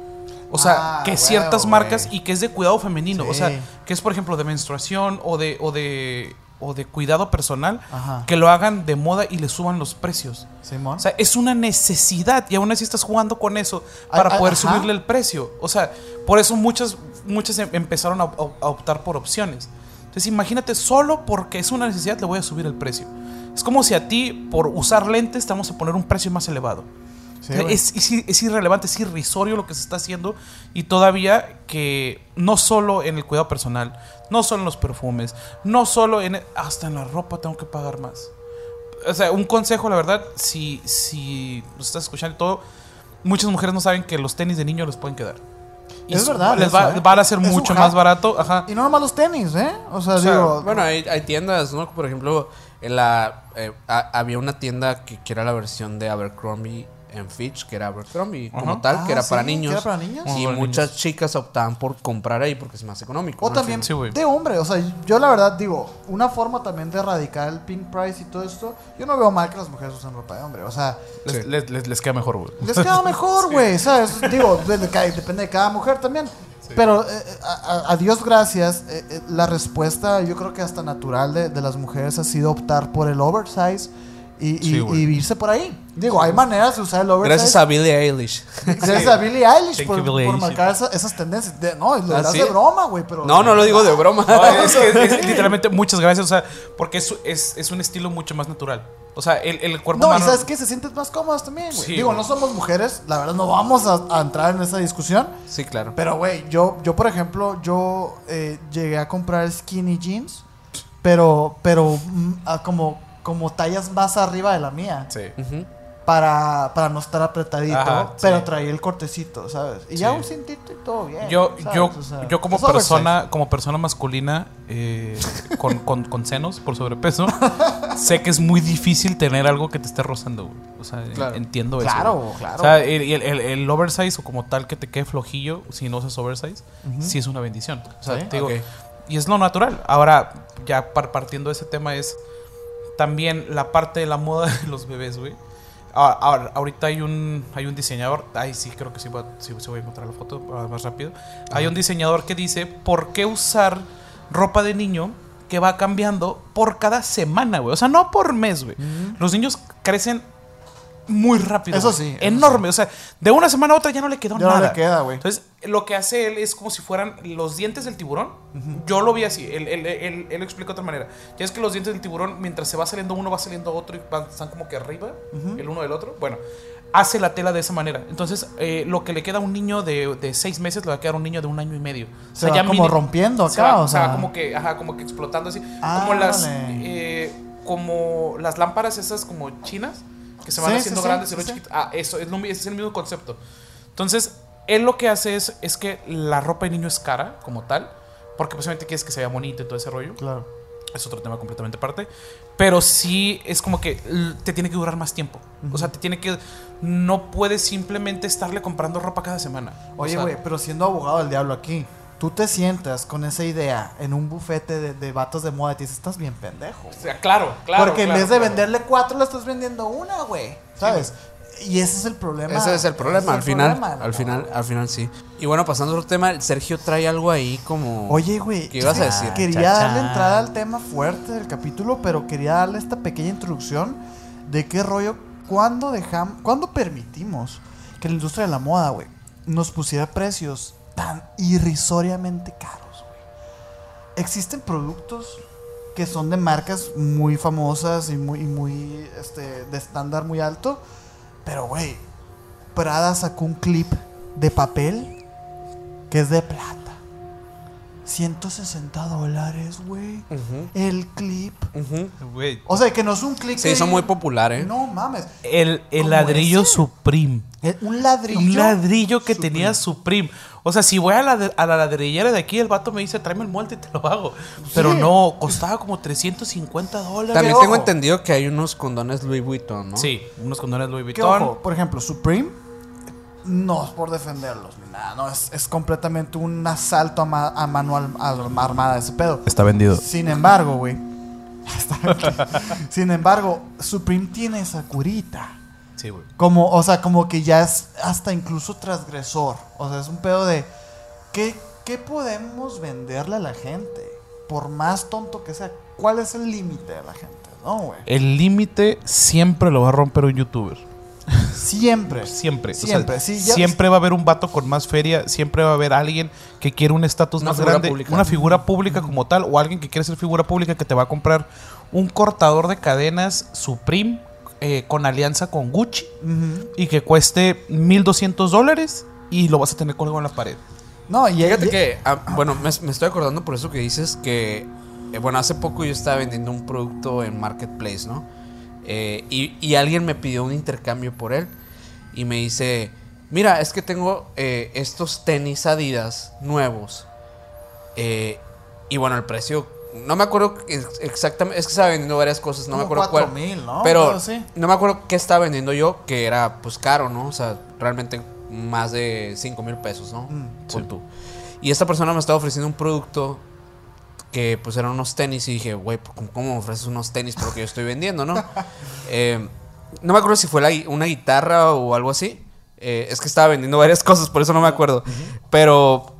O sea, ah, que bueno, ciertas marcas wey. Y que es de cuidado femenino. Sí. O sea, que es, por ejemplo, de menstruación o de... O de o de cuidado personal, Ajá. que lo hagan de moda y le suban los precios. Simón. O sea, es una necesidad y aún así estás jugando con eso para ay, poder ay, subirle el precio. O sea, por eso muchas, muchas empezaron a, a optar por opciones. Entonces, imagínate, solo porque es una necesidad le voy a subir el precio. Es como si a ti, por usar lentes, te vamos a poner un precio más elevado. Sí, es, es, es irrelevante, es irrisorio lo que se está haciendo. Y todavía que no solo en el cuidado personal, no solo en los perfumes, no solo en... Hasta en la ropa tengo que pagar más. O sea, un consejo, la verdad, si, si nos estás escuchando y todo, muchas mujeres no saben que los tenis de niño les pueden quedar. Y es verdad. Les eso, va, ¿eh? van a ser es mucho más barato. Ajá. Y no nomás los tenis, ¿eh? O sea, o sea digo... Bueno, hay, hay tiendas, ¿no? Por ejemplo, en la eh, a, había una tienda que, que era la versión de Abercrombie en Fitch, que era Abercrombie uh-huh. como tal, ah, que, era sí, niños, que era para niños. Y oh, muchas niños. chicas optaban por comprar ahí porque es más económico. O ¿no? también sí, de hombre. O sea, yo la verdad digo, una forma también de erradicar el Pink Price y todo esto, yo no veo mal que las mujeres usen ropa de hombre. O sea, les, sí. les, les, les queda mejor, güey. Les queda mejor, güey. Sí. ¿Sabes? Digo, depende de cada mujer también. Sí. Pero eh, a, a Dios gracias, eh, eh, la respuesta yo creo que hasta natural de, de las mujeres ha sido optar por el oversize y, sí, y, y irse por ahí. Digo, hay maneras de usar el oversize. Gracias a Billie Eilish. Gracias a Billie Eilish por, Billie por Eilish. marcar esa, esas tendencias. De, no, lo ¿Ah, das sí? de broma, güey. Pero no, no lo digo de broma. No, es, que es, literalmente muchas gracias. O sea, porque es, es, es un estilo mucho más natural. O sea, el, el cuerpo no, humano... No, y ¿sabes qué? Se sienten más cómodas también, güey. Sí, Digo, güey. no somos mujeres. La verdad, no vamos a, a entrar en esa discusión. Sí, claro. Pero, güey, yo, yo, por ejemplo, yo eh, llegué a comprar skinny jeans. Pero, pero mm, a como, como tallas más arriba de la mía. Sí. Uh-huh. Para, para no estar apretadito. Ajá, pero sí. Traía el cortecito, ¿sabes? Y sí. Ya un cintito y todo bien. Yo, ¿sabes? yo, o sea, yo como persona, como persona masculina eh, con, con, con senos por sobrepeso, sé que es muy difícil tener algo que te esté rozando, güey. O sea, claro. entiendo eso. Claro, güey. claro. O sea, el, el, el, el oversize o como tal que te quede flojillo si no usas oversize, uh-huh. sí es una bendición. O sea, ¿sí? te digo, okay. Y es lo natural. Ahora, ya partiendo de ese tema es también la parte de la moda de los bebés, güey. Ahora, ahora, ahorita hay un hay un diseñador, ay sí, creo que sí voy a, sí, sí voy a encontrar la foto más rápido. Ajá. Hay un diseñador que dice, ¿por qué usar ropa de niño que va cambiando por cada semana, güey? O sea, no por mes, güey. Uh-huh. Los niños crecen muy rápido. Eso sí. Eso enorme. sí. O sea, de una semana a otra ya no le quedó ya nada. No le queda, güey. Entonces, lo que hace él es como si fueran los dientes del tiburón. Uh-huh. Yo lo vi así. Él, él, él, él lo explica de otra manera. Ya es que los dientes del tiburón, mientras se va saliendo uno, va saliendo otro y van, están como que arriba, uh-huh. el uno del otro. Bueno, hace la tela de esa manera. Entonces, eh, lo que le queda a un niño de, de seis meses, le va a quedar a un niño de un año y medio. O sea, se ya va como mini, rompiendo acá, se va, o sea. Se va como que, ajá, como que explotando así. Ah, como las, eh, como las lámparas esas como chinas. Que se van sí, haciendo sí, grandes sí, y luego sí. chiquitas. Ah, eso, es, lo, ese es el mismo concepto. Entonces, él lo que hace es, es que la ropa de niño es cara, como tal. Porque posiblemente quieres que se vea bonito y todo ese rollo. Claro. Es otro tema completamente aparte. Pero sí es como que te tiene que durar más tiempo. Uh-huh. O sea, te tiene que... No puedes simplemente estarle comprando ropa cada semana. Oye, güey, o sea, pero siendo abogado del diablo aquí... Tú te sientas con esa idea en un bufete de, de vatos de moda y te dices, estás bien pendejo. O sea, claro, claro. Porque claro, en vez de claro. venderle cuatro, le estás vendiendo una, güey. ¿Sabes? Sí, y ese es el problema. Ese es el problema, al el final. Problema, al final, al final sí. Y bueno, pasando a otro tema, Sergio trae algo ahí como... Oye, güey. ¿Qué ibas a decir? Quería Chachán. darle entrada al tema fuerte del capítulo, pero quería darle esta pequeña introducción de qué rollo, cuándo dejamos, cuándo permitimos que la industria de la moda, güey, nos pusiera precios tan irrisoriamente caros, güey. Existen productos que son de marcas muy famosas y muy, y muy este, de estándar muy alto, pero, güey, Prada sacó un clip de papel que es de plata. ciento sesenta dólares, güey. Uh-huh. El clip. Uh-huh. Güey. O sea, que no es un clip. Se hizo muy popular, ¿eh? No mames. El, el ¿Cómo ladrillo ese? Supreme. El- un ladrillo. Un ladrillo que Supreme. tenía Supreme. O sea, si voy a la, a la ladrillera de aquí, el vato me dice, tráeme el molde y te lo hago. Pero Sí. no, costaba como trescientos cincuenta dólares. También ojo. tengo entendido que hay unos condones Louis Vuitton, ¿no? Sí, unos condones Louis Que, Vuitton. ojo, por ejemplo, Supreme, no es por defenderlos ni nada, no, es, es completamente un asalto a, ma- a mano al- a- armada ese pedo. Está vendido. Sin embargo, güey. Sin embargo, Supreme tiene esa curita. Sí, güey. Como, o sea, como que ya es hasta incluso transgresor. O sea, es un pedo de ¿qué, qué podemos venderle a la gente? Por más tonto que sea, ¿cuál es el límite de la gente? No, güey. El límite siempre lo va a romper un youtuber. Siempre. Siempre. O sea, Siempre. Sí, ya- siempre va a haber un vato con más feria. Siempre va a haber alguien que quiere un estatus Una más figura grande. pública. Una figura pública como tal. O alguien que quiere ser figura pública que te va a comprar un cortador de cadenas Supreme eh, con alianza con Gucci. Ujú. Y que cueste mil doscientos dólares. Y lo vas a tener colgado en la pared. No, y Fíjate y- que, ah, bueno, me, me estoy acordando por eso que dices que, eh, bueno, hace poco yo estaba vendiendo un producto en Marketplace, ¿no? Eh, y, y alguien me pidió un intercambio por él y me dice, mira, es que tengo eh, estos tenis Adidas nuevos. Eh, y bueno, el precio, no me acuerdo ex- exactamente, es que estaba vendiendo varias cosas, no me como acuerdo cuál. cuatro mil, ¿no? Pero Pero sí. no me acuerdo qué estaba vendiendo yo, que era pues caro, ¿no? O sea, realmente más de cinco mil pesos, ¿no? Mm, Pon sí. tú. Y esta persona me estaba ofreciendo un producto que pues eran unos tenis y dije, güey, ¿cómo, cómo me ofreces unos tenis por lo que yo estoy vendiendo, no? Eh, no me acuerdo si fue la gui- una guitarra o algo así. Eh, es que estaba vendiendo varias cosas, por eso no me acuerdo. Pero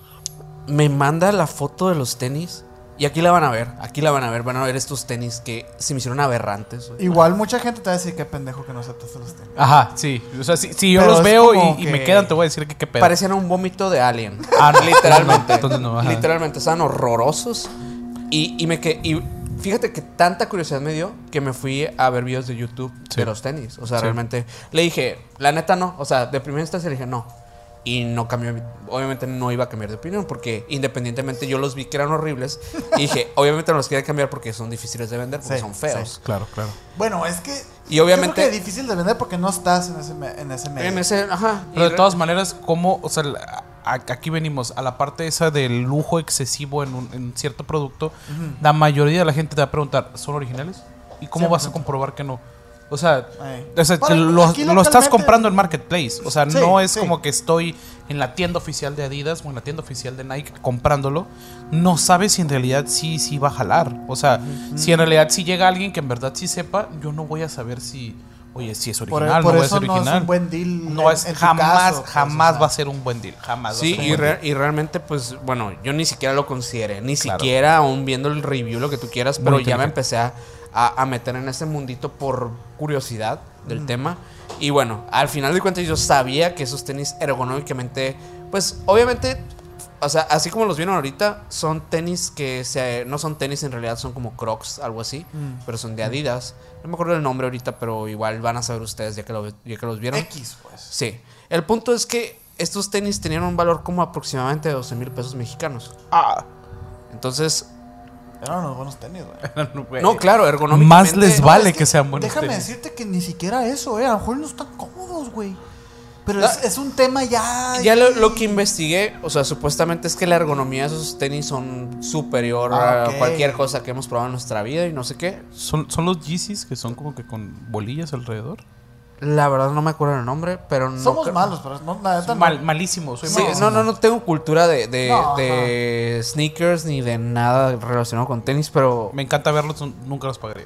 me manda la foto de los tenis. Y aquí la van a ver, aquí la van a ver, van a ver estos tenis que se me hicieron aberrantes. güey. Igual mucha gente te va a decir qué pendejo que no aceptaste los tenis. Ajá, sí. O sea, si, si yo Pero los es veo como y, y que- me quedan, te voy a decir que qué pedo. Parecían un vómito de alien. Ah, no, literalmente. entonces no, ajá. Literalmente, estaban horrorosos. Y, y me que y fíjate que tanta curiosidad me dio que me fui a ver videos de YouTube Sí. de los tenis. O sea, Sí. realmente le dije, la neta no. O sea, de primera instancia le dije no. Y no cambió. Obviamente no iba a cambiar de opinión porque independientemente yo los vi que eran horribles. Y dije, obviamente no los quería cambiar porque son difíciles de vender, porque Sí, son feos. Claro, claro. Bueno, es que. Y obviamente- yo creo que es difícil de vender porque no estás en ese, me- en ese medio. En ese, ajá. Pero Y de re- todas maneras, ¿cómo? O sea, la- a- aquí venimos a la parte esa del lujo excesivo en un en cierto producto. La mayoría de la gente te va a preguntar, ¿son originales? ¿Y cómo vas a cien por ciento. comprobar que no? O sea, Ay. o sea, Para- que lo, aquí lo estás localmente- comprando en Marketplace. O sea, Sí, no es sí. como que estoy en la tienda oficial de Adidas o en la tienda oficial de Nike comprándolo. No sabes si en realidad sí, sí va a jalar. O sea, si en realidad si llega alguien que en verdad sí sepa, yo no voy a saber si, oye, si es Por, original, por no va a eso ser no original. es un buen deal. No en- es en tu jamás, caso, pues, jamás o sea. va a ser un buen deal. Jamás. Sí, va a ser y, un buen re- y realmente, pues, bueno, yo ni siquiera lo consideré, ni Claro. siquiera aún viendo el review, lo que tú quieras, Muy pero ya me inteligente. empecé a, a- a meter en ese mundito por curiosidad del tema. Y bueno, al final de cuentas yo sabía que esos tenis ergonómicamente, pues, obviamente, o sea, así como los vieron ahorita, son tenis que se, no son tenis en realidad, son como Crocs, algo así, Mm. pero son de Adidas. No me acuerdo el nombre ahorita, pero igual van a saber ustedes ya que, lo- ya que los vieron. X, pues. Sí. El punto es que estos tenis tenían un valor como aproximadamente de doce mil pesos mexicanos. Ah, Entonces, Eran unos buenos tenis, güey. güey. no, claro, ergonómicamente. Más les No, vale es que sean buenos Déjame tenis. decirte que ni siquiera eso, eh. A lo mejor no están cómodos, güey. Pero No. es, es un tema ya. Ya lo, lo que investigué, o sea, supuestamente es que la ergonomía de esos tenis son superior Ah, a ok. cualquier cosa que hemos probado en nuestra vida y no sé qué. ¿Son, son los Yeezys que son como que con bolillas alrededor. La verdad no me acuerdo el nombre, pero no. Somos creo- malos, pero no, la neta no. Mal, malísimo. Soy Sí, malísimo. no, no, no tengo cultura de, de, No, de sneakers ni de nada relacionado con tenis, pero Me encanta verlos, nunca los pagaría.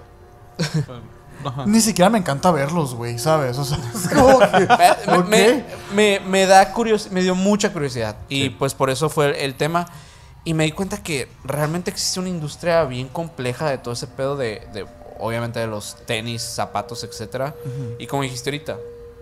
Ajá. Ni siquiera me encanta verlos, güey, ¿sabes? O sea, es como que. me, ¿ok? me, me- me da curiosidad, me dio mucha curiosidad. Y Sí. pues por eso fue el, el tema. Y me di cuenta que realmente existe una industria bien compleja de todo ese pedo de, de obviamente, de los tenis, zapatos, etcétera. Y como dijiste ahorita,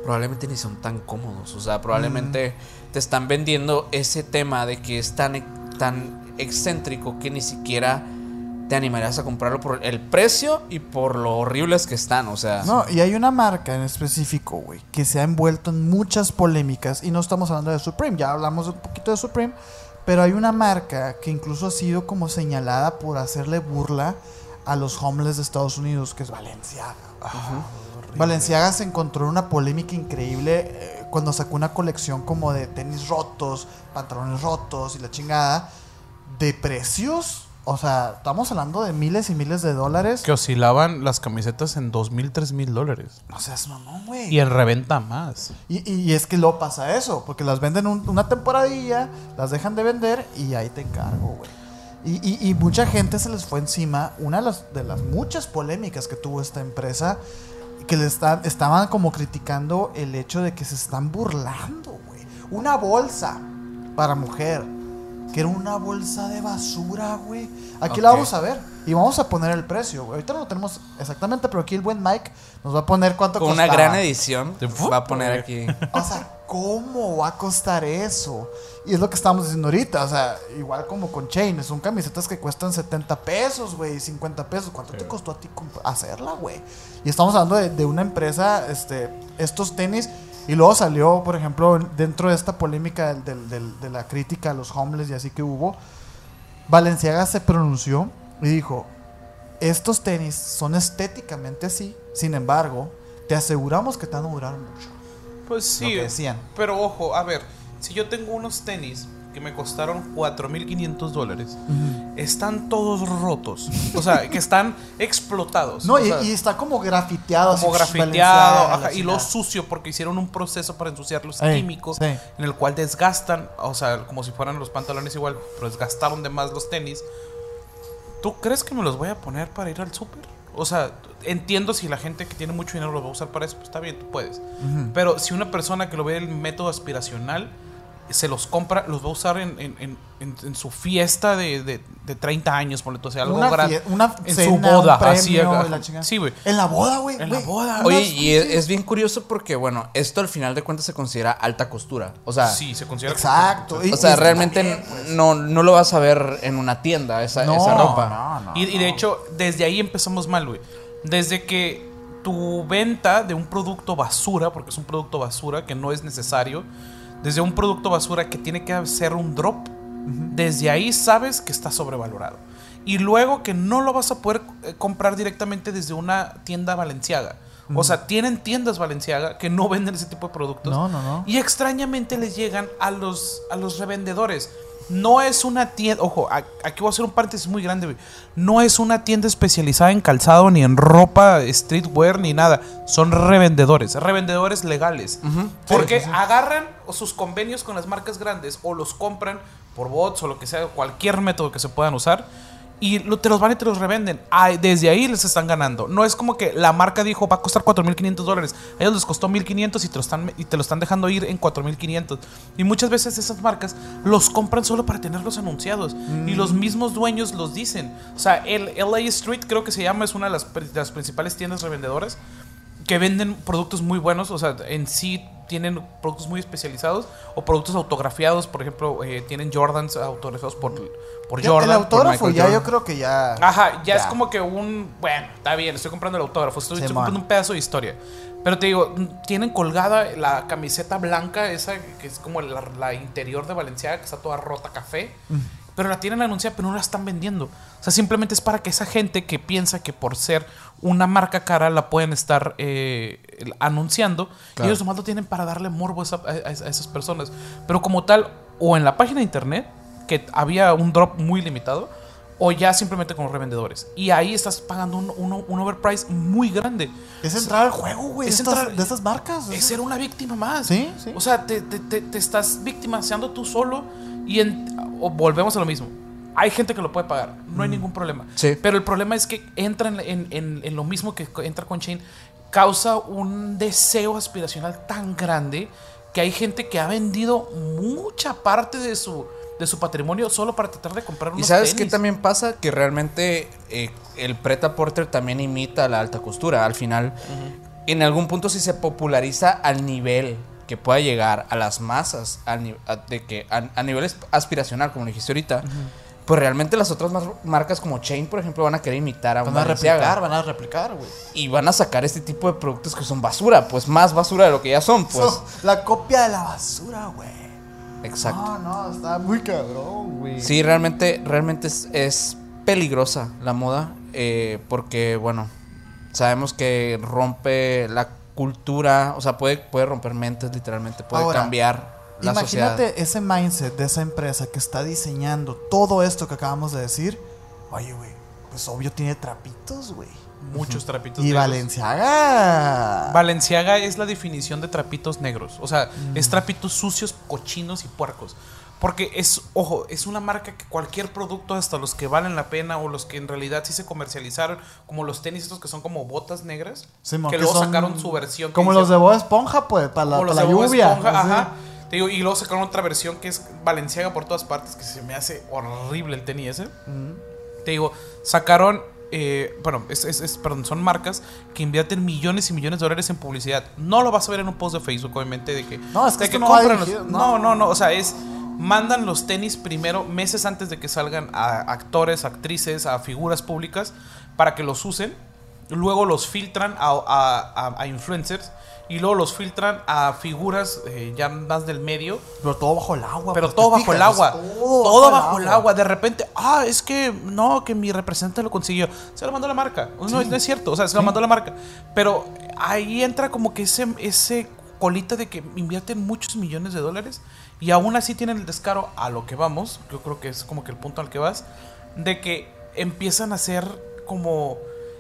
probablemente ni son tan cómodos. O sea, probablemente mm. te están vendiendo ese tema de que es tan, tan excéntrico que ni siquiera te animarías a comprarlo por el precio y por lo horribles que están, o sea. No, y hay una marca en específico, güey, que se ha envuelto en muchas polémicas. Y no estamos hablando de Supreme, ya hablamos un poquito de Supreme. Pero hay una marca que incluso ha sido como señalada por hacerle burla a los homeless de Estados Unidos, que es Balenciaga. Uh-huh. Balenciaga se encontró en una polémica increíble eh, cuando sacó una colección como de tenis rotos, pantalones rotos y la chingada, de precios. O sea, estamos hablando de miles y miles de dólares. Que oscilaban las camisetas en dos mil, tres mil dólares. No seas mamón, güey. Y en reventa más. Y, y, y es que luego pasa eso, porque las venden un, una temporadilla, las dejan de vender y ahí te encargo, güey. Y, y, y mucha gente se les fue encima. Una de las, de las muchas polémicas que tuvo esta empresa, que le está, estaban como criticando el hecho de que se están burlando, güey. Una bolsa para mujer, que era una bolsa de basura, güey. Aquí okay. la vamos a ver y vamos a poner el precio, güey. Ahorita no lo tenemos exactamente, pero aquí el buen Mike nos va a poner cuánto con costaba. Con una gran edición va a poner aquí. O sea, ¿cómo va a costar eso? Y es lo que estamos diciendo ahorita. O sea, igual como con Chain, son camisetas que cuestan setenta pesos, güey, cincuenta pesos. ¿Cuánto sí. te costó a ti hacerla, güey? Y estamos hablando de, de una empresa, este, estos tenis. Y luego salió, por ejemplo, dentro de esta polémica del, del, del, de la crítica a los homeless y así que hubo, Balenciaga se pronunció y dijo: estos tenis son estéticamente así, sin embargo, te aseguramos que te van a durar mucho. Pues sí, lo que decían. Pero ojo, a ver, si yo tengo unos tenis que me costaron cuatro mil quinientos dólares, uh-huh. están todos rotos, o sea, que están explotados. No, y, sea, y está como grafiteado. Como así, grafiteado, ajá, y lo sucio porque hicieron un proceso para ensuciar los Ey, químicos, sí. en el cual desgastan, o sea, como si fueran los pantalones igual, pero desgastaron de más los tenis. ¿Tú crees que me los voy a poner para ir al súper? O sea, entiendo si la gente que tiene mucho dinero lo va a usar para eso, pues está bien, tú puedes. Uh-huh. Pero si una persona que lo ve el método aspiracional se los compra, los va a usar en, en, en, en, en su fiesta de, de, de treinta años, por o sea, algo una grande. Una en cena, su boda, un premio, así. La sí, güey. En la boda, güey. En la boda. Oye, y es, es bien curioso porque, bueno, esto al final de cuentas se considera alta costura. O sea, sí, se considera. Exacto. Y, o sea, realmente también, pues. no, no lo vas a ver en una tienda, esa, no, esa ropa. No, no, y, y de hecho, desde ahí empezamos mal, güey. Desde que tu venta de un producto basura, porque es un producto basura que no es necesario, desde un producto basura que tiene que hacer un drop, uh-huh. desde ahí sabes que está sobrevalorado. Y luego que no lo vas a poder eh, comprar directamente desde una tienda Balenciaga. Uh-huh. O sea, tienen tiendas Balenciaga que no venden ese tipo de productos. No, no, no. Y extrañamente les llegan a los, a los revendedores. No es una tienda, ojo, aquí voy a hacer un paréntesis muy grande, güey. No es una tienda especializada en calzado, ni en ropa, streetwear, ni nada. Son revendedores, revendedores legales. Uh-huh. Porque sí, sí, sí. agarran sus convenios con las marcas grandes o los compran por bots o lo que sea, cualquier método que se puedan usar. Y lo, te los van y te los revenden. Ay, desde ahí les están ganando. No es como que la marca dijo va a costar cuatro mil quinientos dólares. A ellos les costó mil quinientos y te, lo están, y te lo están dejando ir en cuatro mil quinientos. Y muchas veces esas marcas los compran solo para tenerlos anunciados. Mm. Y los mismos dueños los dicen. O sea, el L A Street creo que se llama, es una de las, de las principales tiendas revendedoras que venden productos muy buenos. O sea, en sí tienen productos muy especializados o productos autografiados. Por ejemplo, eh, tienen Jordans autografiados por, por ya, Jordan. El autógrafo ya Jordan. Yo creo que ya... Ajá, ya, ya es como que un... Bueno, está bien, estoy comprando el autógrafo. Estoy, estoy comprando un pedazo de historia. Pero te digo, tienen colgada la camiseta blanca, esa que es como la, la interior de Balenciaga, que está toda rota café. Mm. Pero la tienen anunciada, pero no la están vendiendo. O sea, simplemente es para que esa gente que piensa que por ser una marca cara la pueden estar eh, anunciando. Claro. Y ellos nomás lo tienen para darle morbo a, esa, a, a esas personas. Pero como tal, o en la página de internet, que había un drop muy limitado, o ya simplemente con los revendedores. Y ahí estás pagando un, un, un overprice muy grande. Es entrar al juego, güey, es entrar, de estas marcas. Es ser una víctima más. Sí, sí. O sea, te, te, te, te estás victimizando tú solo. Y en, o volvemos a lo mismo. Hay gente que lo puede pagar, no hay mm. ningún problema. Sí. Pero el problema es que entra en, en, en, en lo mismo que entra con Chain. Causa un deseo aspiracional tan grande que hay gente que ha vendido mucha parte de su, de su patrimonio solo para tratar de comprar unos tenis. ¿Y sabes tenis. qué también pasa? Que realmente eh, el pret-a-porter también imita la alta costura. Al final... Uh-huh. en algún punto si se populariza al nivel que pueda llegar a las masas, a, a, de que, a, a nivel aspiracional, como dijiste ahorita, uh-huh. pues realmente las otras mar- marcas como Chain, por ejemplo, van a querer imitar a un Van a replicar, van a replicar, güey. Y van a sacar este tipo de productos que son basura, pues más basura de lo que ya son, pues. So, la copia de la basura, güey. Exacto. No, no, está muy cabrón, güey. Sí, realmente, realmente es, es peligrosa la moda, eh, porque, bueno, sabemos que rompe la cultura, o sea, puede, puede romper mentes literalmente, puede Ahora, cambiar la imagínate sociedad. Ese mindset de esa empresa que está diseñando todo esto que acabamos de decir. Oye, güey, pues obvio tiene trapitos, güey. Muchos uh-huh. trapitos y negros. Balenciaga. Balenciaga es la definición de trapitos negros. O sea, mm. es trapitos sucios, cochinos y puercos. Porque es, ojo, es una marca que cualquier producto, hasta los que valen la pena o los que en realidad sí se comercializaron, como los tenis estos que son como botas negras, sí, que, que luego sacaron su versión. Como los de Bob Esponja, pues, para la, para la lluvia. Esponja, ajá. Te digo, y luego sacaron otra versión que es Balenciaga por todas partes, que se me hace horrible el tenis ese. Mm. Te digo, sacaron, eh, bueno, es, es, es, perdón, son marcas que invierten millones y millones de dólares en publicidad. No lo vas a ver en un post de Facebook, obviamente, de que... No, es que, de que no, compran los, no, no, no, no, o sea, es... Mandan los tenis primero, meses antes de que salgan, a actores, actrices, a figuras públicas, para que los usen. Luego los filtran a, a, a, a influencers. Y luego los filtran a figuras eh, ya más del medio. Pero todo bajo el agua. Pero todo bajo el agua. Todo, todo bajo el agua. De repente, ah, es que no, que mi representante lo consiguió. Se lo mandó la marca. No, sí. no es cierto. O sea, se sí. lo mandó la marca. Pero ahí entra como que ese, ese colita de que invierten muchos millones de dólares. Y aún así tienen el descaro, a lo que vamos, yo creo que es como que el punto al que vas, de que empiezan a hacer como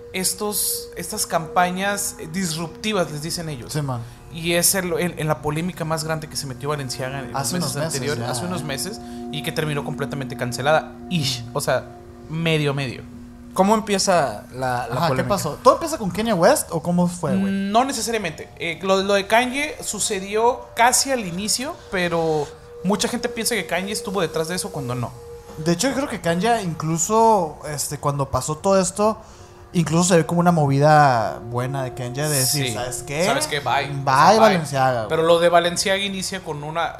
estos estas campañas disruptivas, les dicen ellos. Sí, man. Y es el, en, en la polémica más grande que se metió Balenciaga en hace los meses, meses anteriores, ya, hace eh. unos meses, y que terminó completamente cancelada. Ish, o sea, medio, medio. ¿Cómo empieza la, la Ajá, polémica? ¿qué pasó? ¿Todo empieza con Kanye West o cómo fue, güey? No necesariamente. Eh, lo, lo de Kanye sucedió casi al inicio, pero mucha gente piensa que Kanye estuvo detrás de eso cuando no. De hecho, yo creo que Kanye incluso este, cuando pasó todo esto, incluso se ve como una movida buena de Kanye de decir, sí. ¿sabes qué? ¿Sabes qué? Bye. Bye, o sea, bye. Balenciaga. Pero lo de Balenciaga inicia con una...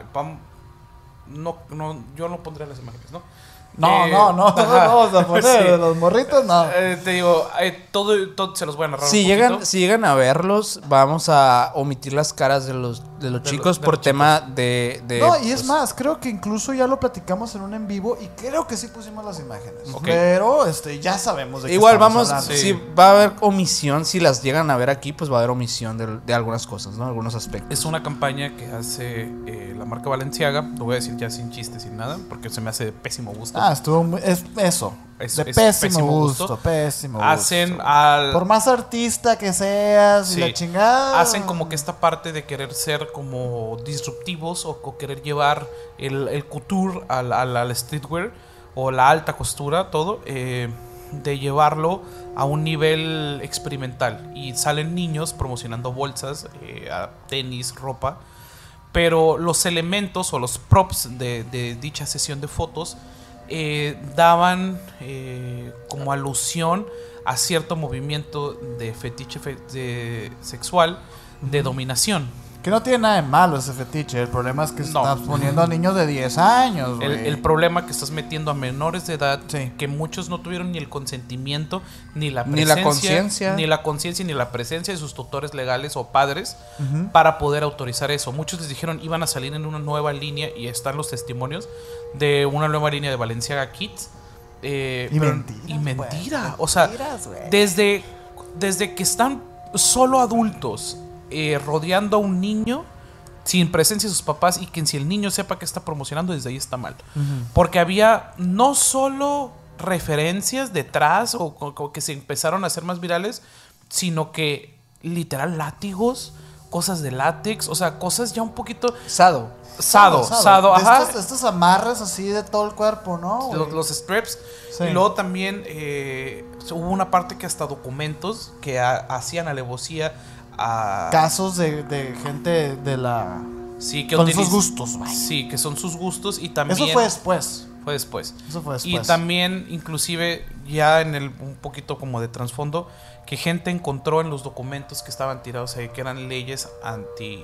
No, no, yo no pondré las imágenes, ¿no? No, eh, no, no, no vamos a poner sí. de los morritos, no. Eh, te digo, eh, todo, todo se los voy a narrar si un llegan, poquito. Si llegan a verlos, vamos a omitir las caras de los, de los de chicos los, de por los tema chicos. De, de... No, y pues, es más, creo que incluso ya lo platicamos en un en vivo y creo que sí pusimos las imágenes. Okay. Pero este, ya sabemos de qué igual estamos vamos, sí. si va a haber omisión, si las llegan a ver aquí, pues va a haber omisión de, de algunas cosas, ¿no? Algunos aspectos. Es una campaña que hace eh, la marca Balenciaga, lo voy a decir ya sin chiste, sin nada, porque se me hace de pésimo gusto. Ah, estuvo muy, es eso. Es, de es pésimo, pésimo gusto, gusto. Pésimo hacen gusto. Al, por más artista que seas sí, y la chingada. Hacen como que esta parte de querer ser como disruptivos o, o querer llevar el, el couture al, al, al streetwear o la alta costura, todo, eh, de llevarlo a un nivel experimental. Y salen niños promocionando bolsas, eh, tenis, ropa. Pero los elementos o los props de, de dicha sesión de fotos eh, daban eh, como alusión a cierto movimiento de fetiche fe de sexual de dominación. Que no tiene nada de malo ese fetiche. El problema es que no. estás poniendo a niños de diez años. El, el problema es que estás metiendo a menores de edad, sí, que muchos no tuvieron ni el consentimiento, ni la presencia, ni la conciencia, ni la conciencia, ni la presencia de sus tutores legales o padres uh-huh. para poder autorizar eso. Muchos les dijeron iban a salir en una nueva línea, y están los testimonios de una nueva línea de Balenciaga Kids. Eh, y, pero, mentira, y mentira. Wey, o sea, mentiras, desde, desde que están solo adultos eh, rodeando a un niño sin presencia de sus papás, y que si el niño sepa que está promocionando, desde ahí está mal. Uh-huh. Porque había no solo referencias detrás o, o, o que se empezaron a hacer más virales, sino que literal látigos, cosas de látex, o sea, cosas ya un poquito... Sado. Sado, sado, sado ajá. Estos, estos amarres así de todo el cuerpo, ¿no? Los, los straps. Sí. Y luego también eh, hubo una parte que hasta documentos que a, hacían alevosía a... Casos de, de gente de la... Sí, que con utiliz... sus gustos, güey. Sí, que son sus gustos y también... Eso fue después. Fue después. Eso fue después. Y también, inclusive, ya en el un poquito como de trasfondo, que gente encontró en los documentos que estaban tirados ahí que eran leyes anti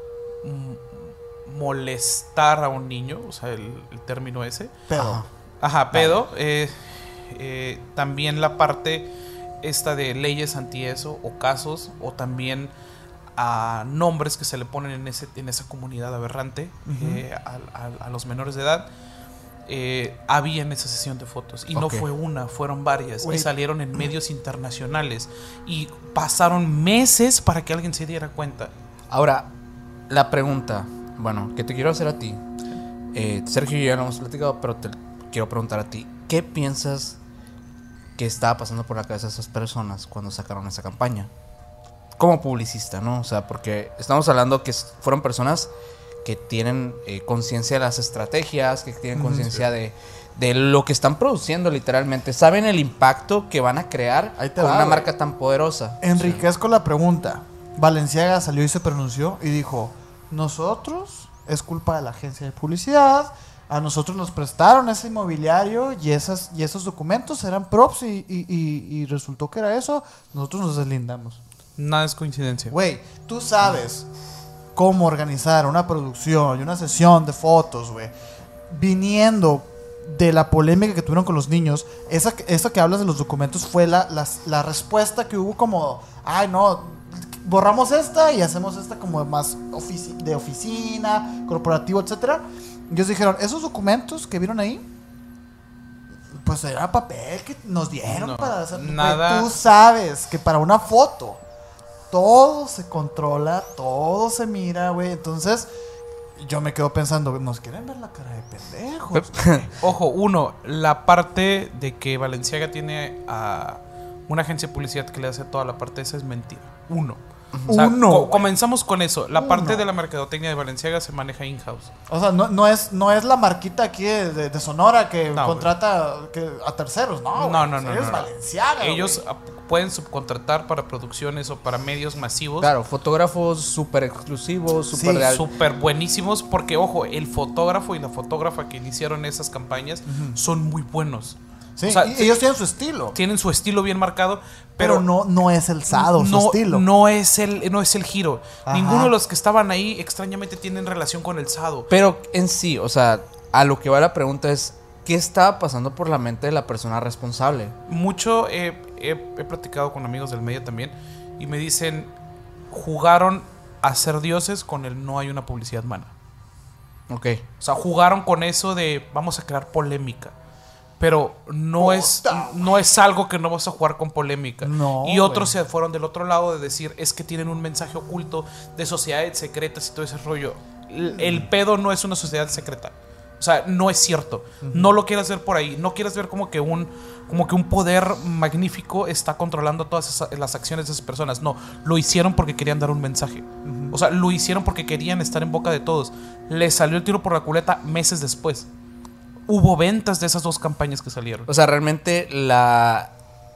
m- molestar a un niño, o sea, el, el término ese. Pedo. Ajá, pedo. Eh, eh, también la parte esta de leyes anti eso, o casos, o también a nombres que se le ponen en, ese, en esa comunidad aberrante, uh-huh. eh, a, a, a los menores de edad. Eh, había en esa sesión de fotos y okay. no fue una, fueron varias. Wait. Y salieron en medios internacionales y pasaron meses para que alguien se diera cuenta. Ahora, la pregunta, bueno, que te quiero hacer a ti, eh, Sergio y yo ya lo hemos platicado, pero te quiero preguntar a ti, ¿qué piensas que estaba pasando por la cabeza de esas personas cuando sacaron esa campaña? Como publicista, ¿no? O sea, porque estamos hablando que fueron personas que tienen eh, conciencia de las estrategias, que tienen conciencia sí. de, de lo que están produciendo literalmente. Saben el impacto que van a crear con va, una wey. marca tan poderosa. Enriquezco sí. la pregunta. Balenciaga salió y se pronunció y dijo, nosotros, es culpa de la agencia de publicidad, a nosotros nos prestaron ese inmobiliario y, esas, y esos documentos eran props y, y, y, y resultó que era eso, nosotros nos deslindamos. Nada es coincidencia. Güey, tú sabes cómo organizar una producción y una sesión de fotos, güey, viniendo de la polémica que tuvieron con los niños. Esa, esa que hablas de los documentos fue la, la, la respuesta que hubo como, ay no, borramos esta y hacemos esta como más ofici- de oficina, corporativo, etcétera. Y ellos dijeron, esos documentos que vieron ahí, pues era papel que nos dieron no, para hacer. Nada. Tú sabes que para una foto todo se controla, todo se mira, güey. Entonces, yo me quedo pensando, nos quieren ver la cara de pendejos. Ojo, uno, la parte de que Balenciaga tiene a una agencia de publicidad que le hace toda la parte esa es mentira. Uno. O sea, uno. Co- comenzamos con eso. La uno. parte de la mercadotecnia de Balenciaga se maneja in-house. O sea, no, no, es, no es la marquita aquí de, de, de Sonora que no, contrata que, a terceros, no. No, no, no. Es no, no. Balenciaga. Ellos güey. pueden subcontratar para producciones o para medios masivos. Claro, fotógrafos súper exclusivos, súper sí, real. súper buenísimos. Porque, ojo, el fotógrafo y la fotógrafa que iniciaron esas campañas uh-huh. son muy buenos. Sí, o sea, y ellos tienen su estilo. Tienen su estilo bien marcado, pero, pero no, no es el sado, no, su estilo. No es el, no es el giro. Ajá. Ninguno de los que estaban ahí extrañamente tienen relación con el sado. Pero en sí, o sea, a lo que va la pregunta es, ¿qué estaba pasando por la mente de la persona responsable? Mucho he, he, he platicado con amigos del medio también y me dicen, jugaron a ser dioses con el no hay una publicidad mala. Ok. O sea, jugaron con eso de vamos a crear polémica. Pero no es, no es algo que no vas a jugar con polémica. No, y otros wey. se fueron del otro lado de decir, es que tienen un mensaje oculto de sociedades secretas y todo ese rollo. El, el pedo no es una sociedad secreta. O sea, no es cierto. Uh-huh. No lo quieras ver por ahí. No quieras ver como que un, como que un poder magnífico está controlando todas esas, las acciones de esas personas. No, lo hicieron porque querían dar un mensaje. Uh-huh. O sea, lo hicieron porque querían estar en boca de todos. Les salió el tiro por la culata meses después. Hubo ventas de esas dos campañas que salieron. O sea, realmente la,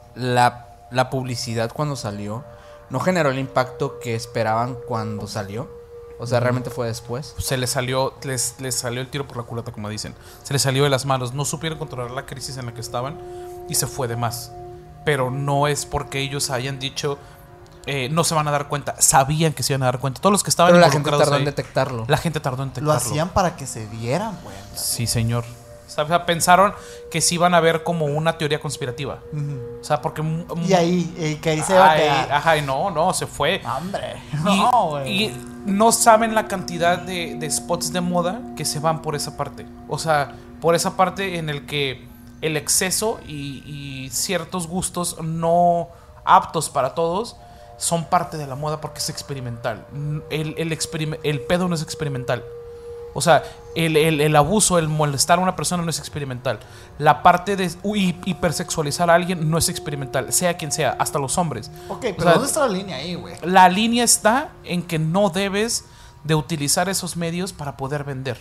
la, la publicidad cuando salió no generó el impacto que esperaban cuando salió. O sea, realmente fue después. Se les salió, les, les salió el tiro por la culata, como dicen. Se les salió de las manos. No supieron controlar la crisis en la que estaban y se fue de más. Pero no es porque ellos hayan dicho eh, no se van a dar cuenta. Sabían que se iban a dar cuenta. Todos los que estaban Pero la gente involucrados tardó ahí, en detectarlo. La gente tardó en detectarlo. Lo hacían para que se dieran cuenta. Sí, señor. O sea, pensaron que sí iban a ver como una teoría conspirativa. Uh-huh. O sea, porque... Y ahí, y que ahí se va a quedar. Ajá, y no, no, se fue. ¡Hombre! No, güey. Y no saben la cantidad de, de spots de moda que se van por esa parte. O sea, por esa parte en el que el exceso y, y ciertos gustos no aptos para todos son parte de la moda porque es experimental. El, el, experim- el pedo no es experimental. O sea, el, el, el abuso, el molestar a una persona no es experimental. La parte de uy, hipersexualizar a alguien no es experimental, sea quien sea, hasta los hombres. Ok, pero o sea, ¿dónde está la línea ahí, güey? La línea está en que no debes de utilizar esos medios para poder vender.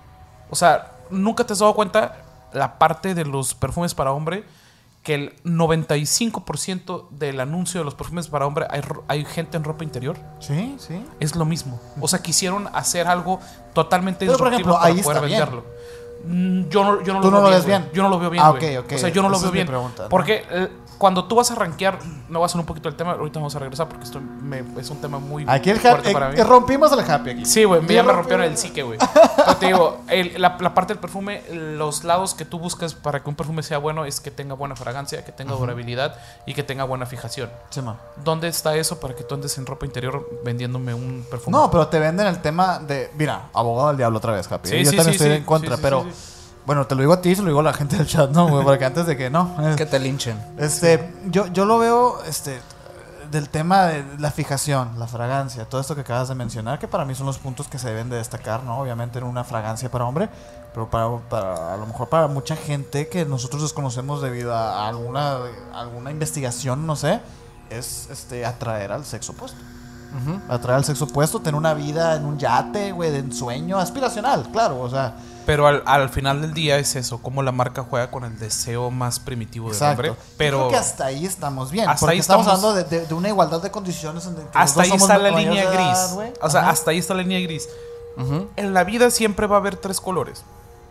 O sea, ¿nunca te has dado cuenta la parte de los perfumes para hombre? Que el noventa y cinco por ciento del anuncio de los perfumes para hombre hay, hay gente en ropa interior. Sí, sí. Es lo mismo. O sea, quisieron hacer algo totalmente pero, disruptivo por ejemplo, para ahí poder está venderlo. Mm, Yo no, yo no ¿Tú lo no veo lo ves güey. bien? Yo no lo veo bien, Ah, güey. ok, ok. O sea, yo no lo Esa veo es mi bien. pregunta, ¿no? Porque eh, cuando tú vas a rankear, me voy a hacer un poquito el tema, ahorita vamos a regresar porque esto me- es un tema muy Aquí el fuerte happy, para mí. eh, rompimos el happy aquí. Sí, güey, Sí, ya me rompimos- rompieron el psique, güey. Pero te digo, el- la, la parte del perfume, los lados que tú buscas para que un perfume sea bueno es que tenga buena fragancia, que tenga durabilidad y que tenga buena fijación. Sí, man. ¿Dónde está eso para que tú andes en ropa interior vendiéndome un perfume? No, pero te venden el tema de... Mira, abogado del diablo otra vez, Happy. Sí, Yo sí, también sí, estoy sí, en contra, sí, sí, pero... sí, sí. Bueno, te lo digo a ti, se lo digo a la gente del chat, ¿no, güey? Porque antes de que no... eh, Que te linchen. Este, yo, yo lo veo, este... Del tema de la fijación, la fragancia, todo esto que acabas de mencionar, que para mí son los puntos que se deben de destacar, ¿no? Obviamente en una fragancia para hombre, pero para, para a lo mejor para mucha gente que nosotros desconocemos debido a alguna, alguna investigación, no sé, es este atraer al sexo opuesto. Ujú. Atraer al sexo opuesto, tener una vida en un yate, güey, de ensueño, aspiracional, claro, o sea, Pero al, al final del día es eso, cómo la marca juega con el deseo más primitivo del exacto. hombre. Yo Pero creo que hasta ahí estamos bien, hasta porque ahí estamos, estamos- hablando de, de- de una igualdad de condiciones. En que los hasta dos ahí somos está la mayores línea de edad, gris. güey. O sea, Ajá. hasta ahí está la línea gris. Ujú. En la vida siempre va a haber tres colores: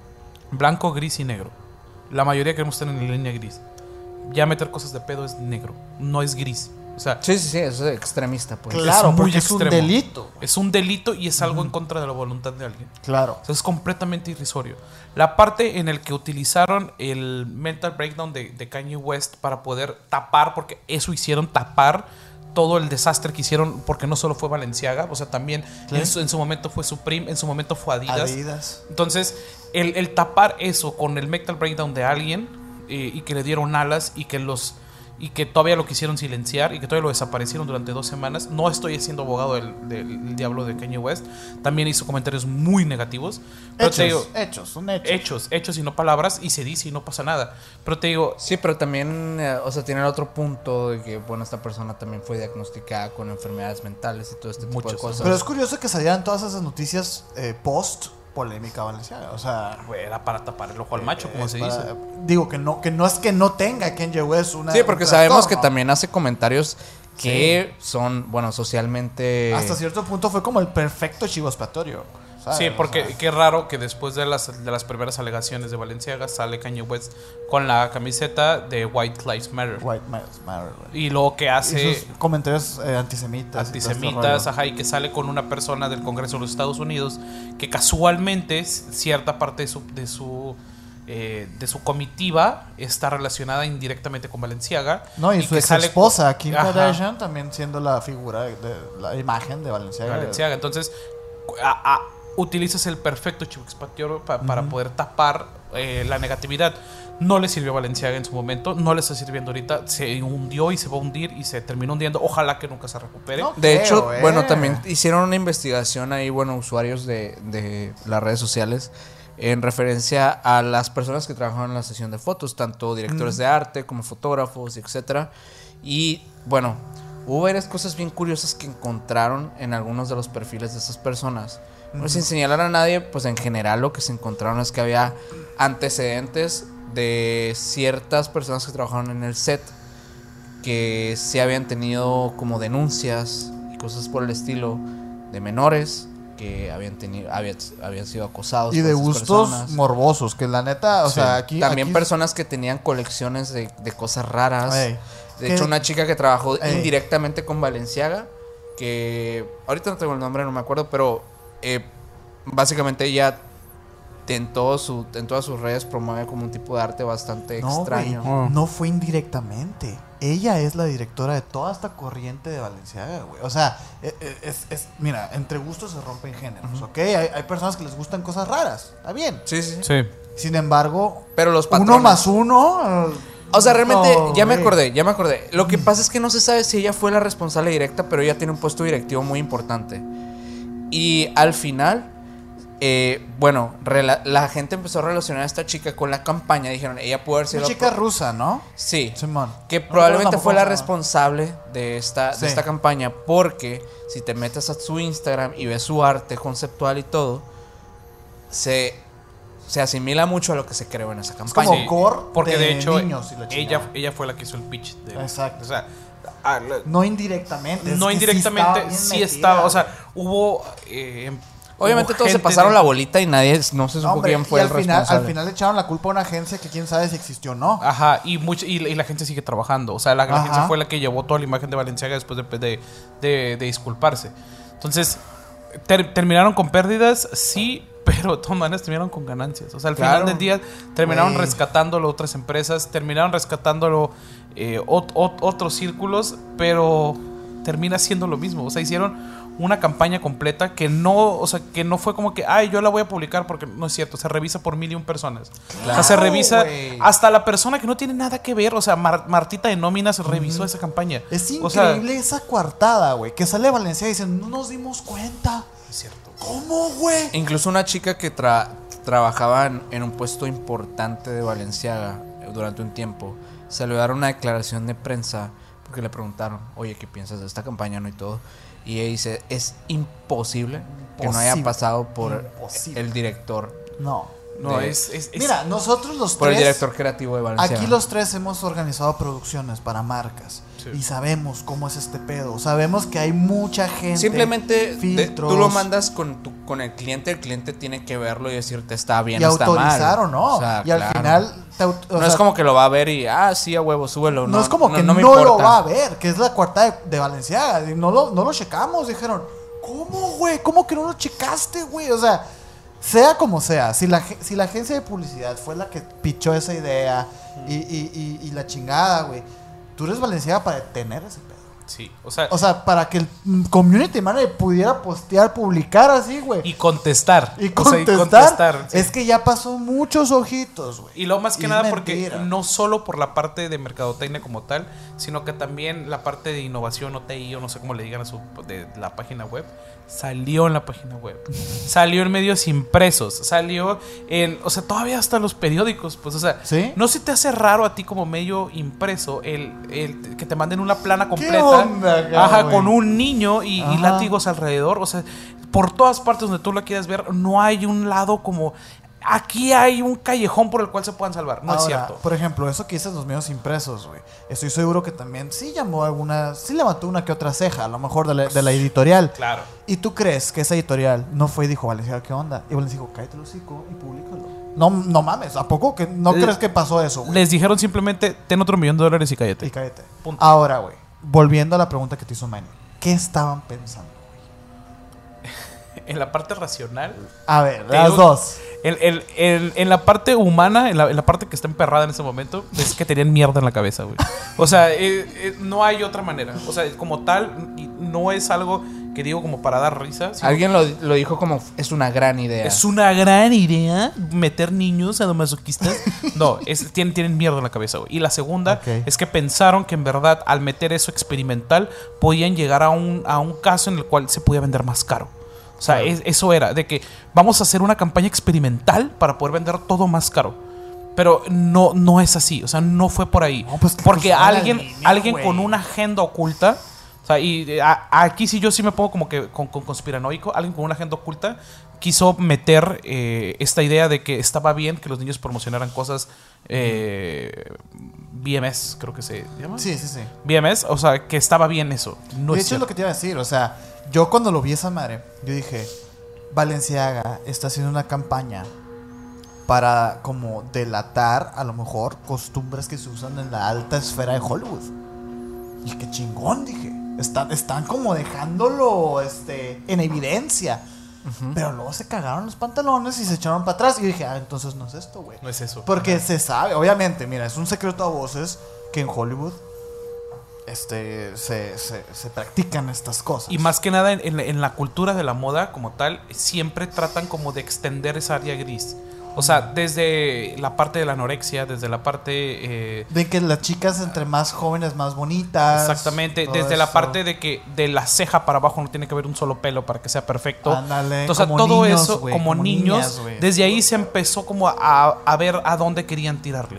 blanco, gris y negro. La mayoría queremos estar en la línea gris. Ya meter cosas de pedo es negro, no es gris. O sea, Sí, sí, sí, eso es extremista, pues. Claro, es muy porque es un extremo. delito. es un delito y es algo en contra de la voluntad de alguien. Claro. O sea, es completamente irrisorio. La parte en el que utilizaron el mental breakdown de, de Kanye West para poder tapar, porque eso hicieron, tapar todo el desastre que hicieron, porque no solo fue Balenciaga, o sea, también Sí. en, su, en su momento fue Supreme, en su momento fue Adidas. Adidas. Entonces, el, el tapar eso con el mental breakdown de alguien eh, y que le dieron alas y que los y que todavía lo quisieron silenciar y que todavía lo desaparecieron durante dos semanas. No estoy siendo abogado del, del- del diablo de Kanye West. También hizo comentarios muy negativos. Pero Hechos, te digo, hechos, son hechos. hechos, hechos y no palabras, y se dice y no pasa nada. Pero te digo, Sí, pero también, eh, o sea, tiene el otro punto de que, bueno, esta persona también fue diagnosticada con enfermedades mentales y todo este tipo Muchas, de cosas. Pero es curioso que salieran todas esas noticias eh, post polémica Valenciaga. O sea, güey, era para tapar el ojo al macho, como es se para- dice. Digo que no, que no es que no tenga Kanye West una. Sí, porque un sabemos que trastorno. también hace comentarios que son, bueno, socialmente... Hasta cierto punto fue como el perfecto chivo expiatorio. ¿sabes? Sí, O porque sea, qué raro que después de las, de las primeras alegaciones de Balenciaga sale Kanye West con la camiseta de White Lives Matter. White Lives Matter, güey. Y luego que Y hace sus comentarios eh, antisemitas. y todo este antisemitas, rollo. ajá, y que sale con una persona del Congreso de los Estados Unidos que casualmente s- cierta parte de su de su eh, de su comitiva está relacionada indirectamente con Balenciaga. No, y, su que ex sale esposa, Kim Ajá. Kardashian, también siendo la figura de, de la imagen de Valenciaga. Balenciaga. Entonces, a- a- utilizas el perfecto chivo expiatorio pa- para poder tapar eh, la negatividad. No le sirvió a Balenciaga en su momento, no le está sirviendo ahorita. Se hundió y se va a hundir y se terminó hundiendo. Ojalá que nunca se recupere. No. De Creo, hecho, eh. bueno, también hicieron una investigación ahí, bueno, usuarios de, de las redes sociales en referencia a las personas que trabajaron en la sesión de fotos, tanto directores de arte como fotógrafos, etcétera. Y bueno, hubo varias cosas bien curiosas que encontraron en algunos de los perfiles de esas personas. No sin señalar a nadie, pues en general lo que se encontraron es que había antecedentes de ciertas personas que trabajaron en el set que sí habían tenido como denuncias y cosas por el estilo de menores que habían tenido habían, habían sido acosados Y por de esas gustos personas. morbosos, que la neta, o Sí. sea, aquí. También aquí- personas que tenían colecciones de, de cosas raras. Ey. De ¿Qué? hecho, una chica que trabajó Ey. indirectamente con Balenciaga, que ahorita no tengo el nombre, no me acuerdo, pero eh, básicamente ella en, todo su, en todas sus redes promueve como un tipo de arte bastante No, extraño. güey, no fue indirectamente. Ella es la directora de toda esta corriente de Valenciaga, güey. O sea, e- e- es, es- mira, entre gustos se rompen géneros, ¿ok? Hay, hay personas que les gustan cosas raras, está bien. Sí, sí. Sí. Sin embargo, Pero los patrones. uno más uno. eh, O sea, realmente, no, ya me güey. acordé, ya me acordé. Lo que pasa es que no se sabe si ella fue la responsable directa, pero ella tiene un puesto directivo muy importante. Y al final, eh, bueno, rela- la gente empezó a relacionar a esta chica con la campaña. Dijeron, ella puede haber sido... Una la chica pro- rusa, ¿no? Sí. Simón. Que No, probablemente pero fue la tampoco- responsable de esta, Sí. de esta campaña. Porque si te metes a su Instagram y ves su arte conceptual y todo, se, se asimila mucho a lo que se creó en esa Es campaña. como Sí, gore porque de, de hecho niños y la ella, chingada. ella fue la que hizo el pitch de, Exacto. o sea, a la- No indirectamente. es no que indirectamente sí sí estaba, bien estaba, metida. o sea, hubo eh, O Obviamente hubo todos se gente pasaron de- la bolita y nadie, no se supo No, hombre, quién fue y el al final, responsable. al final le echaron la culpa a una agencia que quién sabe si existió o no. Ajá, y, mucho, y, y la gente sigue trabajando. O sea, la, la Ajá. agencia fue la que llevó toda la imagen de Balenciaga después de, de, de, de disculparse. Entonces, ter- terminaron con pérdidas, sí, pero de todas maneras terminaron con ganancias. O sea, al Claro. final del día terminaron Güey. rescatándolo otras empresas, terminaron rescatándolo eh, ot- ot- otros círculos, pero termina siendo lo mismo. O sea, hicieron una campaña completa que no, o sea, que no fue como que, ay, yo la voy a publicar, porque no es cierto, se revisa por mil y un personas. O sea, se Claro, revisa güey. hasta la persona que no tiene nada que ver. O sea, Mar- Martita de Nóminas revisó esa campaña. Es O sea, increíble esa coartada, güey. Que sale Valenciaga y dicen, no nos dimos cuenta. es cierto. ¿Cómo, güey? Incluso una chica que tra- trabajaba en, en un puesto importante de Balenciaga eh, durante un tiempo, se le dieron una declaración de prensa porque le preguntaron, oye, ¿qué piensas de esta campaña no y todo? Y ella dice, es imposible que no haya Imposible. pasado por Imposible. el director, No. No, de- es, es, es- Mira, nosotros los por el tres... director creativo de Balenciaga. Aquí los tres hemos organizado producciones para marcas. Sí. Y sabemos cómo es este pedo. Sabemos que hay mucha gente. Simplemente de- filtros, tú lo mandas con, tu, con el cliente, el cliente tiene que verlo y decirte está bien y o está mal. autorizar o no. O sea, y al claro. final. te aut- o no sea, es como que lo va a ver y, ah, sí, a huevo, súbelo. no es como que no, me lo importa. va a ver, que es la cuarta de, de Valenciaga. Y No lo, no lo checamos. Dijeron, ¿cómo, güey? ¿Cómo que no lo checaste, güey? O sea, sea como sea, si la, ge- si la agencia de publicidad fue la que pichó esa idea y, y, y, y la chingada, güey, tú eres Valenciaga para detener ese pedo. sí, o sea, O sea, para que el mm, community manager pudiera postear, publicar así, güey. y contestar. Y O sea, y contestar. contestar, sí. Es que ya pasó muchos ojitos, güey. Y lo más que Y nada es porque mentira. no solo por la parte de mercadotecnia como tal, sino que también la parte de innovación o T I o no sé cómo le digan a su de la página web, salió en la página web. Salió en medios impresos, salió en, o sea, todavía hasta los periódicos, pues, o sea, ¿Sí? ¿no se te hace raro a ti como medio impreso el, el que te manden una plana completa? onda acá, Ajá, güey? con un niño y, y Ajá. látigos alrededor, o sea, por todas partes donde tú la quieras ver, no hay un lado como aquí hay un callejón por el cual se puedan salvar. No es Ahora, cierto. por ejemplo, eso que dices los medios impresos, güey. Estoy seguro que también sí llamó alguna, sí levantó una que otra ceja, a lo mejor de la, de la editorial. Claro. ¿Y tú crees que esa editorial no fue y dijo, Valenciaga, ¿qué onda? Y Valenciaga dijo, cállate el hocico y públicalo. No, no mames, ¿a poco? que ¿No Le- crees que pasó eso, güey? Les dijeron simplemente, ten otro millón de dólares y cállate. Y cállate. Punto. Ahora, güey, volviendo a la pregunta que te hizo Manny. ¿Qué estaban pensando? En la parte racional, A ver, Te las digo- dos. el- el- el- en la parte humana, en la, en la parte que está emperrada en ese momento, es que tenían mierda en la cabeza, güey. O sea, eh, eh, no hay otra manera. O sea, como tal, y no es algo que digo como para dar risa. sino Alguien lo, lo dijo como es una gran idea. Es una gran idea meter niños sadomasoquistas. No, es, tienen, tienen mierda en la cabeza, güey. Y la segunda Ok. es que pensaron que en verdad al meter eso experimental podían llegar a un, a un caso en el cual se podía vender más caro. O sea, es- eso era, de que vamos a hacer una campaña experimental para poder vender todo más caro. Pero no, no es así, o sea, no fue por ahí. No, pues, que Porque cruzó la alguien, línea, alguien güey. con una agenda oculta, o sea, y eh, a- aquí sí yo sí me pongo como que con, con conspiranoico, alguien con una agenda oculta quiso meter eh, esta idea de que estaba bien que los niños promocionaran cosas eh, B M S, creo que se llama. Sí, sí, sí. B M S, o sea, que estaba bien eso. No de es hecho, es lo cierto. que te iba a decir. O sea, yo cuando lo vi esa madre, yo dije, Balenciaga está haciendo una campaña para como delatar a lo mejor costumbres que se usan en la alta esfera de Hollywood. Y qué chingón, dije. Están, están como dejándolo este, en evidencia. Pero luego se cagaron los pantalones y se echaron para atrás. Y dije, ah, entonces no es esto, güey. No es eso. Porque se sabe, obviamente, mira, es un secreto a voces que en Hollywood este, se, se, se practican estas cosas. Y más que nada en, en la- en la cultura de la moda como tal, siempre tratan como de extender esa área gris. O sea, desde la parte de la anorexia, desde la parte... eh, De que las chicas entre más jóvenes, más bonitas. exactamente, todo desde la eso. parte de que de la ceja para abajo no tiene que haber un solo pelo para que sea perfecto. Ándale, Entonces, como todo niños, eso, güey, como, como niños, niñas, güey. desde ahí se empezó como a, a ver a dónde querían tirarle. O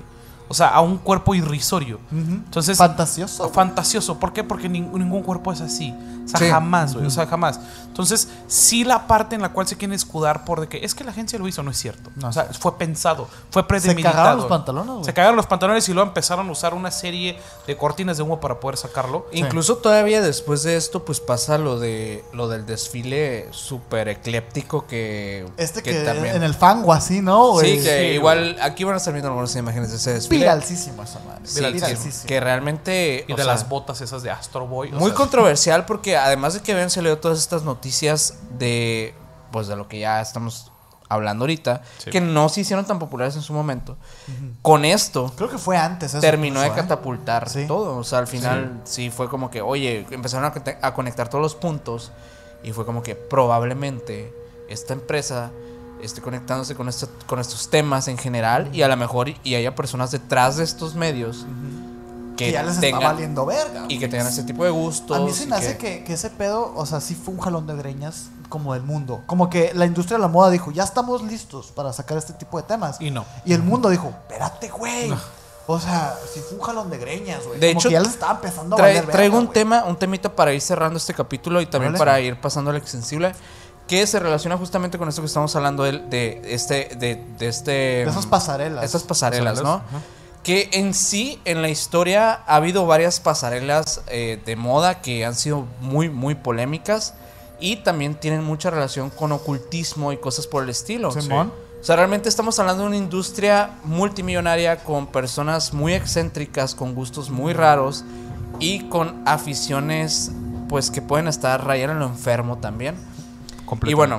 O sea, a un cuerpo irrisorio. Uh-huh. Entonces, fantasioso. Fantasioso. ¿Por qué? Porque nin- ningún cuerpo es así. O sea, Sí. jamás, güey. Uh-huh. O sea, jamás. Entonces, sí la parte en la cual se quieren escudar por de que es que la agencia lo hizo, no es cierto. No, o sea, sí. fue pensado, fue Se premeditado. cagaron los pantalones, güey. Se cagaron los pantalones y luego empezaron a usar una serie de cortinas de humo para poder sacarlo. Sí. Incluso todavía después de esto, pues pasa lo de lo del desfile súper ecléptico que, Este que, también. en el fango así, ¿no, güey? Sí, que Sí, igual aquí van a estar viendo algunas imágenes de ese desfile. Viralísimo esa madre. Sí, que, Viralísimo. que realmente. Y o de sea, las botas esas de Astro Boy. o muy sea, controversial porque además de que habían salido todas estas noticias de pues de lo que ya estamos hablando ahorita, Sí. que no se hicieron tan populares en su momento. Uh-huh. Con esto Creo que fue antes eso. terminó incluso, de ¿eh? catapultar Sí. todo. O sea, al final sí. sí fue como que, oye, empezaron a, conect- a conectar todos los puntos y fue como que probablemente esta empresa esté conectándose con, esto, con estos temas en general uh-huh. y a lo mejor y, y haya personas detrás de estos medios uh-huh. que, que ya les tengan, está valiendo verga. Y que tengan ese tipo de gustos. A mí se me hace que... Que, que ese pedo, o sea, sí fue un jalón de greñas como del mundo. Como que la industria de la moda dijo, ya estamos listos para sacar este tipo de temas. Y no. Y el mundo dijo, espérate, güey. No. O sea, sí fue un jalón de greñas, güey. De como hecho, que ya les estaba empezando a trae, valer verga, traigo un güey. tema, un temita para ir cerrando este capítulo y también ¿Vale? para ir pasando al extensible, que se relaciona justamente con esto que estamos hablando de, de este, de, de este, de esas pasarelas. Estas pasarelas, pasarelas, ¿no? ajá. Que en sí, en la historia, ha habido varias pasarelas eh, de moda que han sido muy, muy polémicas y también tienen mucha relación con ocultismo y cosas por el estilo. Simón. O sea, realmente estamos hablando de una industria multimillonaria con personas muy excéntricas, con gustos muy raros y con aficiones, pues, que pueden estar rayando en lo enfermo también. Y bueno,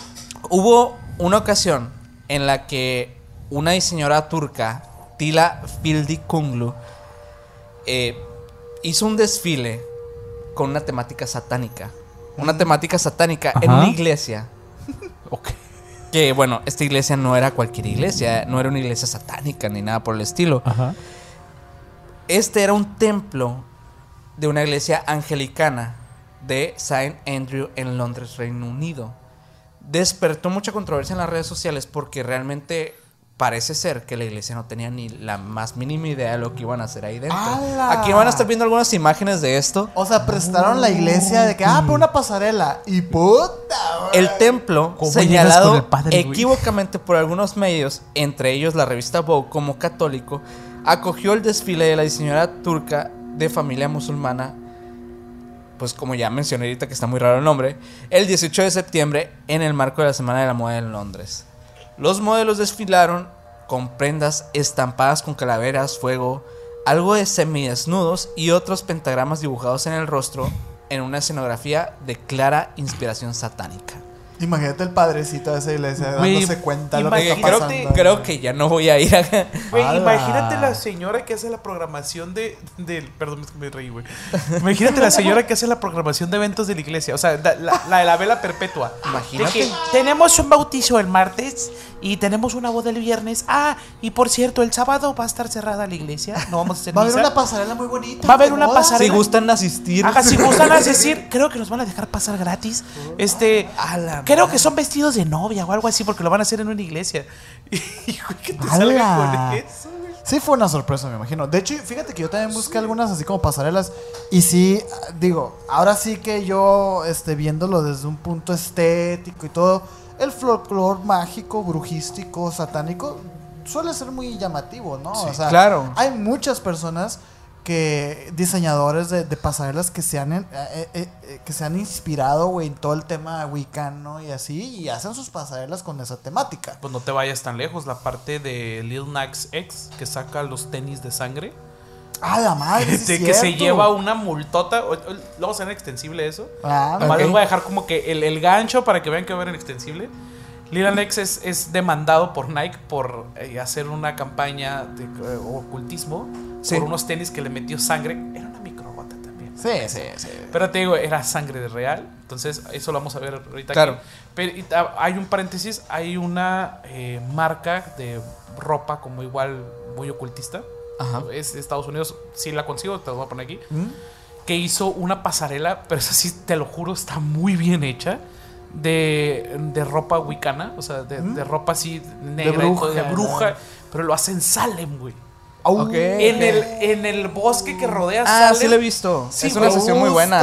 hubo una ocasión en la que una diseñadora turca, Tila Fildi-Kunglu, eh, hizo un desfile con una temática satánica. Una temática satánica Ajá. en una iglesia. Ok. Que bueno, esta iglesia no era cualquier iglesia, no era una iglesia satánica ni nada por el estilo. Ajá. Este era un templo de una iglesia anglicana de Saint Andrew en Londres, Reino Unido. Despertó mucha controversia en las redes sociales porque realmente parece ser que la iglesia no tenía ni la más mínima idea de lo que iban a hacer ahí dentro. ¡Hala! Aquí van a estar viendo algunas imágenes de esto. O sea, prestaron la iglesia de que, ah, pero una pasarela. Y puta, güey. El templo, ¿Cómo llegas señalado con el padre, güey? equívocamente por algunos medios, entre ellos la revista Vogue, como católico, acogió el desfile de la diseñadora turca de familia musulmana, pues como ya mencioné ahorita que está muy raro el nombre, el dieciocho de septiembre en el marco de la Semana de la Moda en Londres. Los modelos desfilaron con prendas estampadas con calaveras, fuego, algo de semidesnudos y otros pentagramas dibujados en el rostro en una escenografía de clara inspiración satánica. Imagínate el padrecito de esa iglesia Güey, dándose cuenta de lo que está Creo, pasando. creo que ya no voy a ir a... Güey, ¡Hala! imagínate la señora que hace la programación de, de perdón, es que me reí, güey. Imagínate la señora que hace la programación de eventos de la iglesia. O sea, da- la, la de la vela perpetua. Imagínate. De que tenemos un bautizo el martes y tenemos una boda el viernes. Ah, y por cierto, el sábado va a estar cerrada la iglesia. No vamos a hacer Va a haber misa. una pasarela muy bonita. Va a haber de una moda. pasarela. Si gustan asistir. Ajá, si gustan asistir, creo que nos van a dejar pasar gratis. Este, A la creo madre. que son vestidos de novia o algo así porque lo van a hacer en una iglesia. Y güey, que te ¡Hala! salga con eso, güey. Sí fue una sorpresa, me imagino. De hecho, fíjate que yo también busqué algunas así como pasarelas. Y sí, digo, ahora sí que yo, este, viéndolo desde un punto estético y todo, el folclore mágico, brujístico, satánico, suele ser muy llamativo, ¿no? Sí, o sea, claro. hay muchas personas que, diseñadores de, de pasarelas que se han, eh, eh, eh, que se han inspirado, güey, en todo el tema wicano y así, y hacen sus pasarelas con esa temática. Pues no te vayas tan lejos. La parte de Lil Nas X que saca los tenis de sangre. ¡Ah, la madre! Sí De es que se cierto. lleva una multota. O- o- Lo vamos a hacer en extensible eso. Ah, Nomás ok. les voy a dejar como que el, el gancho para que vean que va a haber en extensible. Lil Nas X es, es demandado por Nike por eh, hacer una campaña de eh, ocultismo Sí. por unos tenis que le metió sangre. Era una microbota también. Sí, sí, sí. Pero te digo, era sangre de real. Entonces, eso lo vamos a ver ahorita. Claro. Aquí. Pero y ta- hay un paréntesis: hay una eh, marca de ropa, como igual muy ocultista. Ajá. Es de Estados Unidos. Si la consigo, te lo voy a poner aquí. ¿Mm? Que hizo una pasarela, pero esa sí, te lo juro, está muy bien hecha. De, de ropa wicana, o sea, de, ¿Mm? de ropa así negra, De bruja, y todo, de ¿no? bruja, pero lo hacen Salem, güey. Oh, okay, en, okay. El, en el bosque que rodea Ah, Salem. sí lo he visto. Sí, es una güey. sesión muy buena.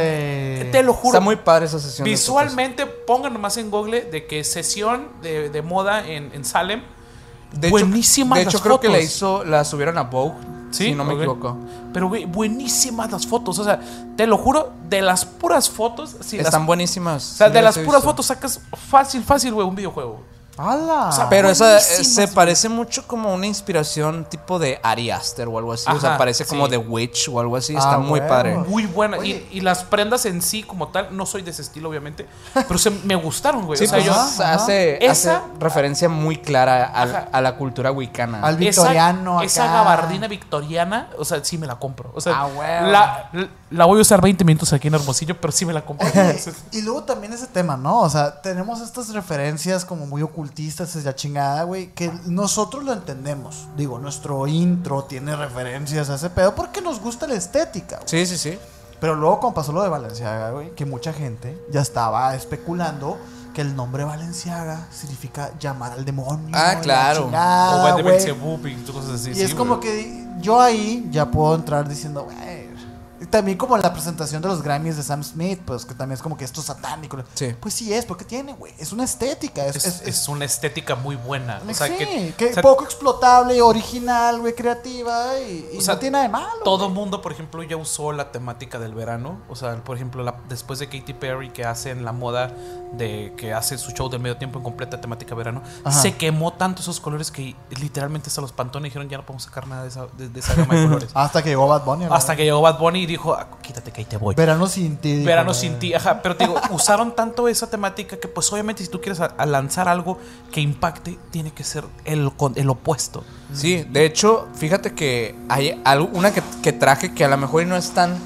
Wey. Te lo juro. Está muy padre esa sesión. Visualmente, pongan nomás en Google de que sesión de, de moda en, en Salem. De buenísimas hecho, de las hecho creo fotos. que la hizo, la subieron a Vogue, ¿Sí? si no me Ok. equivoco. Pero, güey, buenísimas las fotos. O sea, te lo juro, de las puras fotos. Si Están las, buenísimas. O sea, Sí, de las las he puras visto. fotos sacas fácil, fácil, güey, un videojuego. ¡Hala! O sea, Pero esa eh, buenísimas, se güey. parece mucho como una inspiración tipo de Ari Aster o algo así. o sea, Ajá, parece como sí. The Witch o algo así. Ah, Está muy huevo. padre. Muy buena. Y, Oye. y las prendas en sí, como tal, no soy de ese estilo, obviamente. Pero se, me gustaron, güey. Sí, o sea, pues yo. Ajá, hace, Esa- hace referencia muy clara al- Ajá. a la cultura wicana. Al victoriano esa, acá. esa gabardina victoriana, o sea, sí me la compro. O sea, Ah, huevo. la, la voy a usar veinte minutos aquí en Hermosillo, pero sí me la compro. Oye, y luego también ese tema, ¿no? O sea, tenemos estas referencias como muy ocultistas, es ya chingada, güey, que nosotros lo entendemos. Digo, nuestro intro tiene referencias a ese pedo porque nos gusta la estética, güey. Sí, sí, sí. Pero luego cuando pasó lo de Balenciaga, güey, que mucha gente ya estaba especulando que el nombre Balenciaga significa llamar al demonio. Ah, y la claro. chingada, o vende güey. Belzebub y cosas así. Y sí, es como güey. que yo ahí ya puedo entrar diciendo, güey. Y también como la presentación de los Grammys de Sam Smith, pues que también es como que esto es satánico. Sí. Pues sí es, porque tiene, güey. Es una estética. Es, Es, es, es una estética muy buena. O sea, sí, que, que o sea, poco explotable, original, güey, creativa. Y, y O sea, no tiene nada de malo. todo güey. mundo, por ejemplo, ya usó la temática del verano. O sea, por ejemplo, la- después de Katy Perry, que hacen la moda de que hace su show de medio tiempo en completa temática verano, Ajá. se quemó tanto esos colores que literalmente hasta los Pantone dijeron ya no podemos sacar nada de esa, de, de esa gama de colores. Hasta que llegó Bad Bunny. ¿verdad? Hasta que llegó Bad Bunny y dijo, "Ah, quítate que ahí te voy. Verano sin ti. dijo, Verano güey. sin ti, ajá, pero te digo, usaron tanto esa temática que pues obviamente si tú quieres a, a lanzar algo que impacte, tiene que ser el, con- el opuesto. Sí, de hecho, fíjate que hay algo, una que, que traje que a lo mejor no es tan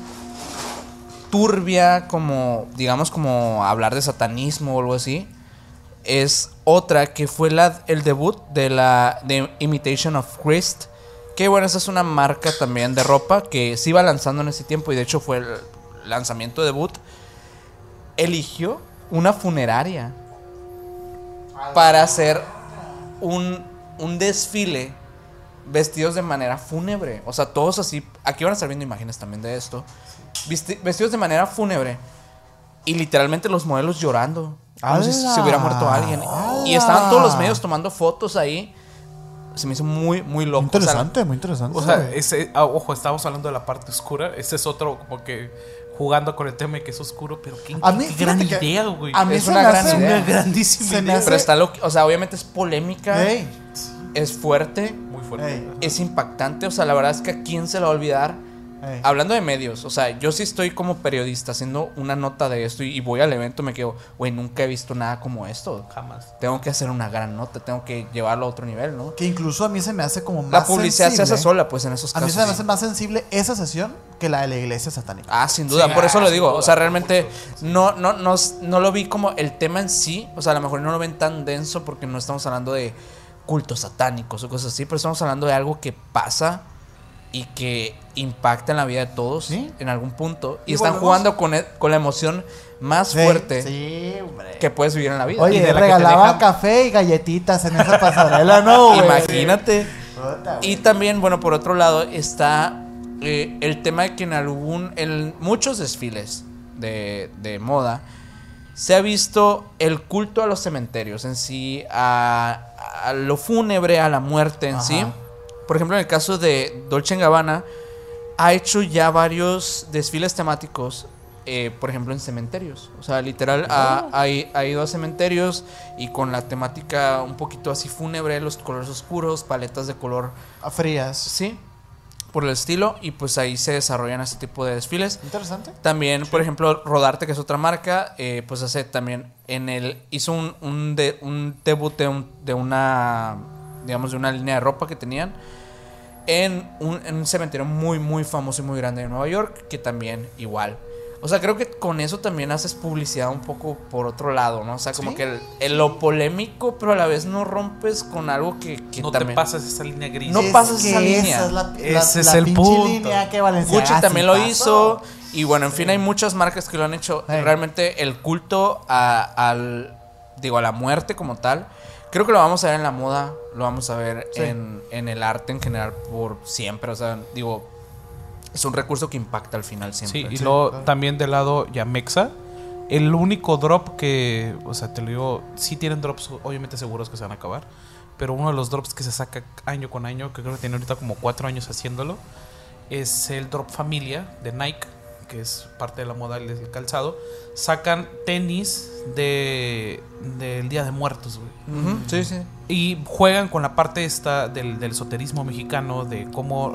turbia como, digamos, como hablar de satanismo o algo así. Es otra que fue la, el debut de la de Imitation of Christ. Que bueno, esa es una marca también de ropa que se iba lanzando en ese tiempo y de hecho fue el lanzamiento debut. Eligió una funeraria para hacer un, un desfile vestidos de manera fúnebre. O sea, todos así. Aquí van a estar viendo imágenes también de esto. Vesti- vestidos de manera fúnebre. Y literalmente los modelos llorando. Como si ¡Hala! se hubiera muerto alguien. ¡Hala! Y estaban todos los medios tomando fotos ahí. Se me hizo muy, muy loco. Muy interesante, muy interesante. O sea, güey. ese, ah, ojo, estábamos hablando de la parte oscura. Ese es otro, como que jugando con el tema de que es oscuro, pero qué, A mí, qué gran fíjate que idea, güey. a mí Es se una me gran hace- idea. Una grandísima Se me idea. hace- Pero está loco. O sea, obviamente es polémica. Ey, Es fuerte. Muy fuerte. ey, Es impactante. O sea, la verdad es que a quién se la va a olvidar. ey. Hablando de medios, o sea, yo sí estoy como periodista haciendo una nota de esto y, y voy al evento y me quedo, güey, nunca he visto nada como esto. Jamás. Tengo que hacer una gran nota, tengo que llevarlo a otro nivel, ¿no? Que incluso a mí se me hace como más La publicidad se hace sensible. sola, pues, en esos A mí casos. se me hace más sensible esa sesión que la de la iglesia satánica. Ah, sin duda, Sí, por eso ah, lo sin digo. duda, O sea, por realmente mucho, sí. no, no, no, no lo vi como el tema en sí. O sea, a lo mejor no lo ven tan denso porque no estamos hablando de cultos satánicos o cosas así, pero estamos hablando de algo que pasa y que impacta en la vida de todos Sí. en algún punto. Y, Y están volvemos- jugando con, e- con la emoción más Sí, fuerte Sí, hombre. que puedes vivir en la vida. Oye, Y de la que te regalaba dejan- café y galletitas en esa pasarela, ¿no, güey? Imagínate. Puta, güey. Y también, bueno, por otro lado está eh, el tema de que en algún, en muchos desfiles de, de moda se ha visto el culto a los cementerios en sí, a, a lo fúnebre, a la muerte en Ajá. sí. Por ejemplo, en el caso de Dolce and Gabbana, ha hecho ya varios desfiles temáticos, eh, por ejemplo, en cementerios. O sea, literal, ha, ha i- ha ido a cementerios y con la temática un poquito así fúnebre, los colores oscuros, paletas de color, A frías. sí, por el estilo, y pues ahí se desarrollan ese tipo de desfiles. Interesante. También, por ejemplo, Rodarte, que es otra marca, eh, pues hace también en el hizo un, un, de, un debut de, un- de una, digamos, de una línea de ropa que tenían en un, en un cementerio muy, muy famoso y muy grande de Nueva York, que también igual. O sea, creo que con eso también haces publicidad un poco por otro lado, ¿no? O sea, como Sí. que el, el lo polémico, pero a la vez no rompes con algo que, que No también... te pasas esa línea gris. No Es pasas que esa línea. Esa es la, la- Ese es la el pinche punto. línea que Balenciaga Gucci sí también lo pasó. hizo. Y bueno, en fin, hay muchas marcas que lo han hecho. Hey. Realmente el culto a, al, digo, a la muerte como tal. Creo que lo vamos a ver en la moda, lo vamos a ver Sí. en, en el arte en general por siempre. O sea, digo, es un recurso que impacta al final siempre. Sí, y Sí, luego claro. también del lado Yamexa, el único drop que, o sea, te lo digo, sí tienen drops obviamente seguros que se van a acabar, pero uno de los drops que se saca año con año, que creo que tiene ahorita como cuatro años haciéndolo, es el drop Familia de Nike, que es parte de la moda del calzado. Sacan tenis de del Día de Muertos, güey. Ujú, sí, sí. Y juegan con la parte esta del, del esoterismo mexicano, de cómo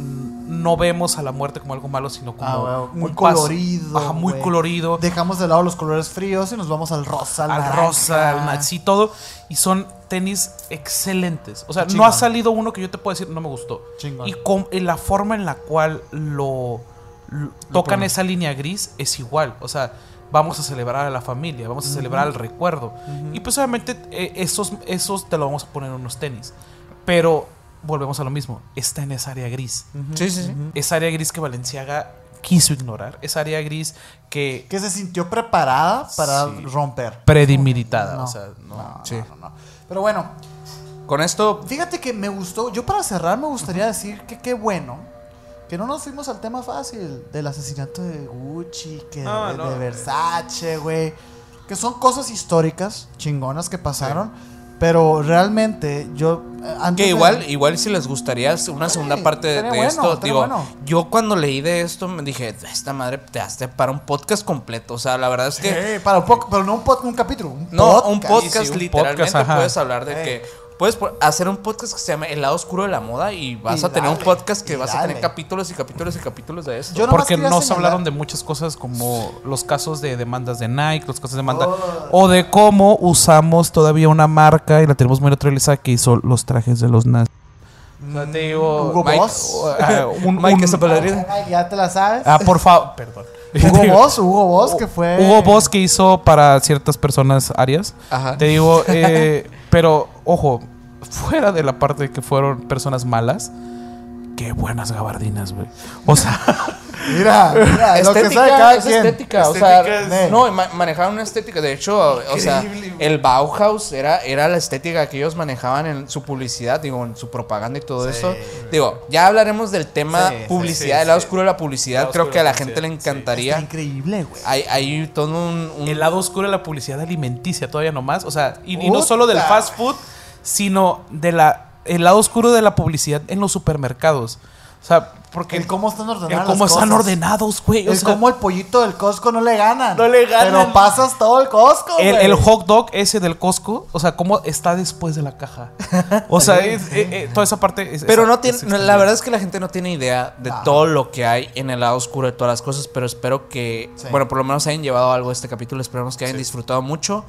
mm, no vemos a la muerte como algo malo, sino como Ah, güey, muy un paso. colorido. Ajá, muy güey. colorido. Dejamos de lado los colores fríos y nos vamos al rosa, al, Al naranja. rosa, al na- sí, todo. Y son tenis excelentes. O sea, Chingón. no ha salido uno que yo te pueda decir, no me gustó. Chingón. Y con y la forma en la cual lo, lo- tocan esa línea gris es igual. O sea, vamos a celebrar a la familia, vamos a celebrar el recuerdo. Y pues obviamente eh, esos, esos te lo vamos a poner en unos tenis. Pero volvemos a lo mismo, está en esa área gris. Sí, sí, sí. Esa área gris que Balenciaga quiso ignorar. Esa área gris que Que se sintió preparada para Sí. romper. predimeditada. No, O sea, no. no, sí. no, no, no. Pero bueno, Con esto, fíjate que me gustó. Yo para cerrar me gustaría decir que qué bueno que no nos fuimos al tema fácil del asesinato de Gucci, que No, de, no. de Versace, güey. Que son cosas históricas, chingonas que pasaron. Pero realmente yo... eh, antes que de- igual, igual si les gustaría una segunda Sí, parte de, estaría de bueno, esto, estaría digo, bueno. yo cuando leí de esto me dije, esta madre te hace para un podcast completo. O sea, la verdad es que Sí, para un poco, pero no un, pod- un capítulo. Un no, podcast. un podcast Sí, sí, un literalmente podcast, ajá. puedes hablar de Eh. que puedes po- hacer un podcast que se llama El lado oscuro de la moda y vas Y a tener un dale, podcast que y vas a dale. tener capítulos y capítulos y capítulos de esto. Yo nomás Porque quería nos señalar- hablaron de muchas cosas como los casos de demandas de Nike, los casos de demanda Oh. o de cómo usamos todavía una marca y la tenemos muy neutralizada que hizo los trajes de los nazis. O sea, te digo, Hugo Mike- Boss. ah, un- Mike, un- esa palabrina. Ay, ya te la sabes. ah, por favor, perdón. Hugo Boss, Hugo Boss, que fue... Hugo Boss que hizo para ciertas personas arias. Ajá. Te digo, eh, pero ojo, fuera de la parte de que fueron personas malas, qué buenas gabardinas, güey. O sea, Mira, mira, lo que sabe Estética, cada es quien. estética, o Estética sea, es- no, ma- manejaban una estética, de hecho, o sea, Increíble, güey. el Bauhaus era, era la estética que ellos manejaban en su publicidad, digo, en su propaganda y todo Sí. eso. Digo, ya hablaremos del tema Sí, sí, publicidad, sí, el lado sí. oscuro de la publicidad, Lado creo oscuro que a de la la gente le publicidad, sí. encantaría. Está increíble, güey. Hay, hay todo un, un- el lado oscuro de la publicidad alimenticia todavía nomás. O sea, y, y no Puta. solo del fast food, sino de la el lado oscuro de la publicidad en los supermercados. O sea, porque El cómo están ordenadas el cómo las están cosas. ordenados, güey. O El sea, cómo el pollito del Costco no le ganan. No le ganan. Pero pasas todo el Costco, el, güey. el hot dog ese del Costco, o sea, cómo está después de la caja. O sea, es- eh, eh, toda esa parte es, Pero esa- no tiene, es no, la extendida. verdad es que la gente no tiene idea de No. todo lo que hay en el lado oscuro de todas las cosas, pero espero que, Sí. bueno, por lo menos hayan llevado algo de este capítulo, esperamos que hayan disfrutado mucho.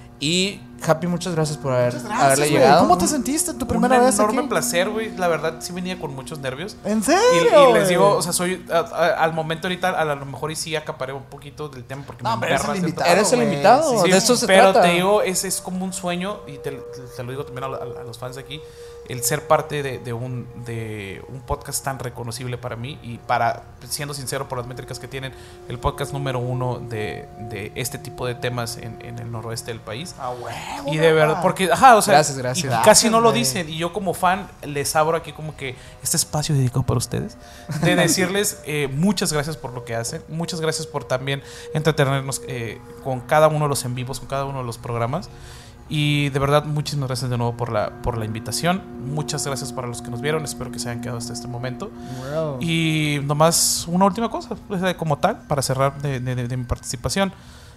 Y Happy, muchas gracias por haber, Muchas gracias, haberle güey. llegado. ¿Cómo te sentiste tu primera un vez enorme aquí? placer, güey. La verdad, sí venía con muchos nervios. ¿En Y, serio? y les güey? digo, o sea, soy a- a- al momento ahorita, a lo mejor y sí acaparé un poquito del tema porque No, me hombre, eres emperra el cierto- invitado. Eres el güey. invitado, Sí, de eso se pero trata. te digo, es, es como un sueño, y te, te lo digo también a, a- a los fans de aquí, el ser parte de, de un, de un podcast tan reconocible para mí y para, siendo sincero por las métricas que tienen, el podcast número uno de, de este tipo de temas en, en el noroeste del país. A huevo, Y de verdad, papá. porque, ajá, o sea, Gracias, gracias. y Gracias, casi no lo güey. dicen. Y yo como fan les abro aquí como que este espacio dedicado para ustedes, de decirles eh, muchas gracias por lo que hacen, muchas gracias por también entretenernos eh, con cada uno de los en vivos, con cada uno de los programas. Y de verdad, muchísimas gracias de nuevo por la, por la invitación. Muchas gracias para los que nos vieron. Espero que se hayan quedado hasta este momento. Wow. Y nomás una última cosa, o sea, como tal, para cerrar de, de- de- de mi participación.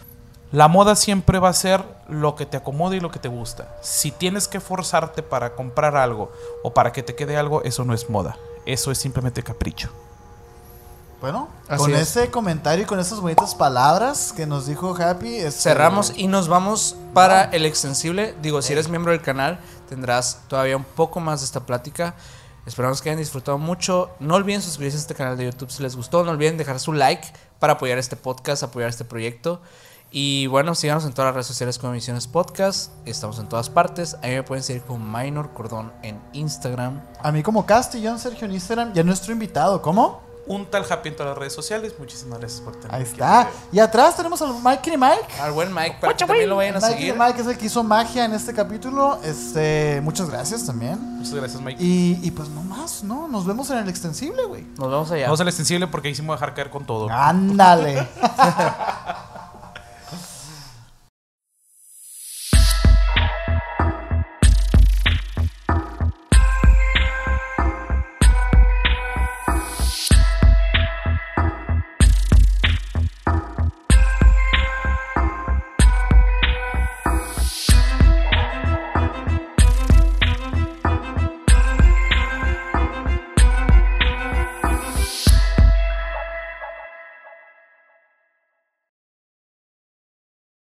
La moda siempre va a ser lo que te acomode y lo que te gusta. Si tienes que forzarte para comprar algo o para que te quede algo, eso no es moda. Eso es simplemente capricho. Bueno, Así con es. ese comentario y con esas bonitas palabras que nos dijo Happy, este, Cerramos y nos vamos para el extensible. Digo, si eres miembro del canal, tendrás todavía un poco más de esta plática. Esperamos que hayan disfrutado mucho. No olviden suscribirse a este canal de YouTube si les gustó. No olviden dejar su like para apoyar este podcast, apoyar este proyecto. Y bueno, síganos en todas las redes sociales como Emisiones Podcast. Estamos en todas partes. A mí me pueden seguir como Minor Cordón en Instagram. A mí como Castillón Sergio en Instagram y a nuestro invitado, ¿cómo? un tal Happy en todas las redes sociales. Muchísimas gracias por tener Ahí aquí está. al video. Y atrás tenemos al Mikey Mike. Al buen Mike, para que también lo vayan a Mikey seguir. Mike es el que hizo magia en este capítulo. Este, muchas gracias también. Muchas gracias, Mike. Y, y pues no más, ¿no? Nos vemos en el extensible, güey. Nos vemos allá. Vamos al extensible porque ahí sí me voy a dejar caer con todo. Ándale.